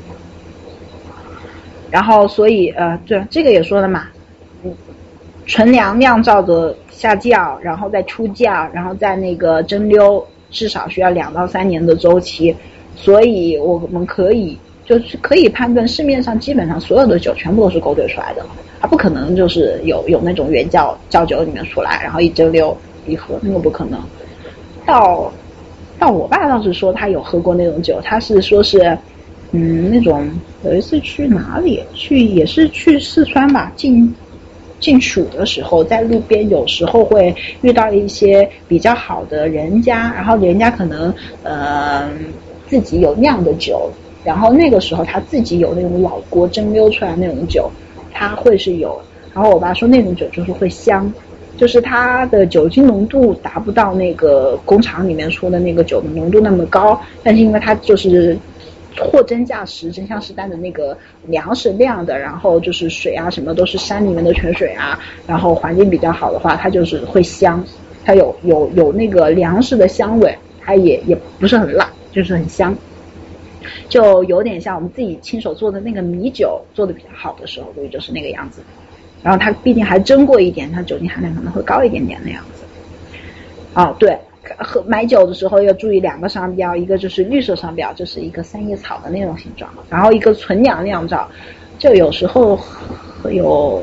然后所以对，这个也说了嘛，纯粮酿造的下酵，然后再出酵，然后再那个蒸馏，至少需要2到3年的周期，所以我们可以判断市面上基本上所有的酒全部都是勾兑出来的，它不可能就是有那种原酵酒里面出来，然后一蒸馏一喝，那个不可能。到我爸倒是说他有喝过那种酒，他是说是那种有一次去哪里也是去四川吧， 进蜀的时候，在路边有时候会遇到一些比较好的人家，然后人家可能自己有酿的酒，然后那个时候他自己有那种老锅蒸馏出来那种酒，他会是有。然后我爸说那种酒就是会香，就是它的酒精浓度达不到那个工厂里面说的那个酒的浓度那么高，但是因为它就是货真价实、真枪实弹的那个粮食酿的，然后就是水啊什么都是山里面的泉水啊，然后环境比较好的话，它就是会香，它有那个粮食的香味，它也不是很辣，就是很香，就有点像我们自己亲手做的那个米酒做的比较好的时候，所以就是那个样子。然后它毕竟还蒸过一点，它酒精含量可能会高一点点那样子。哦，对，买酒的时候要注意2个商标，一个就是绿色商标，就是一个三叶草的那种形状，然后一个纯娘酿造，就有时候会有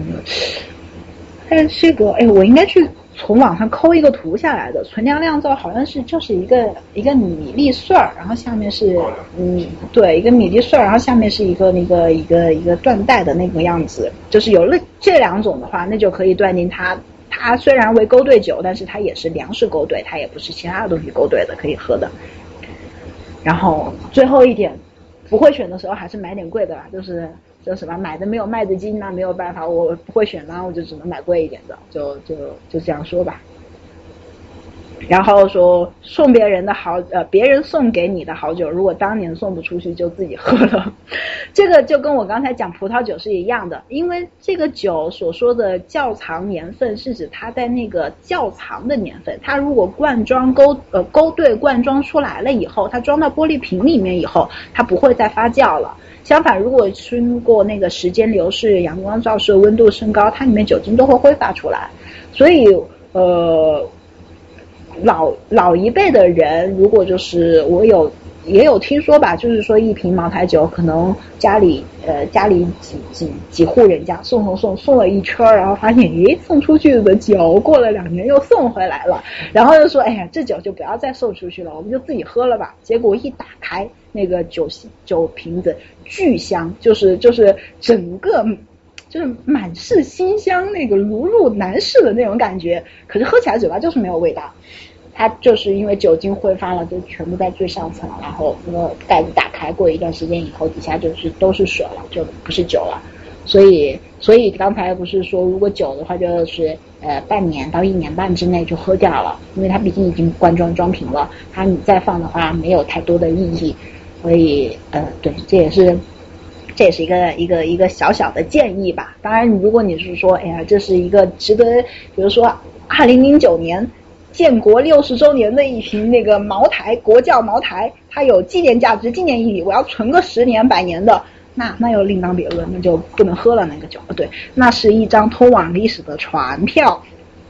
这个我应该去从网上抠一个图下来的，纯娘酿造好像是就是一个米粒穗儿，然后下面是对，一个米粒穗儿，然后下面是一个缎带的那个样子，就是有了这2种的话，那就可以断定它虽然为勾兑酒，但是它也是粮食勾兑，它也不是其他的东西勾兑的，可以喝的。然后最后一点，不会选的时候还是买点贵的啦，就是什么买的没有卖的精，那没有办法，我不会选，那我就只能买贵一点的，就这样说吧。然后说送别人的别人送给你的好酒，如果当年送不出去就自己喝了。这个就跟我刚才讲葡萄酒是一样的，因为这个酒所说的窖藏年份是指它在那个窖藏的年份，它如果灌装勾兑灌装出来了以后，它装到玻璃瓶里面以后，它不会再发酵了。相反，如果经过那个时间流逝、阳光照射、温度升高，它里面酒精都会挥发出来。所以老一辈的人，如果就是也有听说吧，就是说一瓶茅台酒可能家里几户人家送了一圈，然后发现送出去的酒过了2年又送回来了，然后又说这酒就不要再送出去了，我们就自己喝了吧。结果一打开那个酒瓶子巨香，就是整个就是满是馨香，那个如入男士的那种感觉，可是喝起来嘴巴就是没有味道。它就是因为酒精挥发了，就全部在最上层，然后那个盖子打开，过一段时间以后，底下就是都是水了，就不是酒了。所以刚才不是说，如果酒的话，就是半年到1年半之内就喝掉了，因为它毕竟已经灌装瓶了，它你再放的话没有太多的意义。所以对，这也是一个小小的建议吧。当然，如果你是说，这是一个值得，比如说2009年。建国60周年的一瓶那个茅台，国窖茅台，它有纪念价值、纪念意义，我要存个10年、100年的，那又另当别论，那就不能喝了那个酒。对，那是一张通往历史的船票。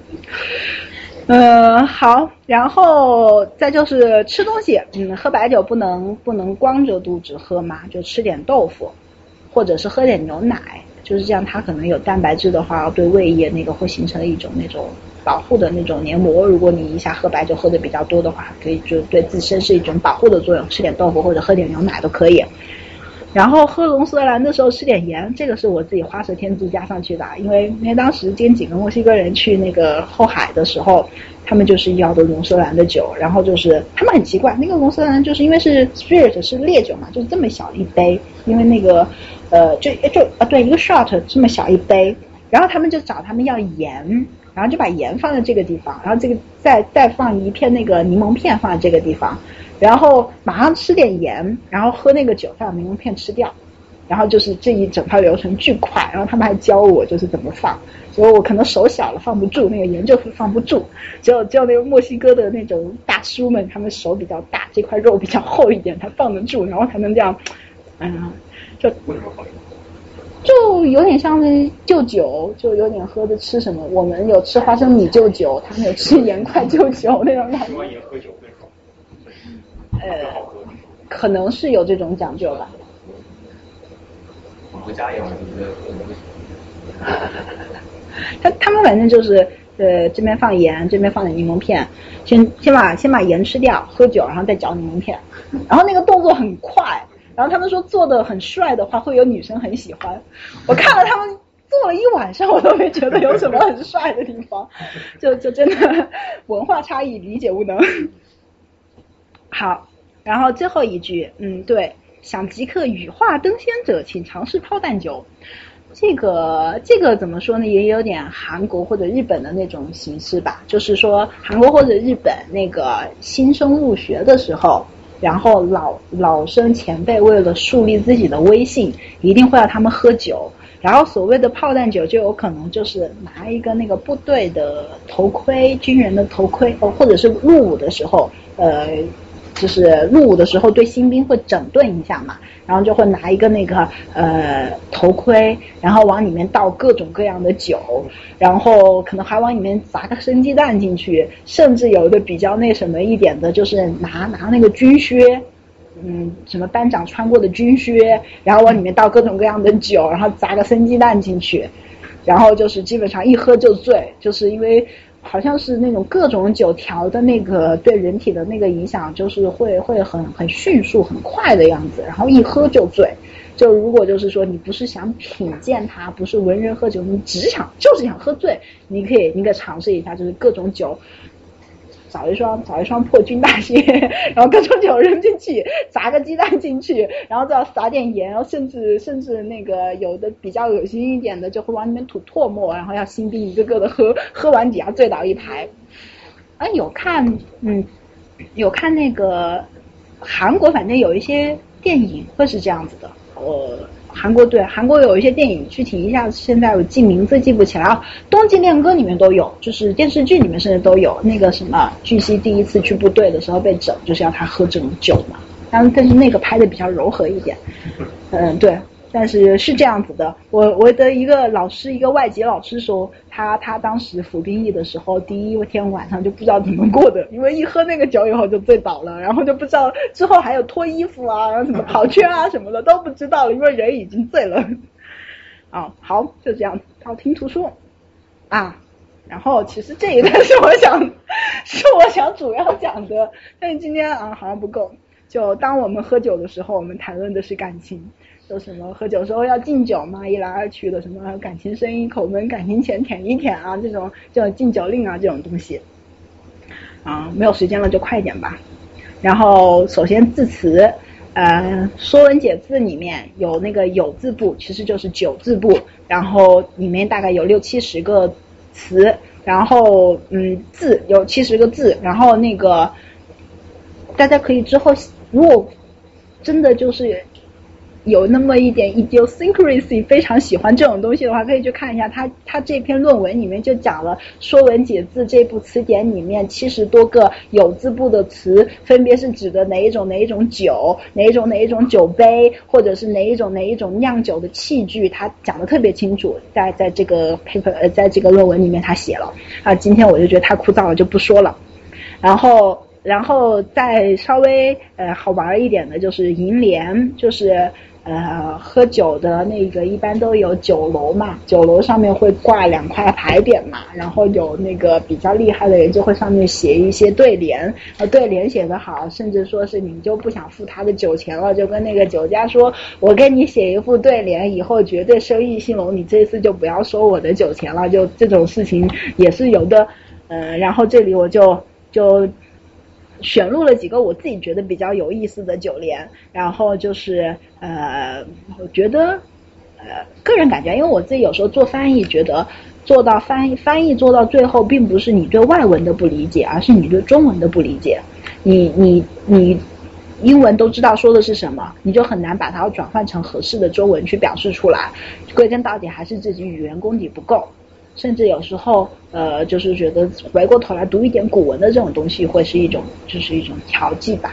好，然后再就是吃东西，喝白酒不能光着肚子喝嘛，就吃点豆腐，或者是喝点牛奶，就是这样，它可能有蛋白质的话，对胃液那个会形成一种那种保护的那种黏膜，如果你一下喝白酒喝的比较多的话，可以就对自身是一种保护的作用，吃点豆腐或者喝点牛奶都可以。然后喝龙舌兰的时候吃点盐，这个是我自己花舌天助加上去的，因为当时跟几个墨西哥人去那个后海的时候，他们就是要的龙舌兰的酒，然后就是他们很奇怪，那个龙舌兰就是因为是 spirit 是烈酒嘛，就是这么小一杯，因为那个对，一个 shot 这么小一杯，然后他们就找他们要盐，然后就把盐放在这个地方，然后这个再放一片那个柠檬片放在这个地方，然后马上吃点盐，然后喝那个酒，再把柠檬片吃掉，然后就是这一整套流程巨快，然后他们还教我就是怎么放，所以我可能手小了放不住，那个盐就是放不住，只有那个墨西哥的那种大叔们，他们手比较大，这块肉比较厚一点，他放得住，然后才能这样，就为什么放？就有点像是就酒，就有点喝着吃什么。我们有吃花生米就酒，他们有吃盐块就酒那种感觉。 盐喝酒更爽。 可能是有这种讲究吧。 我们家也有他们反正就是这边放盐，这边放点柠檬片，先把盐吃掉，喝酒，然后再嚼柠檬片，然后那个动作很快。然后他们说做的很帅的话，会有女生很喜欢。我看了他们做了一晚上，我都没觉得有什么很帅的地方，就真的文化差异理解无能。好，然后最后一句，对，想即刻羽化登仙者，请尝试泡蛋酒。这个怎么说呢？也有点韩国或者日本的那种形式吧，就是说韩国或者日本那个新生入学的时候，然后老生前辈为了树立自己的威信，一定会让他们喝酒。然后所谓的泡蛋酒就有可能就是拿一个那个部队的头盔，军人的头盔，或者是入伍的时候，就是入伍的时候对新兵会整顿一下嘛，然后就会拿一个那个头盔，然后往里面倒各种各样的酒，然后可能还往里面砸个生鸡蛋进去，甚至有的比较那什么一点的，就是拿那个军靴。什么班长穿过的军靴，然后往里面倒各种各样的酒，然后砸个生鸡蛋进去，然后就是基本上一喝就醉，就是因为好像是那种各种酒调的那个对人体的那个影响，就是会很迅速很快的样子，然后一喝就醉。就如果就是说你不是想品鉴它，不是文人喝酒，你就是想喝醉，你可以尝试一下，就是各种酒。找一双破军大鞋，然后各种酒扔进去，砸个鸡蛋进去，然后再撒点盐，然后甚至那个有的比较恶心一点的就会往里面吐唾沫，然后要新兵一个个的喝完底下醉倒一排。有看那个韩国，反正有一些电影会是这样子的。韩国有一些电影，具体一下现在我记名字记不起来啊。冬季恋歌里面都有，就是电视剧里面甚至都有。那个什么巨熙第一次去部队的时候被整，就是要他喝这种酒嘛。但是那个拍的比较柔和一点。对，但是这样子的。我的一个老师，一个外籍老师说，他当时服兵役的时候，第一天晚上就不知道怎么过的，因为一喝那个酒以后就醉倒了，然后就不知道之后还有脱衣服啊，然后什么跑圈啊什么的都不知道了，因为人已经醉了。好，就这样，道听途说啊。然后其实这一段是我想主要讲的，但是今天好像不够。就当我们喝酒的时候，我们谈论的是感情。就什么喝酒时候要敬酒嘛，一来二去的什么感情深一口闷，感情浅舔一舔啊，这种禁酒令啊这种东西没有时间了就快一点吧。然后首先字词，说文解字里面有那个酉字部，其实就是9字部，然后里面大概有60-70个词，然后字有70个字，然后那个大家可以之后如果真的就是有那么一点 idiosyncrasy 非常喜欢这种东西的话，可以去看一下他这篇论文里面就讲了《说文解字》这部词典里面70多个酉字部的词，分别是指的哪一种酒，哪一种酒杯，或者是哪一种酿酒的器具，他讲的特别清楚，在这个 paper 在这个论文里面他写了今天我就觉得太枯燥了就不说了。然后再稍微好玩一点的就是楹联，就是喝酒的那个一般都有酒楼嘛，酒楼上面会挂2块牌匾嘛，然后有那个比较厉害的人就会上面写一些对联，对联写得好，甚至说是你就不想付他的酒钱了，就跟那个酒家说，我给你写一副对联，以后绝对生意兴隆，你这次就不要收我的酒钱了，就这种事情也是有的。然后这里我就选录了几个我自己觉得比较有意思的酒联，然后就是我觉得个人感觉，因为我自己有时候做翻译，觉得做到翻译做到最后，并不是你对外文的不理解，而是你对中文的不理解。你英文都知道说的是什么，你就很难把它转换成合适的中文去表示出来。归根到底还是自己语言功底不够。甚至有时候就是觉得回过头来读一点古文的这种东西会是一种调剂吧。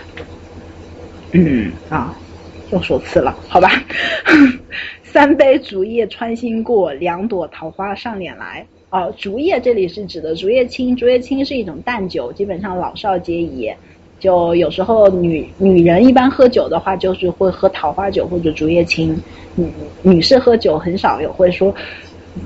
又说次了，好吧。3杯竹叶穿心过，2朵桃花上脸来。竹叶这里是指的竹叶青，竹叶青是一种淡酒，基本上老少皆宜。就有时候女人一般喝酒的话，就是会喝桃花酒或者竹叶青。女士喝酒很少有会说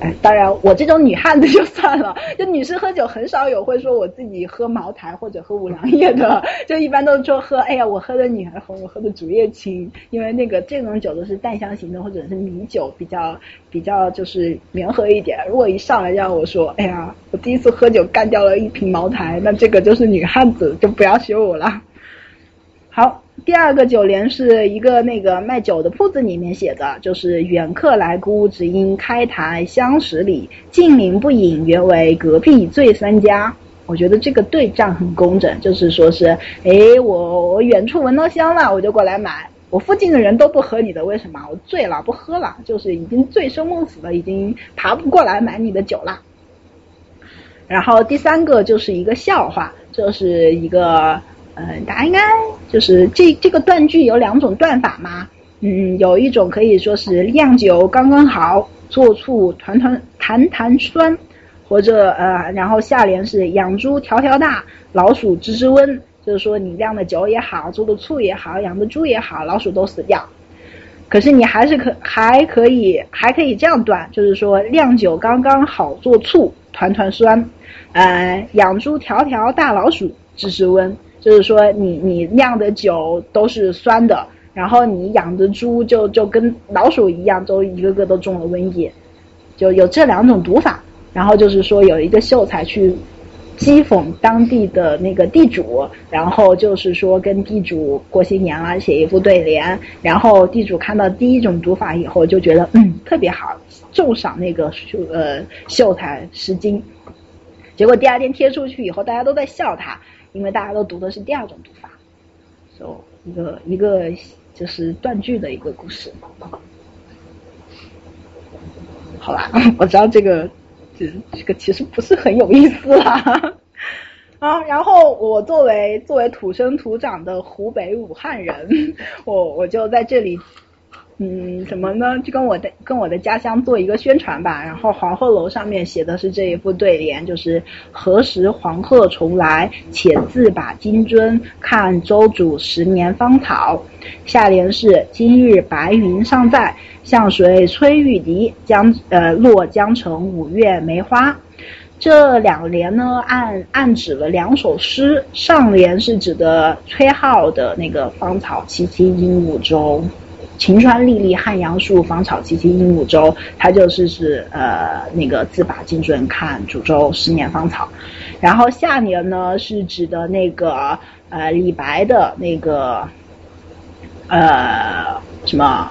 当然我这种女汉子就算了，就女士喝酒很少有会说我自己喝茅台或者喝五粮液的，就一般都是说喝，哎呀我喝的女孩红，我喝的竹叶青，因为这种酒都是淡香型的或者是米酒，比较就是绵和一点。如果一上来让我说，哎呀我第一次喝酒干掉了一瓶茅台，那这个就是女汉子，就不要学我了。好，第二个酒联是一个卖酒的铺子里面写的，就是远客来孤，只因开台相10里，近邻不饮，原为隔壁醉3家。我觉得这个对仗很工整，就是说是，我远处闻到香了，我就过来买。我附近的人都不喝你的，为什么？我醉了，不喝了，就是已经醉生梦死了，已经爬不过来买你的酒了。然后第三个就是一个笑话，就是一个大家应该就是这个断句有2种断法嘛，有一种可以说是酿酒刚刚好，做醋团团酸，或者然后下联是养猪条条大，老鼠只只温，就是说你酿的酒也好，做的醋也好，养的猪也好，老鼠都死掉。可是你还可以这样断，就是说酿酒刚刚好，做醋团团酸，养猪条条大，老鼠只只温。就是说你酿的酒都是酸的，然后你养的猪就跟老鼠一样，都一个个都中了瘟疫，就有这2种读法。然后就是说有一个秀才去讥讽当地的地主，然后就是说跟地主过新年了，写一副对联，然后地主看到第一种读法以后就觉得特别好，重赏秀才10斤。结果第2天贴出去以后，大家都在笑他，因为大家都读的是第2种读法，一个就是断句的一个故事。好吧，我知道这个其实不是很有意思啦。然后我作为土生土长的湖北武汉人，我就在这里什么呢？就跟我的家乡做一个宣传吧。然后黄鹤楼上面写的是这一副对联，就是何时黄鹤重来，且自把金樽，看周主10年芳草。下联是今日白云尚在，向谁吹玉笛，落江城5月梅花。这2联呢暗指了2首诗，上联是指的崔颢的芳草萋萋鹦鹉洲，晴川历历汉阳树，芳草萋萋鹦鹉洲，它就是自把金樽，看煮粥10年芳草。然后下联呢是指的李白的什么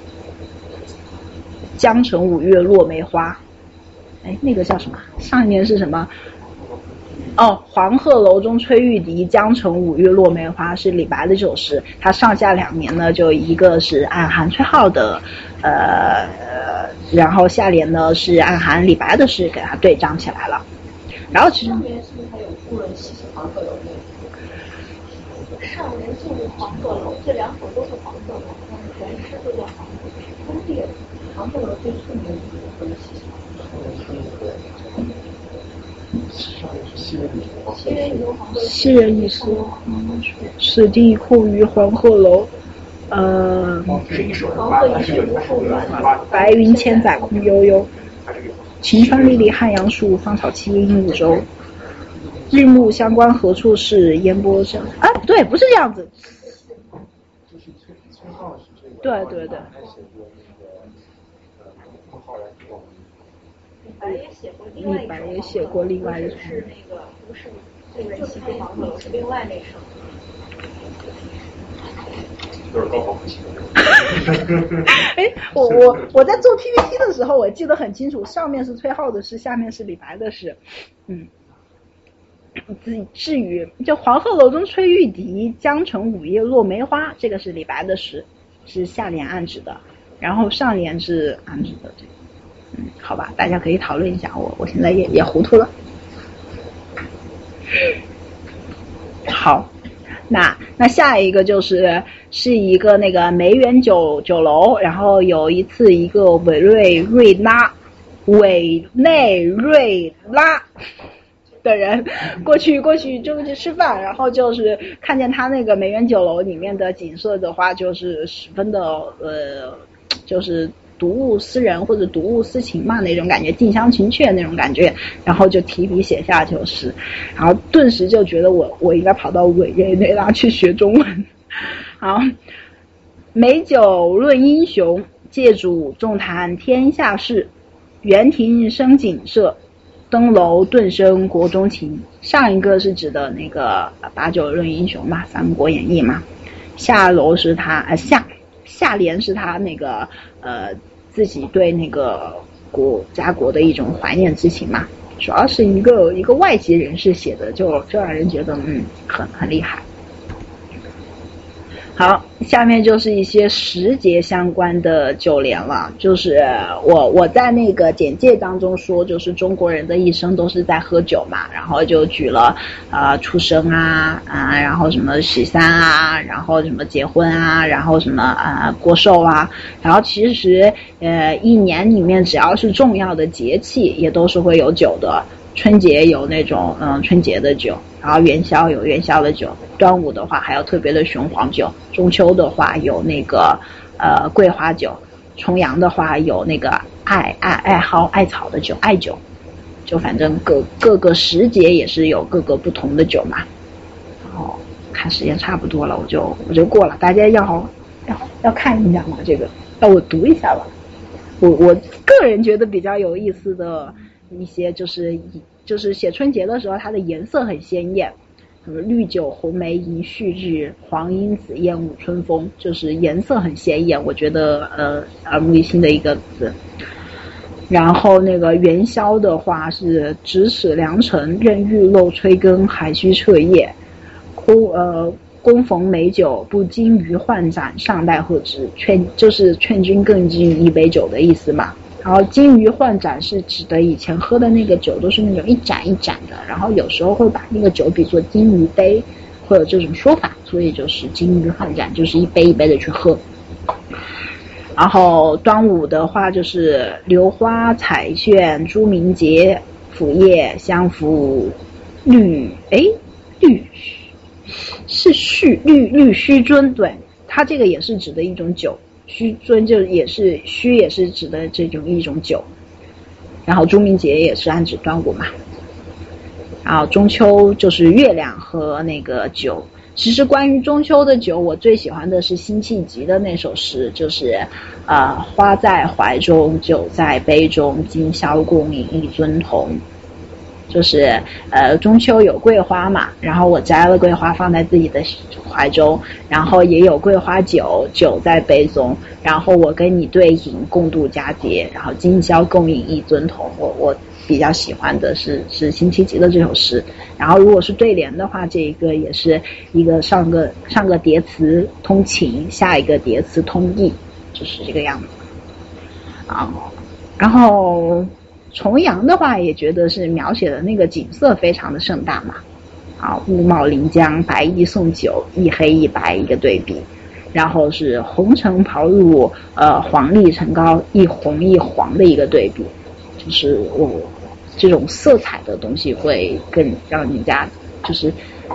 江城5月落梅花，叫什么？上一年是什么？黄鹤楼中吹玉笛，江城5月落梅花，是李白的这首诗。它上下2联呢，就一个是暗含崔颢的然后下联呢是暗含李白的诗，给它对仗起来了。然后其实上联是不是还有故人西黄鹤楼？ 上联就是黄鹤楼，这2首都是黄鹤楼，全诗都叫黄鹤楼。分别黄鹤楼最出名的故人西昔人已说此地空余黄鹤楼，白云千载空悠悠，晴川历历汉阳树，芳草萋萋鹦鹉洲。日暮乡关何处是，烟波声不对，不是这样子。对。李白也写过另外一首， 是不是这个西黄鹤楼，是另外那首。 都是高考复习。 我在做 PPT 的时候，我记得很清楚，上面是崔颢的诗，下面是李白的诗。至于就黄鹤楼中吹玉笛，江城5月落梅花，这个是李白的诗，是下联暗指的，然后上联是暗指的。好吧，大家可以讨论一下，我现在也糊涂了。好，那下一个是一个梅园酒楼，然后有一次一个委内瑞拉的人过去就去吃饭，然后就是看见他梅园酒楼里面的景色的话，就是十分的就是睹物思人或者睹物思情嘛那种感觉，近乡情怯那种感觉，然后就提笔写下这首诗，然后顿时就觉得我应该跑到委内瑞拉去学中文。好，美酒论英雄，借主纵谈天下事，园庭生景色，登楼顿生国中情。上一个是指的那个把酒论英雄嘛，《三国演义》嘛。下楼是他下联是他那个自己对那个家国的一种怀念之情嘛。主要是一个外籍人士写的，就让人觉得很厉害。好，下面就是一些时节相关的酒联了。就是我在那个简介当中说，就是中国人的一生都是在喝酒嘛，然后就举了出生然后什么洗三啊，然后什么结婚啊，然后什么过寿啊，然后其实一年里面只要是重要的节气也都是会有酒的。春节有那种春节的酒，然后元宵有元宵的酒，端午的话还有特别的雄黄酒，中秋的话有那个桂花酒，重阳的话有那个艾草的酒，艾酒，就反正各个时节也是有各个不同的酒嘛。然后看时间差不多了，我就过了，大家要看一下嘛，这个要我读一下吧。我个人觉得比较有意思的一些就是写春节的时候，它的颜色很鲜艳，什么绿酒红梅迎旭日，黄莺紫燕舞春风，就是颜色很鲜艳，我觉得耳目一新的一个字。然后那个元宵的话是咫尺良辰，任玉漏吹根，还须彻夜。恭逢美酒，不金鱼换盏，上待贺之。就是劝君更尽一杯酒的意思嘛。然后金鱼换盏是指的以前喝的那个酒都是那种一盏一盏的，然后有时候会把那个酒比作金鱼杯，会有这种说法，所以就是金鱼换盏，就是一杯一杯的去喝。然后端午的话就是榴花彩炫，朱明节，腐叶相符，绿须樽，对，它这个也是指的一种酒。须樽就也是指的这种一种酒，然后朱明节也是暗指端午嘛，然后中秋就是月亮和那个酒。其实关于中秋的酒，我最喜欢的是辛弃疾的那首诗，就是花在怀中，酒在杯中，今宵共饮一樽同。就是中秋有桂花嘛，然后我摘了桂花放在自己的怀中，然后也有桂花酒，酒在杯中，然后我跟你对饮，共度佳节，然后今宵共饮一樽同。我比较喜欢的是辛弃疾的这首诗。然后如果是对联的话，这一个也是一个上个叠词通情，下一个叠词通义，就是这个样子啊。然后重阳的话也觉得是描写的那个景色非常的盛大嘛，雾帽临江，白衣送酒，一黑一白一个对比，然后是红尘跑入黄鹂城高，一红一黄的一个对比，就是这种色彩的东西会更让人家就是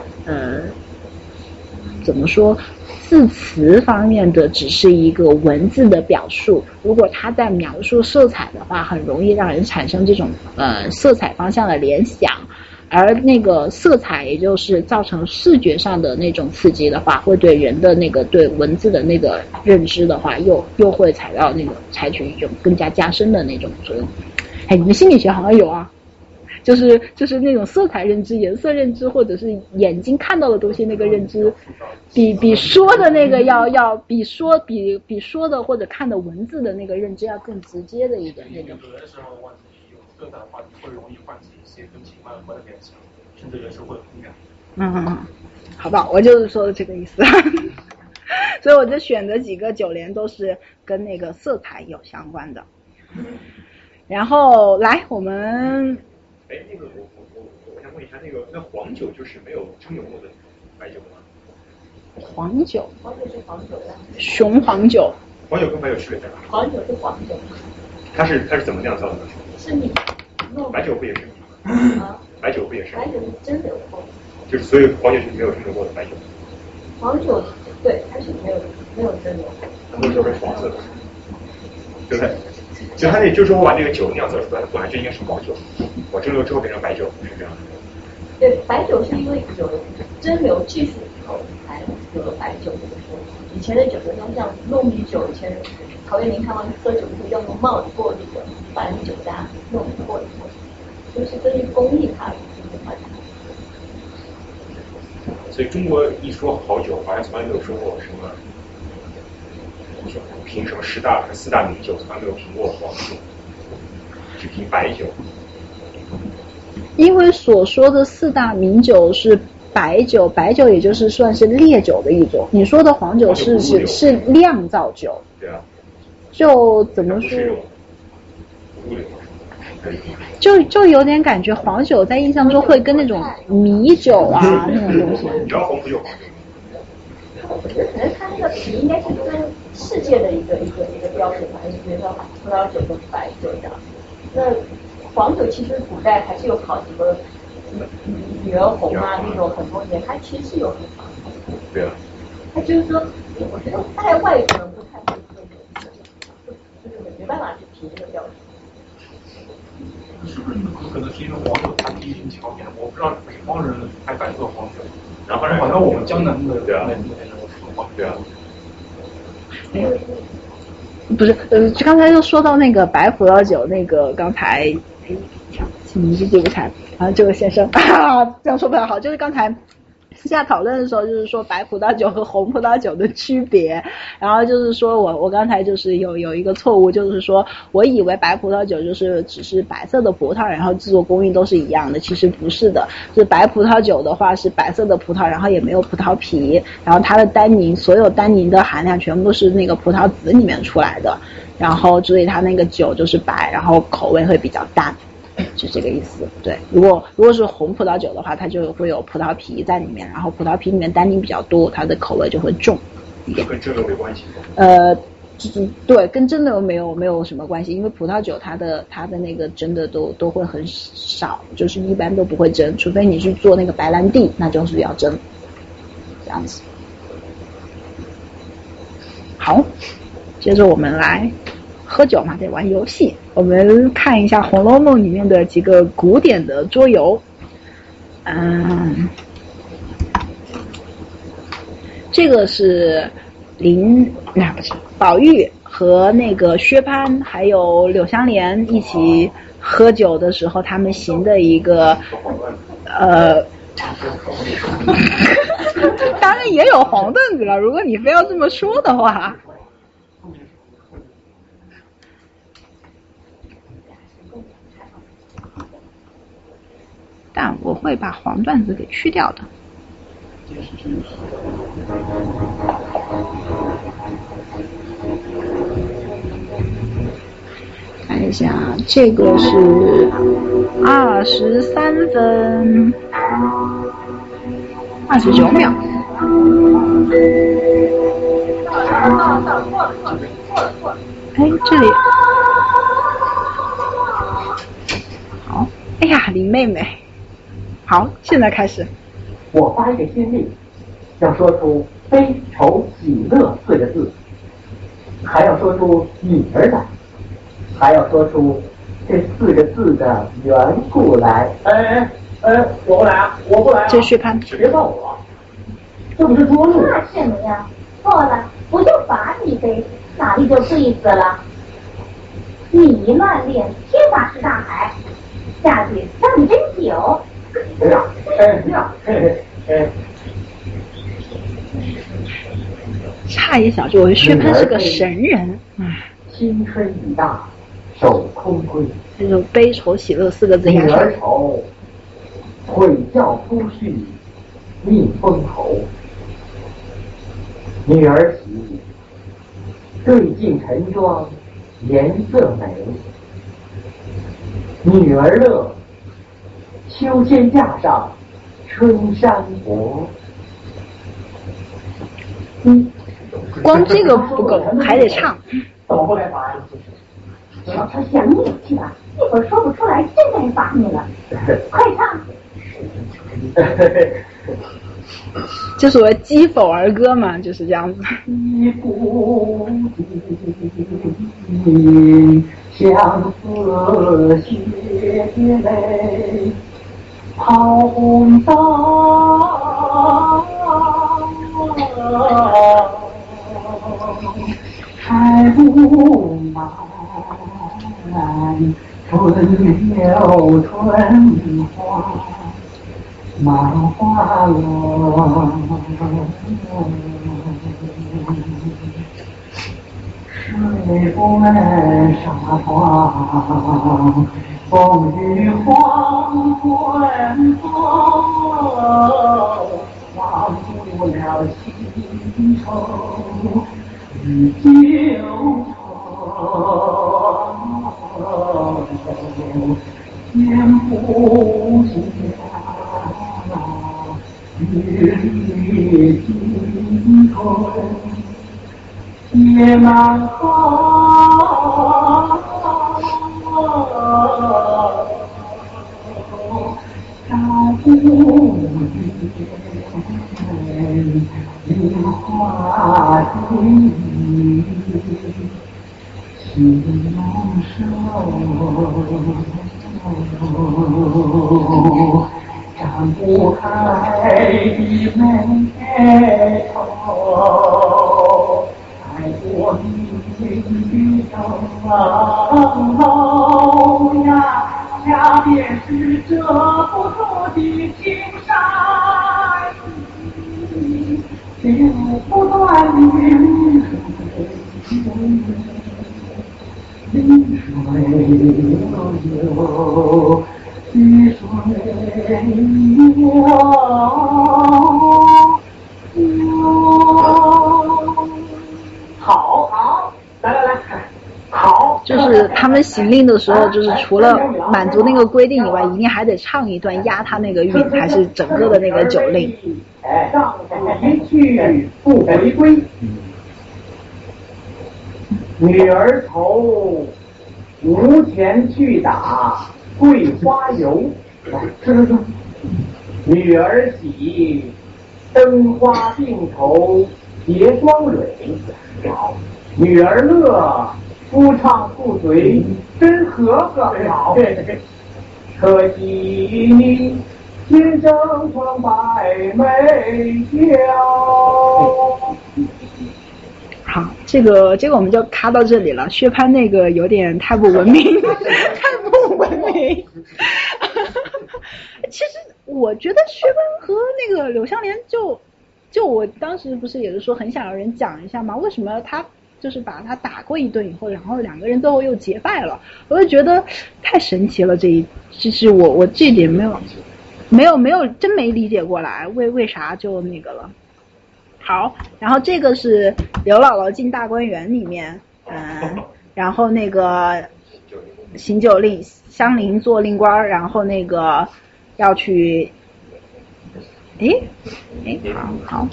怎么说，字词方面的只是一个文字的表述，如果它在描述色彩的话，很容易让人产生这种色彩方向的联想，而那个色彩也就是造成视觉上的那种刺激的话，会对人的那个对文字的那个认知的话，又会采取一种更加加深的那种作用。哎，你们心理学好像有啊，就是那种色彩认知、颜色认知，或者是眼睛看到的东西那个认知，比说的那个要比说的或者看的文字的那个认知要更直接的一点那种。 有的时候问题有色彩的话，你会容易唤起一些跟情感有关的联想，甚至有时候会有同感。 好吧，我就是说的这个意思。所以我就选的几个酒联都是跟那个色彩有相关的。然后来我们。 那个我想问一下，那黄酒就是没有蒸馏过的白酒吗？ 黄酒是黄酒的， 雄黄酒。 黄酒跟白酒区别在哪？ 黄酒是黄酒。 它是怎么酿造的呢？ 是米。 白酒不也是米吗？白酒不也是？ 白酒是蒸馏过的。 就是所以黄酒是没有蒸馏过的白酒。黄酒对，它是没有蒸馏过。 它都是黄色的。 对不对？所以他那就是我把那个酒酿造出来，本来就应该是黄酒，我蒸馏之后变成白酒，是这样的。 对，白酒是因为有蒸馏技术以后才有了白酒这个说法。以前的酒都像糯米酒，以前陶渊明他们喝酒时要用帽子过这个把酒渣糯米过以后，就是根据工艺它发展。 所以中国一说好酒，好像从来没有说过什么评什么四大名酒，从来没有评过黄酒，只评白酒。 因为所说的4大名酒是白酒，白酒也就是算是烈酒的一种。你说的黄酒是酿造酒。 对啊。 就怎么说？就有点感觉黄酒在印象中会跟那种米酒啊那种东西。 你要红不就黄酒？ 我觉得可能它那个品应该是跟世界的一个标准吧，比如说葡萄酒跟白酒这样。那黄酒其实古代还是有好几个什么女儿红啊那种很多年，它其实是有很长的。 对啊。 它就是说，我觉得大概外国人不太会喝酒，就是没办法去评这个标准。 是不是可能是因为黄酒它第一性强点？我不知道北方人爱白色黄酒，然后好像我们江南的对啊，对啊。 不是，就刚才就说到那个白葡萄酒，那个刚才名字记不起来啊，这位先生啊，这样说不太好，就是刚才私下讨论的时候，就是说白葡萄酒和红葡萄酒的区别，然后就是说我刚才就是有一个错误，就是说我以为白葡萄酒就是只是白色的葡萄，然后制作工艺都是一样的，其实不是的，就是白葡萄酒的话是白色的葡萄，然后也没有葡萄皮，然后它的单宁，所有单宁的含量全部都是那个葡萄籽里面出来的，然后所以它那个酒就是白，然后口味会比较淡。就这个意思，对。如果是红葡萄酒的话，它就会有葡萄皮在里面，然后葡萄皮里面单宁比较多，它的口味就会重一点。 跟蒸馏没关系。 对，跟蒸馏没有什么关系，因为葡萄酒它的那个蒸的都会很少，就是一般都不会蒸，除非你去做那个白兰地，那就是要蒸，这样子。好，接着我们来喝酒嘛，得玩游戏。我们看一下《红楼梦》里面的几个古典的桌游。这个是宝玉和那个薛蟠还有柳湘莲一起喝酒的时候，他们行的一个当然也有黄凳子了，如果你非要这么说的话。但我会把黄段子给去掉的。看一下，这个是23分29秒。哎，这里好，哎呀，林妹妹。好，现在开始。 我发一个心令，要说出悲愁喜乐4个字，还要说出女儿来，还要说出这4个字的缘故来。我不来啊，我不来啊！ 这是潘， 别放我，这不是捉弄。 那什么呀？错了，不就罚你杯，哪里就对死了？你一乱练，天法是大海，下去让你斟酒。 差一小句，我薛蟠是个神人。 心春已大，手空归。 这种悲愁喜乐4个字。 女儿愁，悔教夫婿觅封侯；女儿喜，对镜晨妆颜色美；女儿乐，秋千架上春山薄。 光这个不够，还得唱。 怎么不来罚呀？ 他想你去吧，一会儿说不出来，真该罚你了。快唱！ 就所谓击否儿歌嘛，就是这样子。 一股相思血泪抛红刀，还不满春柳春花满花落，水不问沙荒，风雨黄昏风，忘不了新愁与旧愁，天不下日丽尽头，夜满花，照不见梨花尽，心难收。张不开的眉头，爱过你的等候呀，下边是遮不住的青山，剪不断的流水流，雨水流。好，来，好。 就是他们行令的时候，就是除了满足那个规定以外，一定还得唱一段压他那个韵，还是整个的那个酒令。 上一去不回归。女儿头无钱去打桂花油，女儿喜灯花并头结双蕊，女儿乐夫唱妇随真和个好，可惜你天生双白眉娇。 好，这个我们就卡到这里了。薛蟠那个有点太不文明，太不文明。其实我觉得薛蟠和那个柳湘莲就我当时不是也是说很想让人讲一下嘛，为什么他就是把他打过一顿以后，然后两个人最后又结拜了，我就觉得太神奇了。就是我这点没有真没理解过来，为啥就那个了。好，然后这个是刘姥姥进大观园里面，然后那个行酒令，香菱做令官，然后那个要去，好，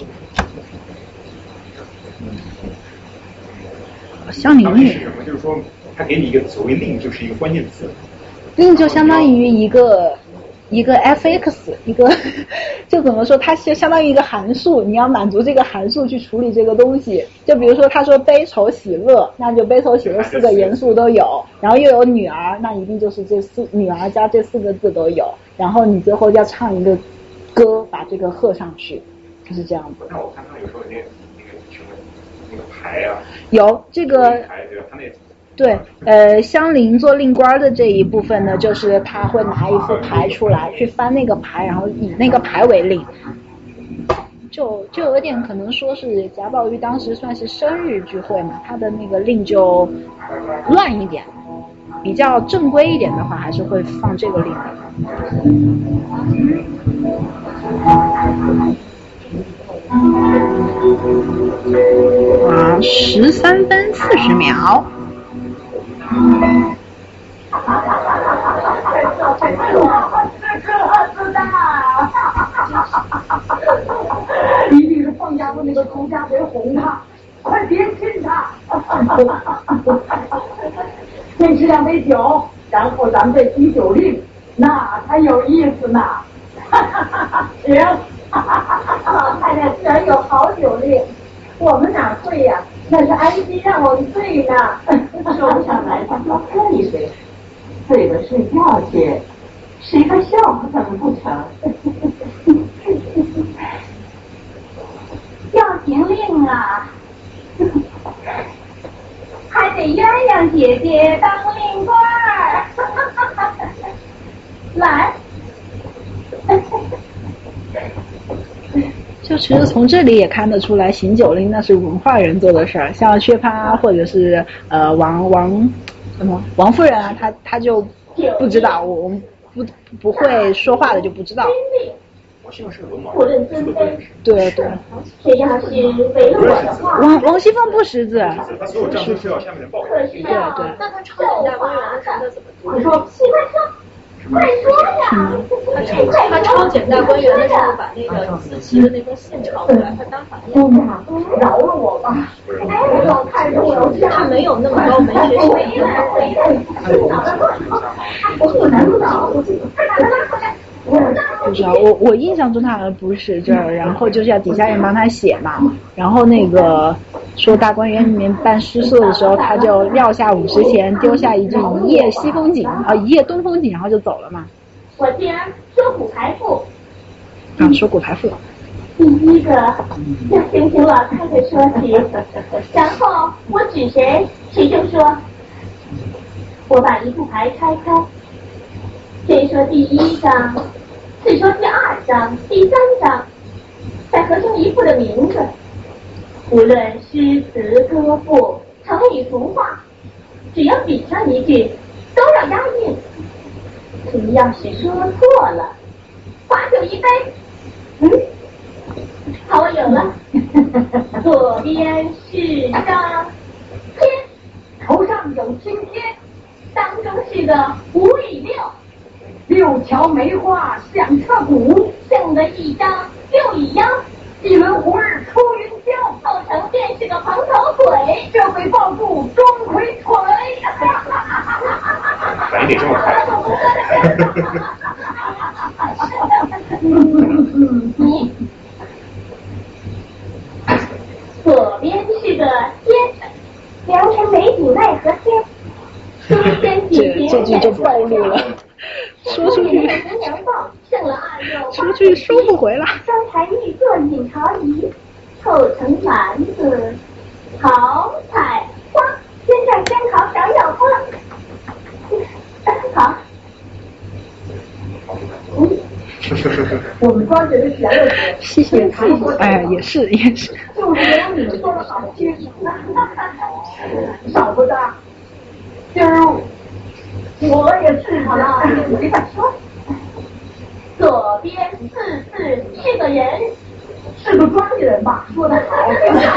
香菱是什么？就是说，他给你一个所谓令，就是一个关键词， 令就相当于一个 fx 一个就怎么说，它相当于一个函数，你要满足这个函数去处理这个东西。就比如说他说悲愁喜乐，那就悲愁喜乐四个元素都有，然后又有女儿，那一定就是女儿加这四个字都有，然后你最后要唱一个歌把这个和上去，就是这样子。 那我看他有时候那个什么那个牌啊， 有这个牌对吧？他那对，香菱做令官的这一部分呢，就是他会拿一副牌出来，去翻那个牌，然后以那个牌为令，就有点可能说是贾宝玉当时算是生日聚会嘛，他的那个令就乱一点，比较正规一点的话，还是会放这个令的。13分40秒。 一定是凤家的那个朱家给哄他，快别亲他。先吃2杯酒，然后咱们再举酒令，那才有意思呢。行， 老太太居然有好酒令，我们哪会呀？那是安心让我们醉呢。 说不上来，他多喝一杯，醉了睡觉去，谁个笑话怎么不成？ 要行令啊！还得鸳鸯姐姐当令官儿，来。 就其实从这里也看得出来，行酒令那是文化人做的事儿，像薛蟠或者是王夫人啊，他就不知道，我们不会说话的就不知道。 不论尊卑， 对对。 谁要是违了我的话， 王熙凤不识字， 他所有账都是要下面的报。 可是呀， 对。 那他抄检大观园的时候他怎么读？ 快说，快说呀！ 他抄检大观园的时候，把那个自齐的那封信抄出来，他当反应。 饶了我吧！哎，老太太，我要他没有那么高文学水平。 我难不倒，快把他拉回来！ 不知道，我印象中他好像不是这儿，然后就是要底下人帮他写嘛，然后那个说大观园里面办诗社的时候，他就撂下50钱，丢下一句一夜西风景啊，一夜东风景，然后就走了嘛。 我既然说古排赋， 说古排赋。 第一个要先请老太太说起，然后我指谁，谁就说。我把一副牌拆开。谁说第1章，谁说第2章、第3章，再合成一副的名字。无论诗词歌赋、成语俗话，只要比上一句，都要押韵。谁要是说错了，罚酒一杯。好，我有了。左边是张天，头上有青天，当中是个5与6，6条梅花响彻骨，剩了一张6与1，一轮5日出云霄，后成便是个蓬头腿，这回抱住钟馗腿。 反应得这么快。 你左边是个天，良辰美景奈何天。 这句就暴露了，说出去出去收不回了。 双台玉座引朝仪，后成丸子好采花，先上香桃少有花。好，我们庄觉得闲了谢谢，哎，也是。 就是有你们做的好些，少不大。今儿我也是好了，没法说。左边4字是个人，是个庄稼人吧？说得好。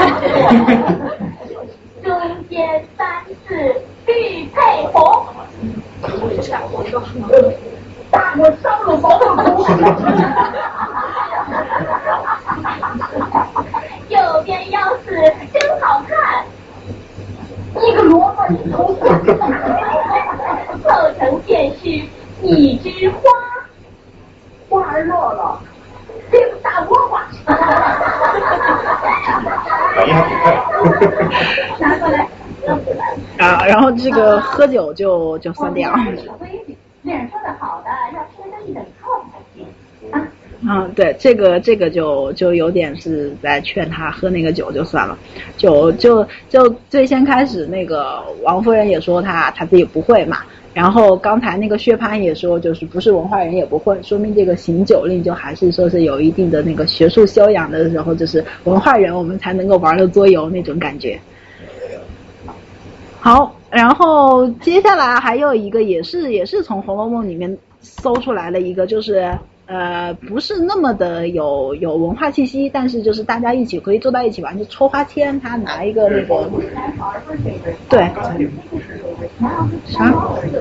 中间3字玉佩红。大火烧了毛豆腐。右边腰子真好看。一个萝卜一头蒜，凑成便是一枝花，花儿落了，这个大倭瓜。 反应还挺快。 拿过来。 啊，然后这个喝酒就算掉。 那人说的好的，要吃上一整套才行啊。 对，这个就有点是在劝他喝那个酒就算了，就最先开始那个王夫人也说他自己不会嘛，然后刚才那个薛蟠也说就是不是文化人也不会，说明这个行酒令就还是说是有一定的那个学术修养的时候，就是文化人我们才能够玩的桌游那种感觉。好，然后接下来还有一个也是从《红楼梦》里面搜出来的一个，就是不是那么的有文化气息，但是就是大家一起可以坐在一起玩，就抽花签，他拿一个那个对啥？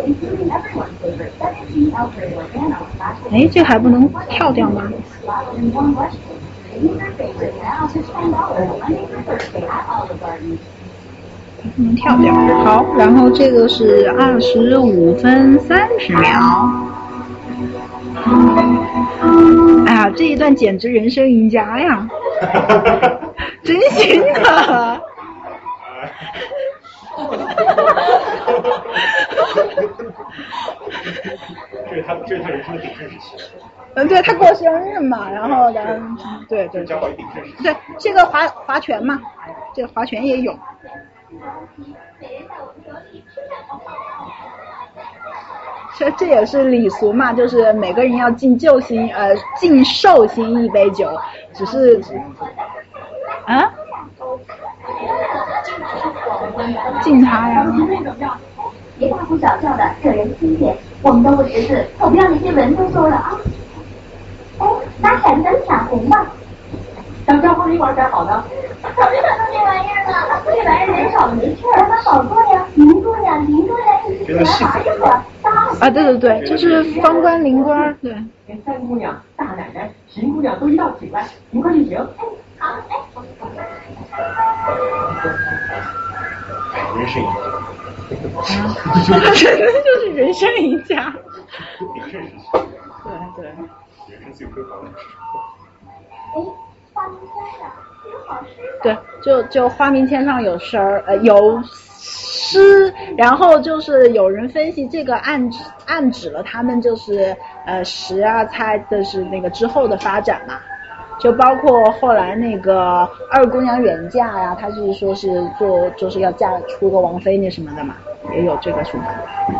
哎，这还不能跳掉吗？不能跳掉。好，然后这个是25分30秒。 哎呀，这一段简直人生赢家呀！真行的。 这是他人生的鼎盛时期。 对，他过生日嘛，然后的，对，对，这个划拳嘛，这个划拳也有。这也是礼俗嘛，就是每个人要敬寿星一杯酒，只是啊，敬他呀。 别大呼小叫的，惹人亲切。我们都不识字，可不要那些文绉绉的啊！哎，拿骰子咱抢红吧。 当交通旅馆选好的。 早就想到这玩意儿了，这玩意儿人少没趣儿，咱好坐呀，邻座呀，一起来玩一会儿。 啊，对，就是方官灵官，对。 连三姑娘、大奶奶、秦姑娘都一道请来，你快去请。 好， 人生赢家。 真的就是人生赢家。对。 人生最辉煌的时候。花名签上有好诗。 对，就花名签上有有诗，然后就是有人分析这个暗指了他们就是时啊猜的是那个之后的发展嘛。就包括后来那个二姑娘远嫁呀，她是说是就是要嫁出个王妃那什么的嘛，也有这个说法。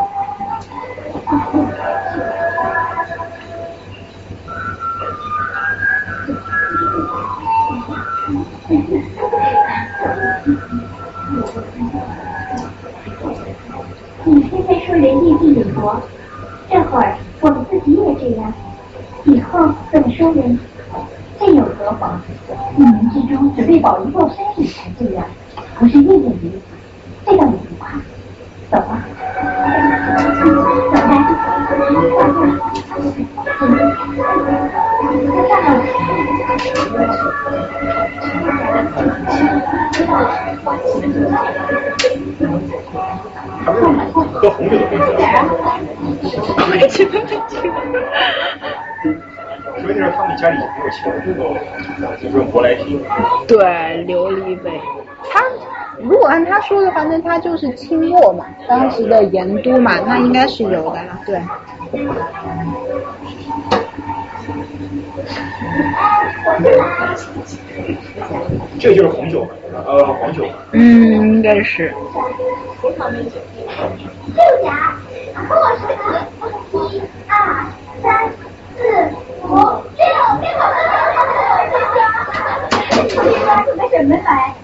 你偏偏说人异地有国，这会儿我们自己也这样，以后怎么说人？这又何妨？一年之中只被保一座山里才这样，不是夜夜如此，这倒也不怕。走吧， 喝红酒的杯子。 我也觉得这个。 因为那时候他们家里没有钱，就是用舶来品。 对，琉璃杯。他如果按他说的话，那他就是清末嘛，当时的盐都嘛，那应该是有的了。对。 这就是红酒，黄酒。 应该是。 六甲，跟我数1、2、3、4、5、6，准备准备来，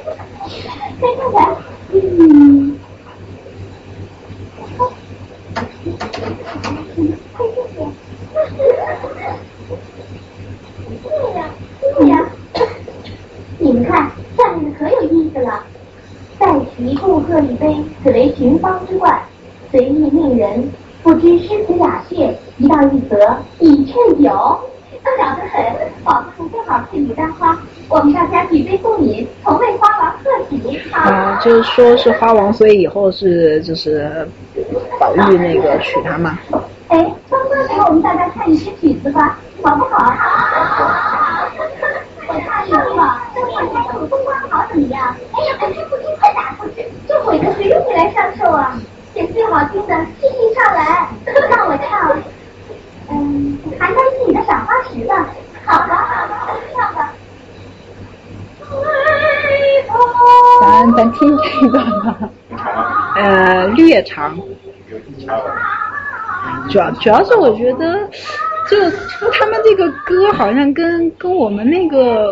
对呀，你们看上面的可有意思了。再提顾客一杯，此为群芳之冠，随意命人，不知诗词雅谑，一道一则，以衬酒，都了得很。宝子正好是牡丹花，我们大家举杯共饮，同为花王贺喜。 啊，就是说是花王，所以以后是就是宝玉那个娶她嘛。 哎，刚刚才我们大家看一支曲子吧，好不好？好。我唱一句吧，这大家有风光好怎么样？哎呀，本身不听快打过去，这鬼子谁用你来上寿啊？选最好听的，轻轻唱来，让我唱。邯郸是你的赏花池吧？好吧，唱吧。 咱听这个吧，略长。主要是我觉得，就他们这个歌好像跟我们那个，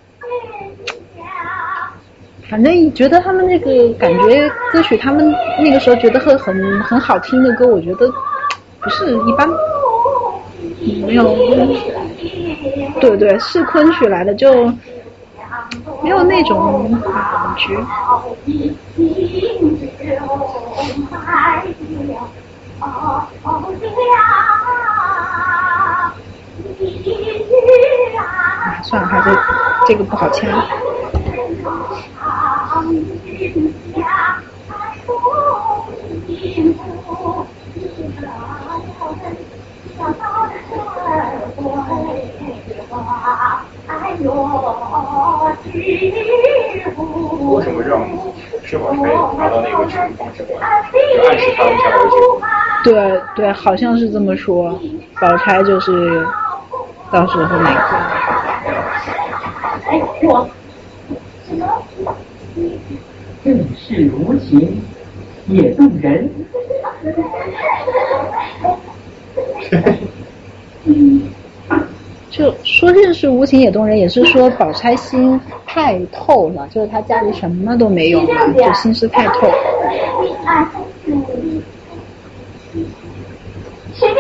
反正觉得他们那个感觉歌曲，他们那个时候觉得很好听的歌，我觉得不是一般，没有，对，是昆曲来的就没有那种感觉。算了，还是这个不好掐。 为什么让薛宝钗拿到那个指方之冠，就暗示他们将来的结果？ 对对，好像是这么说。宝钗就是到时候那个。 哎，我什么？正是无情也动人。 就说认识无情也动人，也是说宝钗心太透了，就是她家里什么都没有嘛，就心思太透。 16。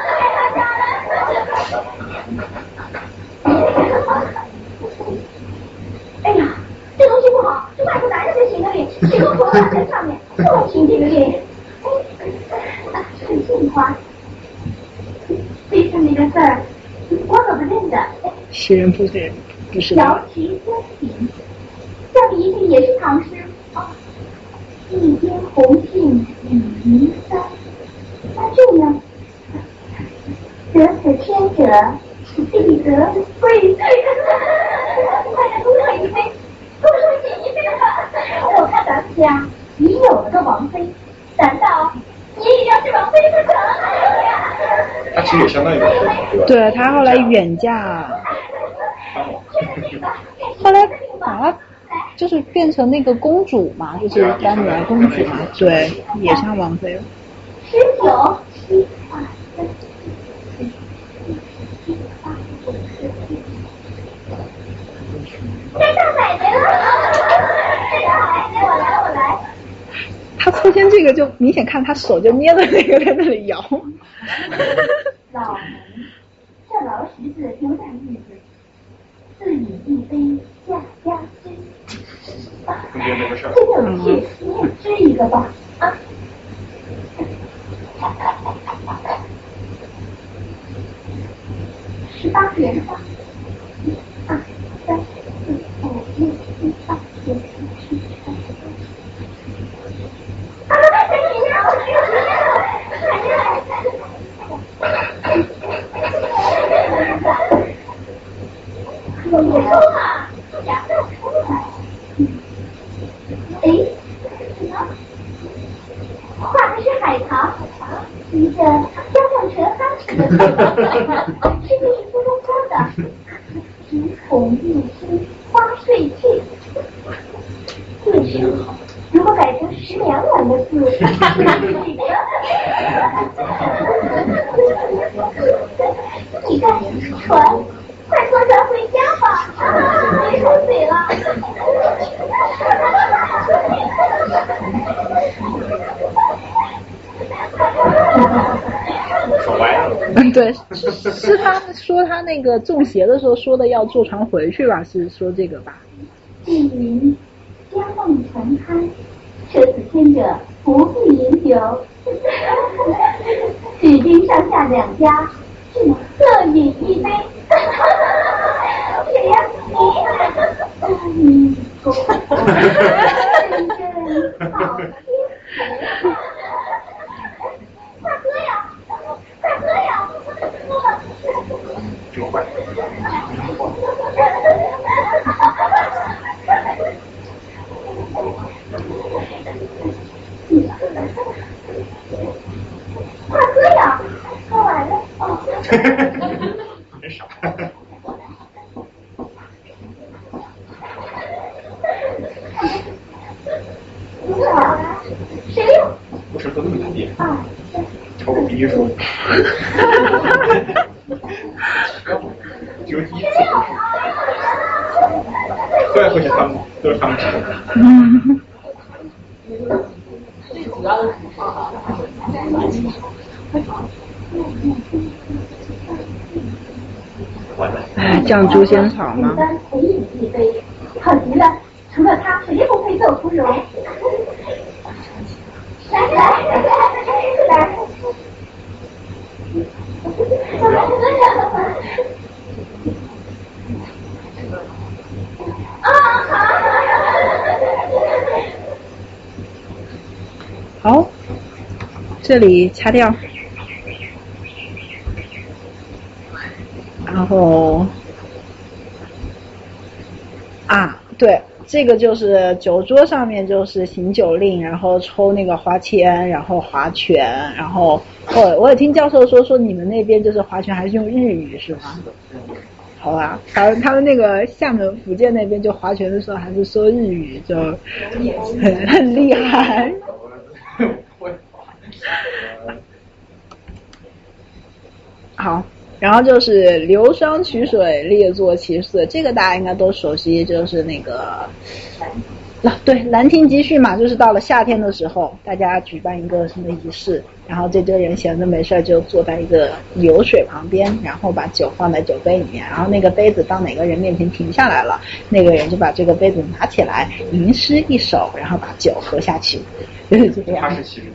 哎呀，这东西不好，是外国男人的行李，谁都活在上面，不能听这个电影。很杏花，背上那个字儿，我可不认得。 袭人不是不是。 瑶池仙品，下面一句也是唐诗啊。一边红杏雨云山，那这呢？得此天者，必得贵。快点多喝一杯，多说几杯吧。我看咱们家已有了个王妃，难道你也要是王妃不成？ 他其实也相当于王妃嘛，对吧？ 对，他后来远嫁，后来把她就是变成那个公主嘛，就是干女儿公主嘛，对，也像王妃了。 19。该大奶奶了！我来。 他出现这个就明显看他手就捏着那个在那里摇。 老门，这老十字有点意思，自饮一杯下家之。真有趣，你也支一个吧啊！18元吧。1、2、3、4、5、6、7、8、9、10、11、12。画的是海棠，一个江上陈哈似的，是密密疏疏的，直孔玉心花碎去。对是，如果改成10两两的字，你看船，快坐船回家吧，别口水了。 对，是他说他那个中邪的时候说的要坐船回去吧，是说这个吧？ 碧云家梦传开，舍此天者不必饮酒。指定上下两家，各饮一杯。谁呀？你。真好听。快喝呀！快喝呀！ 真坏。 快喝呀！喝完了哦。 真傻。 谁呀？ 不是喝那么大点。超过鼻数。只有第一次。都要喝些汤，都是汤汁。 最主要的酱猪仙草吗？ 陪饮一杯，好极了，除了他，谁也不配奏芙蓉。来， 好，这里掐掉，然后啊，对，这个就是酒桌上面就是行酒令，然后抽那个花签，然后划拳，然后我也听教授说你们那边就是划拳还是用日语是吗？好吧，他们那个厦门、福建那边就划拳的时候还是说日语，就很厉害。好。然后就是流觞曲水，列坐其次，这个大家应该都熟悉，就是那个对兰亭集序嘛，就是到了夏天的时候，大家举办一个什么仪式，然后这堆人闲着没事就坐在一个流水旁边，然后把酒放在酒杯里面，然后那个杯子到哪个人面前停下来了，那个人就把这个杯子拿起来，吟诗一首，然后把酒喝下去，就是这样。 他是其实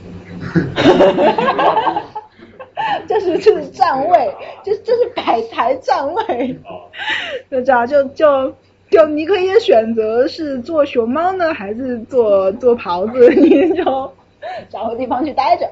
这是站位，这是摆台站位，就这样就你可以选择是做熊猫呢，还是做狍子，你就找个地方去待着。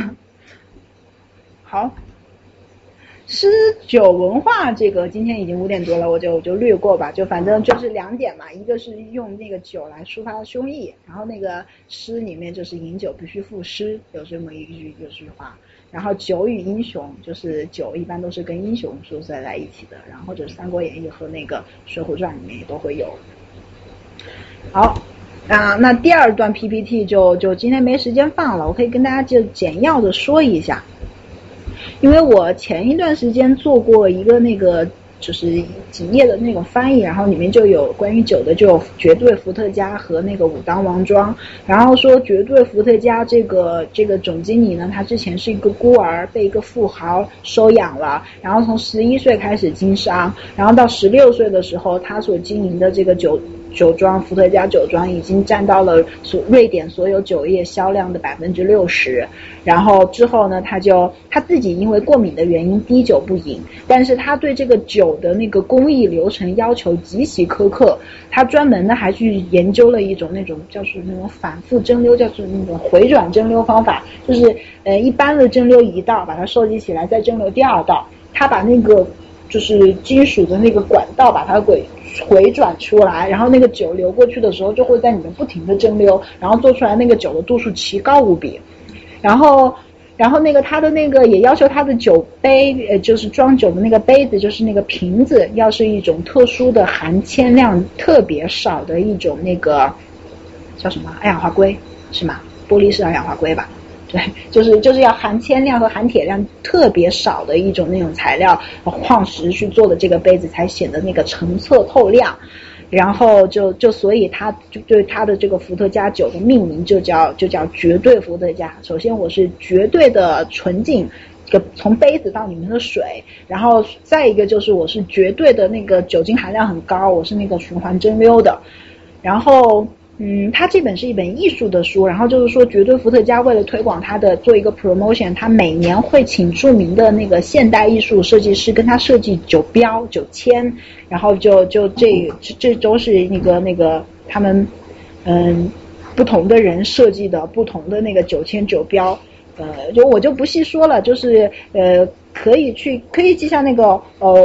好，诗酒文化这个今天已经5点多了，我就略过吧，就反正就是2点嘛，一个是用那个酒来抒发胸臆，然后那个诗里面就是饮酒必须赋诗，有这么一句话。然后酒与英雄，就是酒一般都是跟英雄说在一起的，然后或者《三国演义》和那个《水浒传》里面也都会有。好，那第二段 PPT 就今天没时间放了，我可以跟大家就简要的说一下，因为我前一段时间做过一个那个就是几页的那种翻译，然后里面就有关于酒的，就有绝对伏特加和那个武当王庄，然后说绝对伏特加这个总经理呢，他之前是一个孤儿，被一个富豪收养了，然后从11岁开始经商，然后到16岁的时候，他所经营的这个酒庄伏特加酒庄已经占到了瑞典所有酒业销量的60%，然后之后呢，他自己因为过敏的原因滴酒不饮，但是他对这个酒的那个工艺流程要求极其苛刻，他专门的还去研究了一种那种叫做那种反复蒸馏，叫做那种回转蒸馏方法，就是一般的蒸馏一道把它收集起来再蒸馏第二道，他把那个就是金属的那个管道把它给回转出来，然后那个酒流过去的时候就会在里面不停的蒸馏，然后做出来那个酒的度数奇高无比。然后那个他的那个也要求他的酒杯就是装酒的那个杯子，就是那个瓶子要是一种特殊的含铅量特别少的一种那个叫什么二氧化硅是吗？玻璃是二氧化硅吧，对，就是要含铅量和含铁量特别少的一种那种材料矿石去做的这个杯子才显得那个澄澈透亮，然后所以他就对他的这个伏特加酒的命名就叫绝对伏特加。首先我是绝对的纯净，从杯子到里面的水，然后再一个就是我是绝对的那个酒精含量很高，我是那个循环蒸馏的，然后它这本是一本艺术的书，然后就是说绝对伏特加为了推广它的做一个 promotion， 它每年会请著名的那个现代艺术设计师跟他设计酒标酒签，然后就这都是那个他们不同的人设计的不同的那个酒签酒标，我就不细说了，就是可以记下那个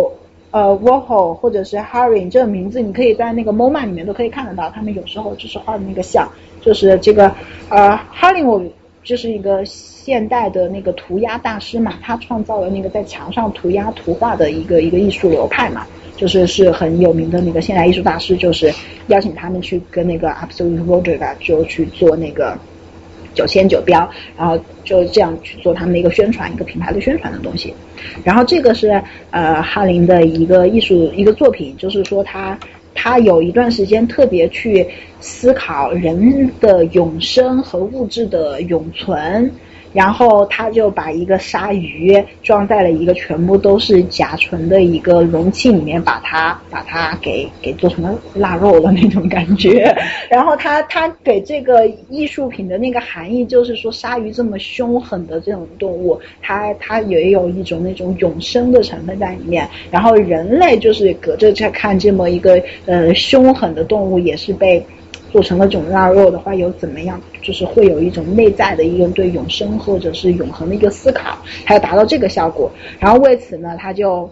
Warhol 或者是 Haring 这个名字，你可以在那个 MoMA 里面都可以看得到，他们有时候就是画的那个像，就是这个Haring 我就是一个现代的那个涂鸦大师嘛，他创造了那个在墙上涂鸦图画的一个艺术流派嘛，是很有名的那个现代艺术大师，就是邀请他们去跟那个 Absolut Vodka 就去做那个酒签酒标，然后就这样去做他们的一个宣传，一个品牌的宣传的东西。然后这个是哈林的一个艺术一个作品，就是说他有一段时间特别去思考人的永生和物质的永存，然后他就把一个鲨鱼装在了一个全部都是甲醇的一个容器里面，把它给做成了腊肉的那种感觉。然后他给这个艺术品的那个含义就是说，鲨鱼这么凶狠的这种动物，它也有一种那种永生的成分在里面。然后人类就是隔着在看这么一个凶狠的动物，也是被做成了这种腊肉的话，有怎么样，就是会有一种内在的一个对永生或者是永恒的一个思考，它要达到这个效果。然后为此呢，他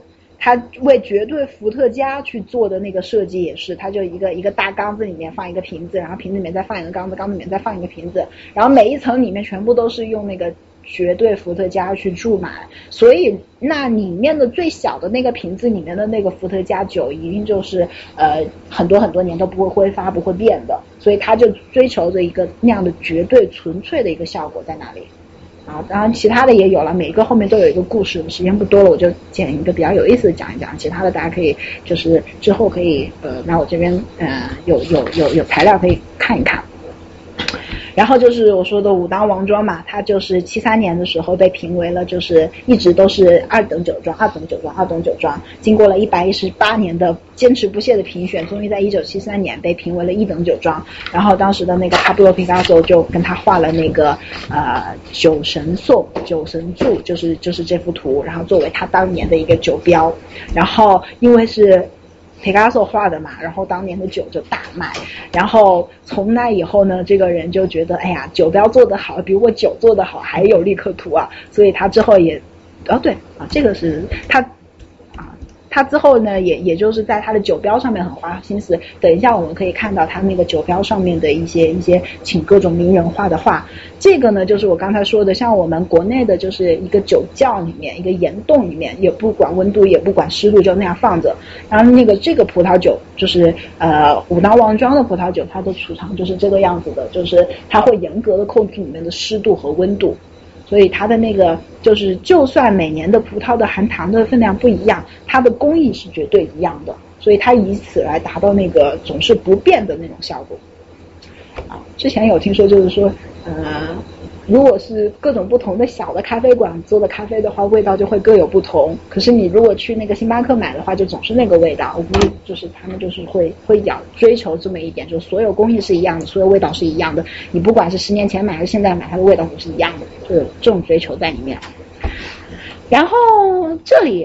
他为绝对伏特加去做的那个设计也是，他就一个大缸子里面放一个瓶子，然后瓶子里面再放一个缸子，缸子里面再放一个瓶子，然后每一层里面全部都是用那个绝对伏特加去注满，所以那里面的最小的那个瓶子里面的那个伏特加酒一定就是很多很多年都不会挥发不会变的，所以他就追求着一个那样的绝对纯粹的一个效果在那里啊。当然其他的也有了，每一个后面都有一个故事，时间不多了，我就捡一个比较有意思的讲一讲，其他的大家可以就是之后可以来我这边有材料可以看一看。然后就是我说的武当王庄嘛，它就是73年的时候被评为了就是一直都是2等酒庄，经过了118年的坚持不懈的评选，终于在1973年被评为了1等酒庄。然后当时的那个 Pablo Picasso 就跟他画了那个酒神颂酒神柱，就是这幅图，然后作为他当年的一个酒标。然后因为是Picasso 画的嘛，然后当年的酒就大卖，然后从那以后呢，这个人就觉得哎呀，酒标做得好比我酒做得好还有利可图啊，所以他之后也这个是他之后呢也就是在他的酒标上面很花心思，等一下我们可以看到他那个酒标上面的一些请各种名人画的画。这个呢就是我刚才说的，像我们国内的就是一个酒窖里面一个岩洞里面，也不管温度也不管湿度就那样放着，然后这个葡萄酒就是武当王庄的葡萄酒，它的储藏就是这个样子的，就是它会严格的控制里面的湿度和温度，所以它的那个就是就算每年的葡萄的含糖的分量不一样，它的工艺是绝对一样的，所以它以此来达到那个总是不变的那种效果。之前有听说就是说如果是各种不同的小的咖啡馆做的咖啡的话，味道就会各有不同，可是你如果去那个星巴克买的话就总是那个味道。我估计就是他们就是会追求这么一点，就是所有工艺是一样的，所有味道是一样的，你不管是10年前买还是现在买，它的味道都是一样的，就有这种追求在里面。然后这里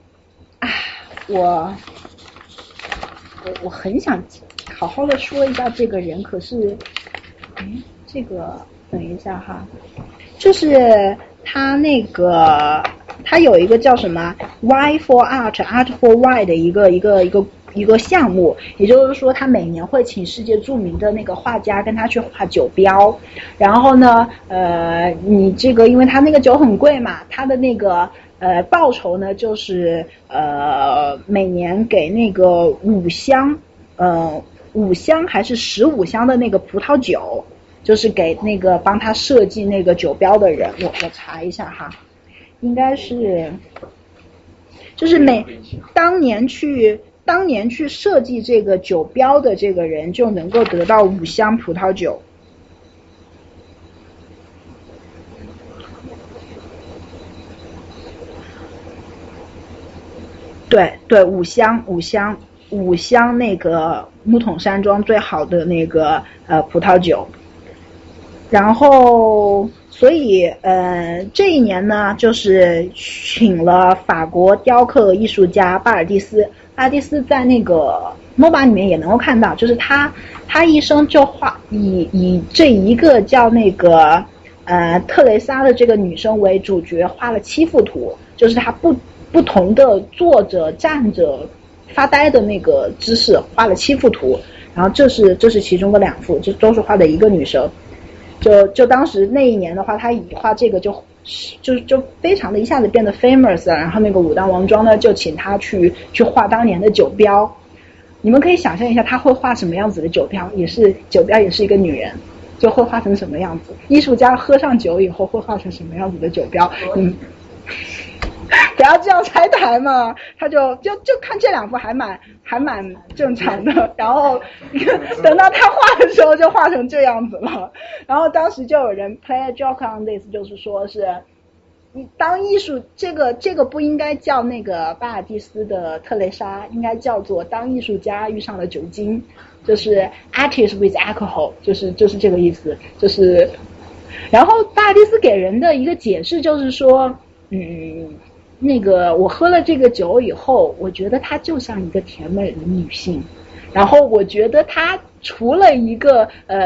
我很想好好的说一下这个人，可是这个等一下哈，就是他有一个叫什么 Y for Art Art for Y 的一个项目，也就是说他每年会请世界著名的那个画家跟他去画酒标，然后呢你这个因为他那个酒很贵嘛，他的那个报酬呢就是每年给那个5箱还是15箱的那个葡萄酒，就是给那个帮他设计那个酒标的人，我查一下哈，应该是就是当年去设计这个酒标的这个人就能够得到5箱葡萄酒。对，5箱那个木桶山庄最好的那个葡萄酒。然后所以这一年呢就是请了法国雕刻艺术家巴尔蒂斯在那个 MOBA 里面也能够看到，就是他一生就画以这一个叫那个特蕾莎的这个女生为主角，画了7幅图，就是他不同的坐着站着发呆的那个姿势，画了7幅图，然后这是其中的2幅，这都是画的一个女生。就当时那一年的话，他以画这个就非常的一下子变得 famous 了，然后那个武当王庄呢就请他去画当年的酒标。你们可以想象一下他会画什么样子的酒标，酒标也是一个女人，就会画成什么样子，艺术家喝上酒以后会画成什么样子的酒标。不要这样拆台嘛，他就看这2幅还蛮正常的，然后等到他画的时候就画成这样子了。然后当时就有人 play a joke on this， 就是说是你当艺术这个不应该叫那个巴尔蒂斯的特蕾莎，应该叫做当艺术家遇上了酒精，就是 artist with alcohol， 就是这个意思。就是然后巴尔蒂斯给人的一个解释就是说那个我喝了这个酒以后，我觉得她就像一个甜美的女性，然后我觉得她除了一个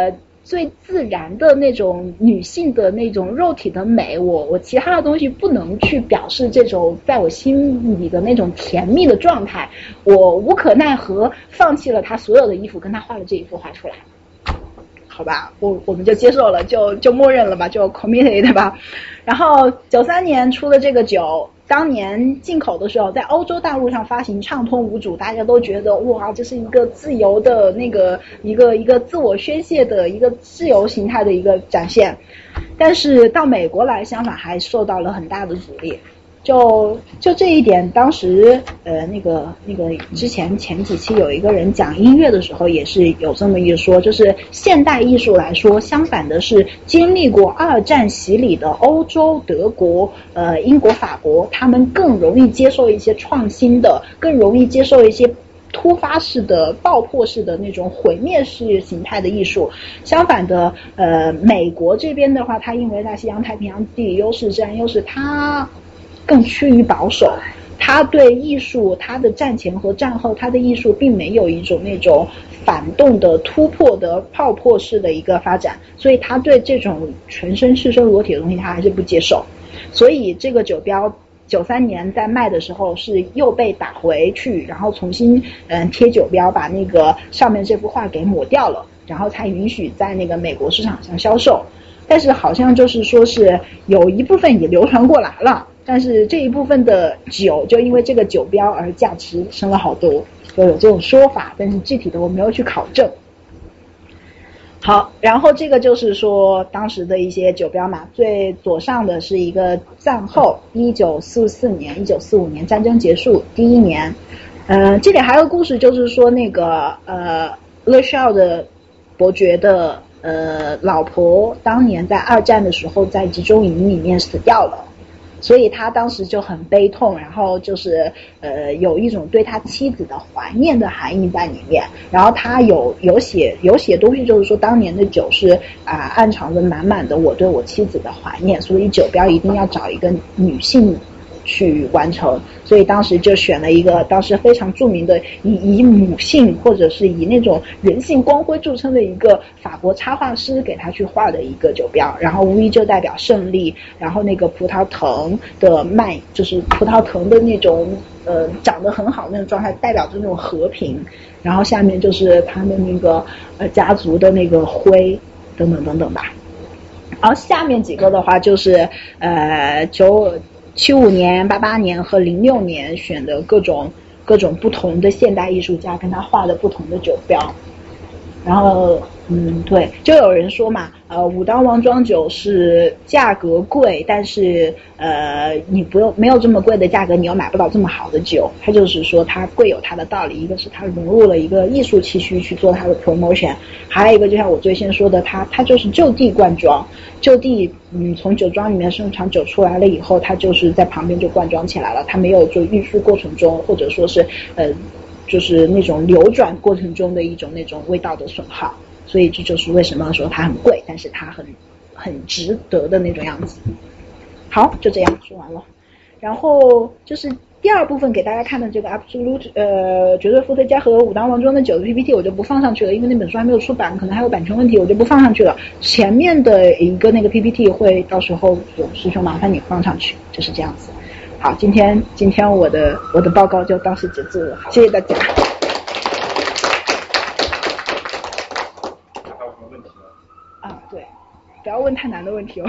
最自然的那种女性的那种肉体的美，我其他的东西不能去表示这种在我心里的那种甜蜜的状态，我无可奈何放弃了她所有的衣服，跟她画了这一幅画出来。好吧，我们就接受了，就默认了吧，就 committed 吧。然后93年出的这个酒，当年进口的时候，在欧洲大陆上发行畅通无阻，大家都觉得哇，这是一个自由的那个一个自我宣泄的一个自由形态的一个展现。但是到美国来，相反还受到了很大的阻力。就这一点，当时那个之前几期有一个人讲音乐的时候也是有这么一说，就是现代艺术来说，相反的是经历过2战洗礼的欧洲、德国、英国、法国，他们更容易接受一些创新的，更容易接受一些突发式的、爆破式的那种毁灭式形态的艺术。相反的，美国这边的话，它因为在西洋太平洋地理优势、自然优势，它更趋于保守，他对艺术，他的战前和战后，他的艺术并没有一种那种反动的、突破的、爆破式的一个发展，所以他对这种全身赤身裸体的东西他还是不接受。所以这个酒标93年在卖的时候是又被打回去，然后重新贴酒标，把那个上面这幅画给抹掉了，然后才允许在那个美国市场上销售。但是好像就是说是有一部分也流传过来了，但是这一部分的酒就因为这个酒标而价值升了好多，就有这种说法，但是具体的我没有去考证。好，然后这个就是说当时的一些酒标嘛，最左上的是一个战后1945年战争结束第一年。这里还有个故事，就是说那个勒绍的伯爵的老婆当年在2战的时候在集中营里面死掉了，所以他当时就很悲痛，然后就是有一种对他妻子的怀念的含义在里面。然后他有写东西，就是说当年的酒是暗藏着满满的我对我妻子的怀念，所以酒标一定要找一个女性去完成，所以当时就选了一个当时非常著名的以母性或者是以那种人性光辉著称的一个法国插画师给他去画的一个酒标，然后无疑就代表胜利，然后那个葡萄藤的就是葡萄藤的那种长得很好的那种状态，代表着那种和平，然后下面就是他们那个家族的那个徽等等等等吧。然后下面几个的话就是75年、88年和06年选的各种不同的现代艺术家跟他画的不同的酒标。然后对，就有人说嘛，武当王庄酒是价格贵，但是你没有这么贵的价格，你又买不到这么好的酒。它就是说它贵有它的道理，一个是它融入了一个艺术气息去做它的 promotion， 还有一个就像我最先说的，它就是就地灌装，就地从酒庄里面生产酒出来了以后，它就是在旁边就灌装起来了，它没有做运输过程中或者说是就是那种流转过程中的一种那种味道的损耗，所以这就是为什么说它很贵，但是它很值得的那种样子。好，就这样说完了。然后就是第二部分给大家看的这个 Absolute 绝对伏特加和武当王庄的酒的 PPT 我就不放上去了，因为那本书还没有出版，可能还有版权问题，我就不放上去了。前面的一个那个 PPT 会到时候有师兄麻烦你放上去，就是这样子。好，今天我的报告就到此结束了，谢谢大家。 还有什么问题吗？ 对，不要问太难的问题哦。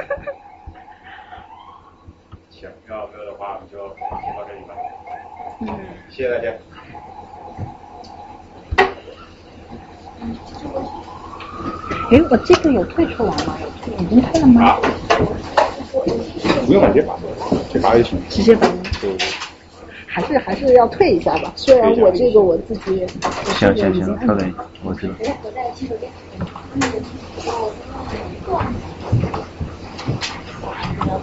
行，要没有的话，我们就先到这里吧。谢谢大家。 我这个有退出来吗？已经退了吗？ 不用直接拔，这拔也行。 直接拔。 对。 还是要退一下吧，虽然我这个我自己。 行，退了，我知道。 我在洗手间。